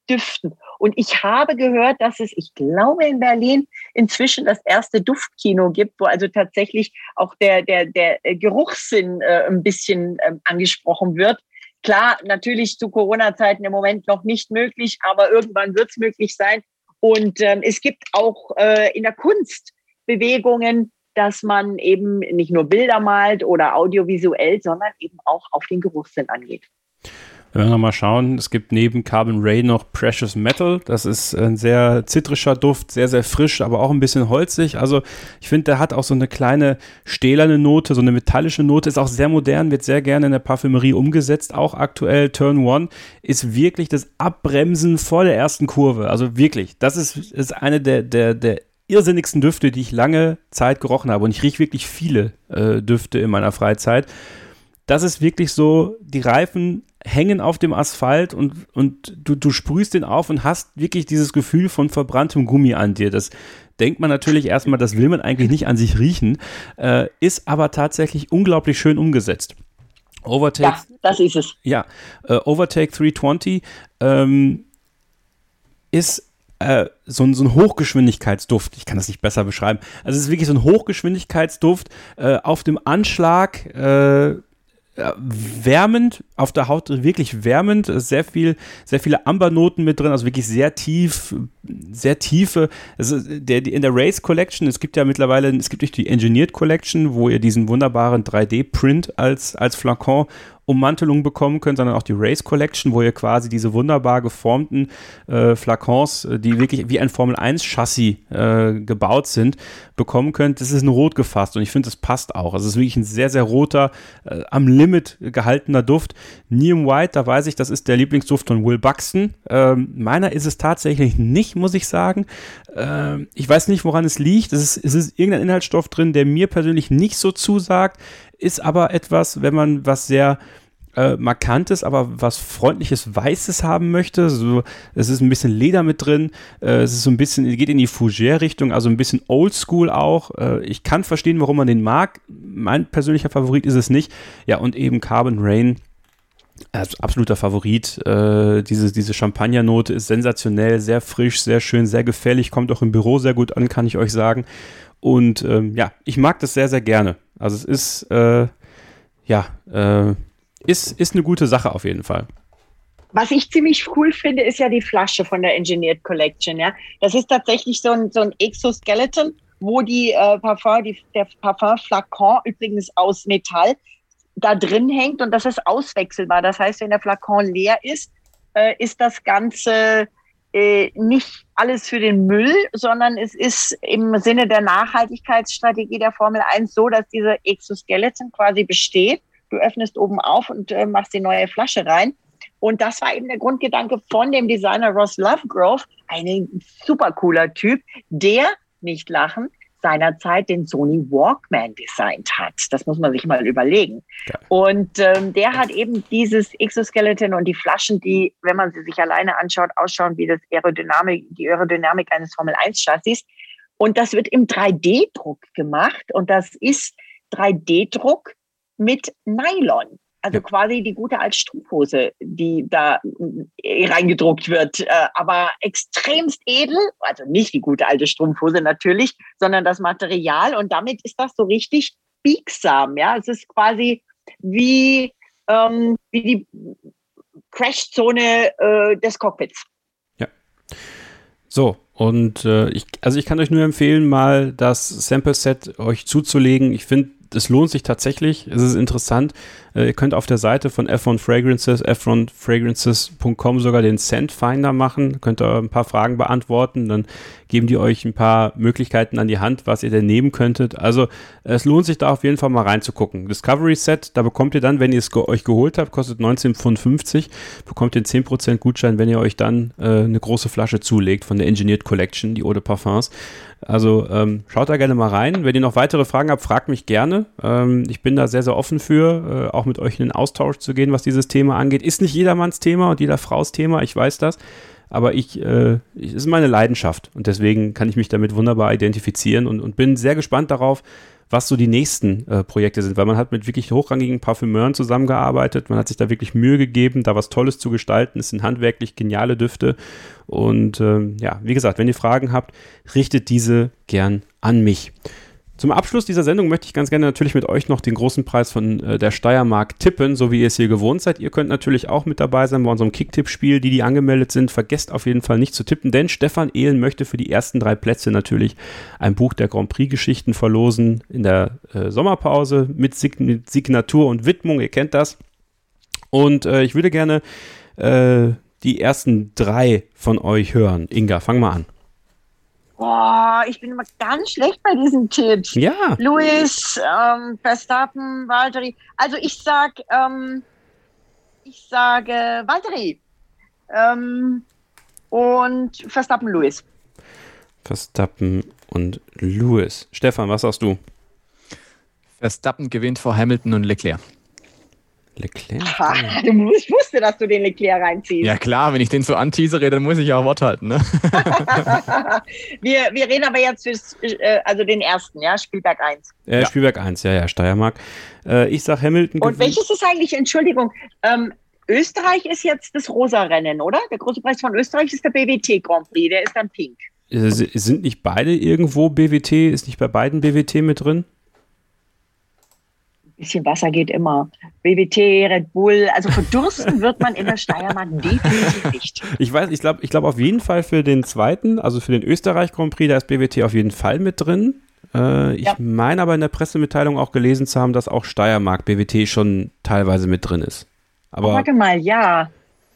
Düften. Und ich habe gehört, dass es, ich glaube in Berlin, inzwischen das erste Duftkino gibt, wo also tatsächlich auch der Geruchssinn ein bisschen angesprochen wird. Klar, natürlich zu Corona-Zeiten im Moment noch nicht möglich, aber irgendwann wird es möglich sein. Und es gibt auch in der Kunst Bewegungen, dass man eben nicht nur Bilder malt oder audiovisuell, sondern eben auch auf den Geruchssinn angeht. Wenn wir nochmal schauen, es gibt neben Carbon Ray noch Precious Metal. Das ist ein sehr zitrischer Duft, sehr, sehr frisch, aber auch ein bisschen holzig. Also ich finde, der hat auch so eine kleine stählerne Note, so eine metallische Note, ist auch sehr modern, wird sehr gerne in der Parfümerie umgesetzt. Auch aktuell Turn One ist wirklich das Abbremsen vor der ersten Kurve. Also wirklich, das ist eine der irrsinnigsten Düfte, die ich lange Zeit gerochen habe. Und ich rieche wirklich viele Düfte in meiner Freizeit. Das ist wirklich so, die Reifen hängen auf dem Asphalt und du sprühst den auf und hast wirklich dieses Gefühl von verbranntem Gummi an dir. Das denkt man natürlich erstmal, das will man eigentlich nicht an sich riechen, ist aber tatsächlich unglaublich schön umgesetzt. Overtake, ja, das ist es. Ja, Overtake 320 ist so ein Hochgeschwindigkeitsduft. Ich kann das nicht besser beschreiben. Also es ist wirklich so ein Hochgeschwindigkeitsduft auf dem Anschlag, wärmend, auf der Haut wirklich wärmend, sehr viele Ambernoten mit drin, also wirklich sehr tiefe, also in der Race Collection, es gibt die Engineered Collection, wo ihr diesen wunderbaren 3D-Print als Flakon Ummantelung bekommen könnt, sondern auch die Race Collection, wo ihr quasi diese wunderbar geformten Flakons, die wirklich wie ein Formel-1-Chassis gebaut sind, bekommen könnt. Das ist in Rot gefasst und ich finde, das passt auch. Also es ist wirklich ein sehr, sehr roter, am Limit gehaltener Duft. Neon White, da weiß ich, das ist der Lieblingsduft von Will Buxton. Meiner ist es tatsächlich nicht, muss ich sagen. Ich weiß nicht, woran es liegt. Es ist irgendein Inhaltsstoff drin, der mir persönlich nicht so zusagt, ist aber etwas, wenn man was sehr Markantes, aber was freundliches Weißes haben möchte. So, es ist ein bisschen Leder mit drin. Es ist so ein bisschen, geht in die Fougère-Richtung, also ein bisschen Oldschool auch. Ich kann verstehen, warum man den mag. Mein persönlicher Favorit ist es nicht. Ja, und eben Carbon Rain. Also absoluter Favorit. Diese Champagnernote ist sensationell, sehr frisch, sehr schön, sehr gefällig. Kommt auch im Büro sehr gut an, kann ich euch sagen. Und ja, ich mag das sehr, sehr gerne. Also es ist, ist eine gute Sache auf jeden Fall. Was ich ziemlich cool finde, ist ja die Flasche von der Engineered Collection. Ja, das ist tatsächlich so ein Exoskeleton, wo der Parfum-Flakon übrigens aus Metall da drin hängt und das ist auswechselbar. Das heißt, wenn der Flakon leer ist, ist das Ganze nicht alles für den Müll, sondern es ist im Sinne der Nachhaltigkeitsstrategie der Formel 1 so, dass diese Exoskeleton quasi besteht. Du öffnest oben auf und machst die neue Flasche rein. Und das war eben der Grundgedanke von dem Designer Ross Lovegrove, ein super cooler Typ, der, nicht lachen, seinerzeit den Sony Walkman designt hat. Das muss man sich mal überlegen. Ja. Und der hat eben dieses Exoskeleton und die Flaschen, die, wenn man sie sich alleine anschaut, ausschauen wie die Aerodynamik eines Formel-1-Chassis. Und das wird im 3D-Druck gemacht. Und das ist 3D-Druck mit Nylon. Also quasi die gute alte Strumpfhose, die da reingedruckt wird, aber extremst edel, also nicht die gute alte Strumpfhose natürlich, sondern das Material und damit ist das so richtig biegsam, ja. Es ist quasi wie die Crashzone des Cockpits. Ja. So. Und ich kann euch nur empfehlen, mal das Sample-Set euch zuzulegen. Ich finde, es lohnt sich tatsächlich. Es ist interessant. Ihr könnt auf der Seite von Effron Fragrances.com sogar den Scent Finder machen. Könnt ihr ein paar Fragen beantworten. Dann geben die euch ein paar Möglichkeiten an die Hand, was ihr denn nehmen könntet. Also es lohnt sich da auf jeden Fall mal reinzugucken. Discovery Set, da bekommt ihr dann, wenn ihr es euch geholt habt, kostet 19,50 £, bekommt ihr 10% Gutschein, wenn ihr euch dann eine große Flasche zulegt von der Engineered Collection, die Eau de Parfums. Also schaut da gerne mal rein. Wenn ihr noch weitere Fragen habt, fragt mich gerne. Ich bin da sehr, sehr offen für, auch mit euch in den Austausch zu gehen, was dieses Thema angeht. Ist nicht jedermanns Thema und jeder Fraus Thema, ich weiß das. Aber es ist meine Leidenschaft und deswegen kann ich mich damit wunderbar identifizieren und bin sehr gespannt darauf, was so die nächsten Projekte sind, weil man hat mit wirklich hochrangigen Parfümeuren zusammengearbeitet, man hat sich da wirklich Mühe gegeben, da was Tolles zu gestalten, es sind handwerklich geniale Düfte und wie gesagt, wenn ihr Fragen habt, richtet diese gern an mich. Zum Abschluss dieser Sendung möchte ich ganz gerne natürlich mit euch noch den großen Preis von der Steiermark tippen, so wie ihr es hier gewohnt seid. Ihr könnt natürlich auch mit dabei sein bei unserem Kicktipp-Spiel. Die angemeldet sind, vergesst auf jeden Fall nicht zu tippen, denn Stefan Ehlen möchte für die ersten 3 Plätze natürlich ein Buch der Grand Prix-Geschichten verlosen in der Sommerpause mit Signatur und Widmung, ihr kennt das. Und ich würde gerne die ersten 3 von euch hören. Inga, fang mal an. Boah, ich bin immer ganz schlecht bei diesen Tipps. Ja. Lewis, Verstappen, Valtteri. Also ich sage Valtteri. Und Verstappen, Lewis. Verstappen und Lewis. Stefan, was sagst du? Verstappen gewinnt vor Hamilton und Leclerc. Leclerc? Ich wusste, dass du den Leclerc reinziehst. Ja klar, wenn ich den so anteasere, dann muss ich auch Wort halten. Ne? wir reden aber jetzt also den ersten, ja, Spielberg 1. Spielberg 1, ja, Steiermark. Ich sag Hamilton. Und welches ist eigentlich, Entschuldigung, Österreich ist jetzt das Rosa-Rennen, oder? Der große Preis von Österreich ist der BWT Grand Prix, der ist dann pink. Sind nicht beide irgendwo BWT? Ist nicht bei beiden BWT mit drin? Bisschen Wasser geht immer. BWT, Red Bull, also verdursten wird man in der Steiermark definitiv nicht. Ich glaube auf jeden Fall für den zweiten, also für den Österreich Grand Prix, da ist BWT auf jeden Fall mit drin. Ich meine aber in der Pressemitteilung auch gelesen zu haben, dass auch Steiermark BWT schon teilweise mit drin ist. Aber warte mal, ja.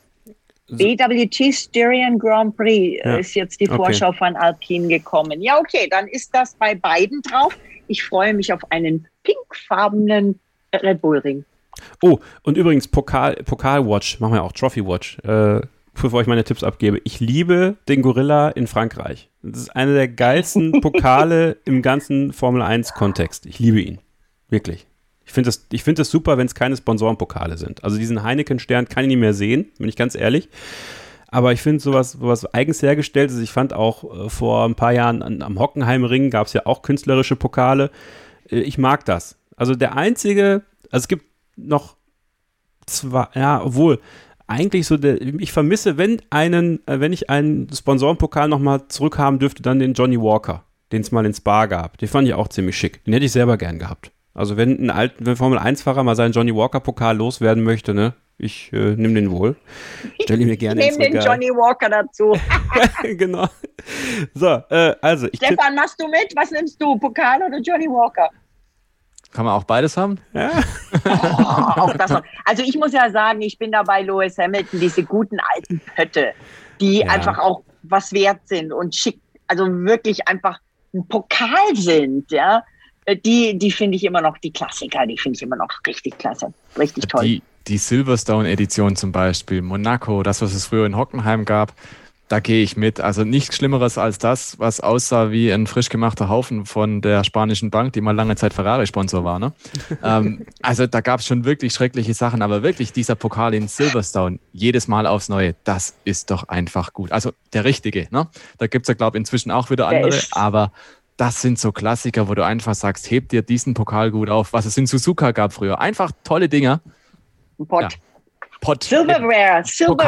BWT Styrian Grand Prix ist jetzt die Vorschau von Alpine gekommen. Ja, okay, dann ist das bei beiden drauf. Ich freue mich auf einen pinkfarbenen Red Bull Ring. Oh, und übrigens Pokal-Watch, machen wir auch Trophy-Watch, bevor ich meine Tipps abgebe. Ich liebe den Gorilla in Frankreich. Das ist einer der geilsten Pokale im ganzen Formel-1-Kontext. Ich liebe ihn. Wirklich. Ich finde das super, wenn es keine Sponsorenpokale sind. Also diesen Heineken-Stern kann ich nicht mehr sehen, bin ich ganz ehrlich. Aber ich finde sowas eigens hergestellt ist. Ich fand auch vor ein paar Jahren am Hockenheimring gab es ja auch künstlerische Pokale. Ich mag das. Also der einzige, es gibt noch zwei, obwohl eigentlich so, ich vermisse, wenn ich einen Sponsorenpokal nochmal zurückhaben dürfte, dann den Johnny Walker, den es mal in Spa gab. Den fand ich auch ziemlich schick. Den hätte ich selber gern gehabt. Also wenn ein Formel-1-Fahrer mal seinen Johnny Walker-Pokal loswerden möchte, ne? Ich nehme den wohl. Stell ihn mir gerne ins Regal. Ich nehme den Johnny Walker dazu. Genau. So, also. Stefan, machst du mit? Was nimmst du? Pokal oder Johnny Walker? Kann man auch beides haben? Ja. Auch das noch. Also ich muss ja sagen, ich bin da bei Lewis Hamilton, diese guten alten Pötte, die einfach auch was wert sind und schick, also wirklich einfach ein Pokal sind, ja. Die finde ich immer noch, die Klassiker, die finde ich immer noch richtig klasse. Richtig toll. Die Silverstone-Edition zum Beispiel, Monaco, das, was es früher in Hockenheim gab, da gehe ich mit. Also nichts Schlimmeres als das, was aussah wie ein frisch gemachter Haufen von der spanischen Bank, die mal lange Zeit Ferrari-Sponsor war. Ne? Also da gab es schon wirklich schreckliche Sachen, aber wirklich dieser Pokal in Silverstone, jedes Mal aufs Neue, das ist doch einfach gut. Also der richtige. Ne? Da gibt es ja, glaube ich, inzwischen auch wieder andere, aber das sind so Klassiker, wo du einfach sagst, heb dir diesen Pokal gut auf, was es in Suzuka gab früher. Einfach tolle Dinger. Pott. Silverware,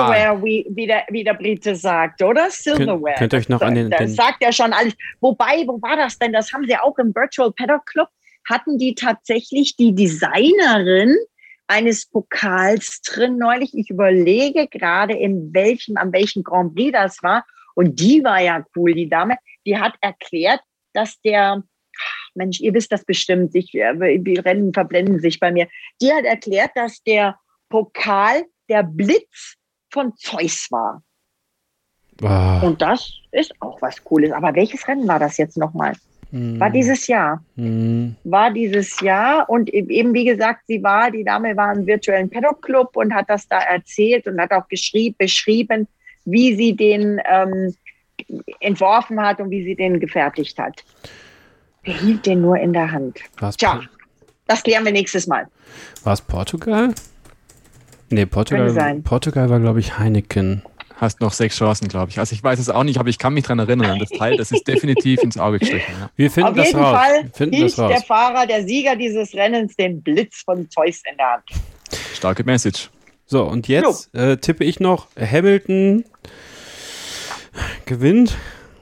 wie der Brite sagt, oder? Silverware. Könnt ihr euch noch an den... Das sagt ja schon alles. Wobei, wo war das denn? Das haben sie auch im Virtual Paddock Club, hatten die tatsächlich die Designerin eines Pokals drin neulich. Ich überlege gerade, an welchem Grand Prix das war. Und die war ja cool, die Dame. Die hat erklärt, dass Mensch, ihr wisst das bestimmt, die Rennen verblenden sich bei mir. Die hat erklärt, dass der Pokal der Blitz von Zeus war. Wow. Und das ist auch was Cooles. Aber welches Rennen war das jetzt nochmal? War dieses Jahr. War dieses Jahr. Und eben, wie gesagt, die Dame war im virtuellen Paddock Club und hat das da erzählt und hat auch beschrieben, wie sie den entworfen hat und wie sie den gefertigt hat. Wer hielt den nur in der Hand? Tja, das klären wir nächstes Mal. War es Portugal? Nee, Portugal war, glaube ich, Heineken. hast noch 6 Chancen, glaube ich. Also ich weiß es auch nicht, aber ich kann mich daran erinnern. An das Teil, das ist definitiv ins Auge gestrichen. Ja. Wir finden Auf das jeden raus. Fall hielt raus. der Fahrer, der Sieger dieses Rennens, den Blitz von Zeus in der Hand. Starke Message. So, und jetzt tippe ich noch, Hamilton gewinnt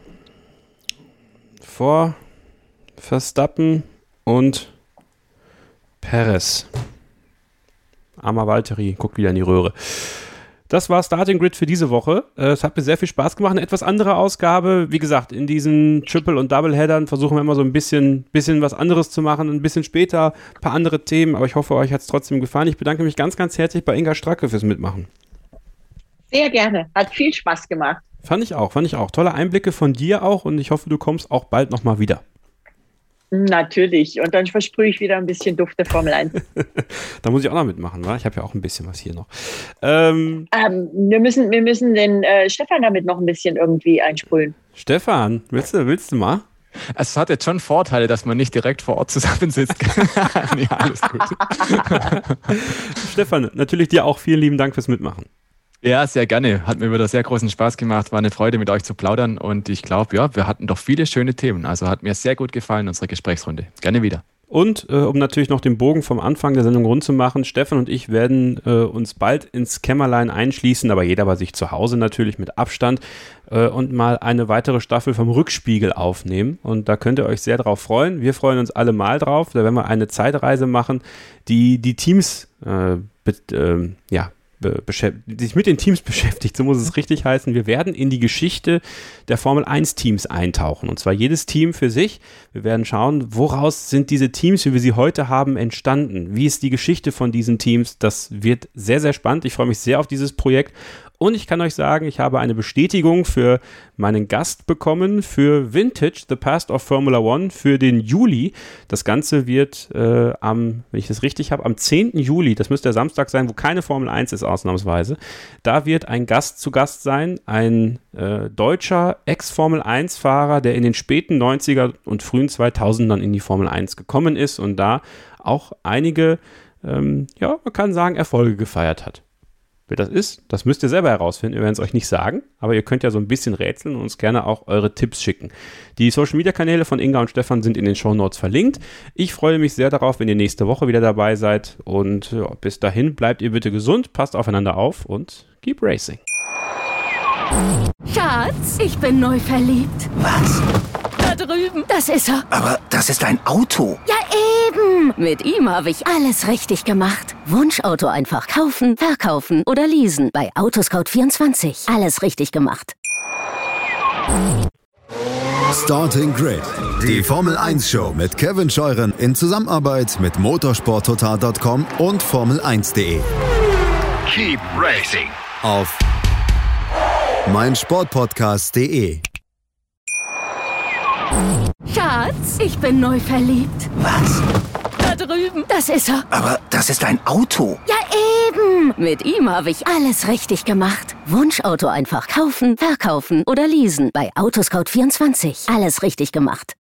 vor Verstappen und Perez. Armer Valtteri, guckt wieder in die Röhre. Das war Starting Grid für diese Woche. Es hat mir sehr viel Spaß gemacht. Eine etwas andere Ausgabe. Wie gesagt, in diesen Triple- und Double-Headern versuchen wir immer so ein bisschen was anderes zu machen. Ein bisschen später ein paar andere Themen. Aber ich hoffe, euch hat es trotzdem gefallen. Ich bedanke mich ganz, ganz herzlich bei Inga Stracke fürs Mitmachen. Sehr gerne. Hat viel Spaß gemacht. Fand ich auch. Tolle Einblicke von dir auch. Und ich hoffe, du kommst auch bald nochmal wieder. Natürlich. Und dann versprühe ich wieder ein bisschen Duft der Formel 1. Da muss ich auch noch mitmachen, wa? Ich habe ja auch ein bisschen was hier noch. Wir müssen den Stefan damit noch ein bisschen irgendwie einsprühen. Stefan, willst du mal? Es hat jetzt schon Vorteile, dass man nicht direkt vor Ort zusammensitzt. Nee, alles gut. Stefan, natürlich dir auch vielen lieben Dank fürs Mitmachen. Ja, sehr gerne. Hat mir wieder sehr großen Spaß gemacht. War eine Freude, mit euch zu plaudern. Und ich glaube, ja, wir hatten doch viele schöne Themen. Also hat mir sehr gut gefallen, unsere Gesprächsrunde. Gerne wieder. Und um natürlich noch den Bogen vom Anfang der Sendung rund zu machen, Stefan und ich werden uns bald ins Kämmerlein einschließen, aber jeder bei sich zu Hause natürlich mit Abstand und mal eine weitere Staffel vom Rückspiegel aufnehmen. Und da könnt ihr euch sehr drauf freuen. Wir freuen uns alle mal drauf. Da werden wir eine Zeitreise machen, die Teams sich mit den Teams beschäftigt, so muss es richtig heißen. Wir werden in die Geschichte der Formel 1 Teams eintauchen, und zwar jedes Team für sich. Wir werden schauen, woraus sind diese Teams, wie wir sie heute haben, entstanden? Wie ist die Geschichte von diesen Teams? Das wird sehr, sehr spannend. Ich freue mich sehr auf dieses Projekt. Und ich kann euch sagen, ich habe eine Bestätigung für meinen Gast bekommen für Vintage, The Past of Formula One für den Juli. Das Ganze wird wenn ich das richtig habe, am 10. Juli, das müsste der Samstag sein, wo keine Formel 1 ist ausnahmsweise, da wird ein Gast zu Gast sein, ein deutscher Ex-Formel 1-Fahrer, der in den späten 90er und frühen 2000ern in die Formel 1 gekommen ist und da auch einige, man kann sagen, Erfolge gefeiert hat. Wer das ist, das müsst ihr selber herausfinden. Wir werden es euch nicht sagen, aber ihr könnt ja so ein bisschen rätseln und uns gerne auch eure Tipps schicken. Die Social-Media-Kanäle von Inga und Stefan sind in den Shownotes verlinkt. Ich freue mich sehr darauf, wenn ihr nächste Woche wieder dabei seid. Und bis dahin bleibt ihr bitte gesund, passt aufeinander auf und keep racing. Schatz, ich bin neu verliebt. Was? Da drüben. Das ist er. Aber das ist ein Auto. Ja, eben. Mit ihm habe ich alles richtig gemacht. Wunschauto einfach kaufen, verkaufen oder leasen. Bei Autoscout24. Alles richtig gemacht. Starting Grid, die Formel 1 Show mit Kevin Scheuren in Zusammenarbeit mit motorsporttotal.com und Formel1.de. Keep racing. Auf meinsportpodcast.de. Schatz, ich bin neu verliebt. Was? Da drüben. Das ist er. Aber das ist ein Auto. Ja, eben. Mit ihm habe ich alles richtig gemacht. Wunschauto einfach kaufen, verkaufen oder leasen. Bei Autoscout24. Alles richtig gemacht.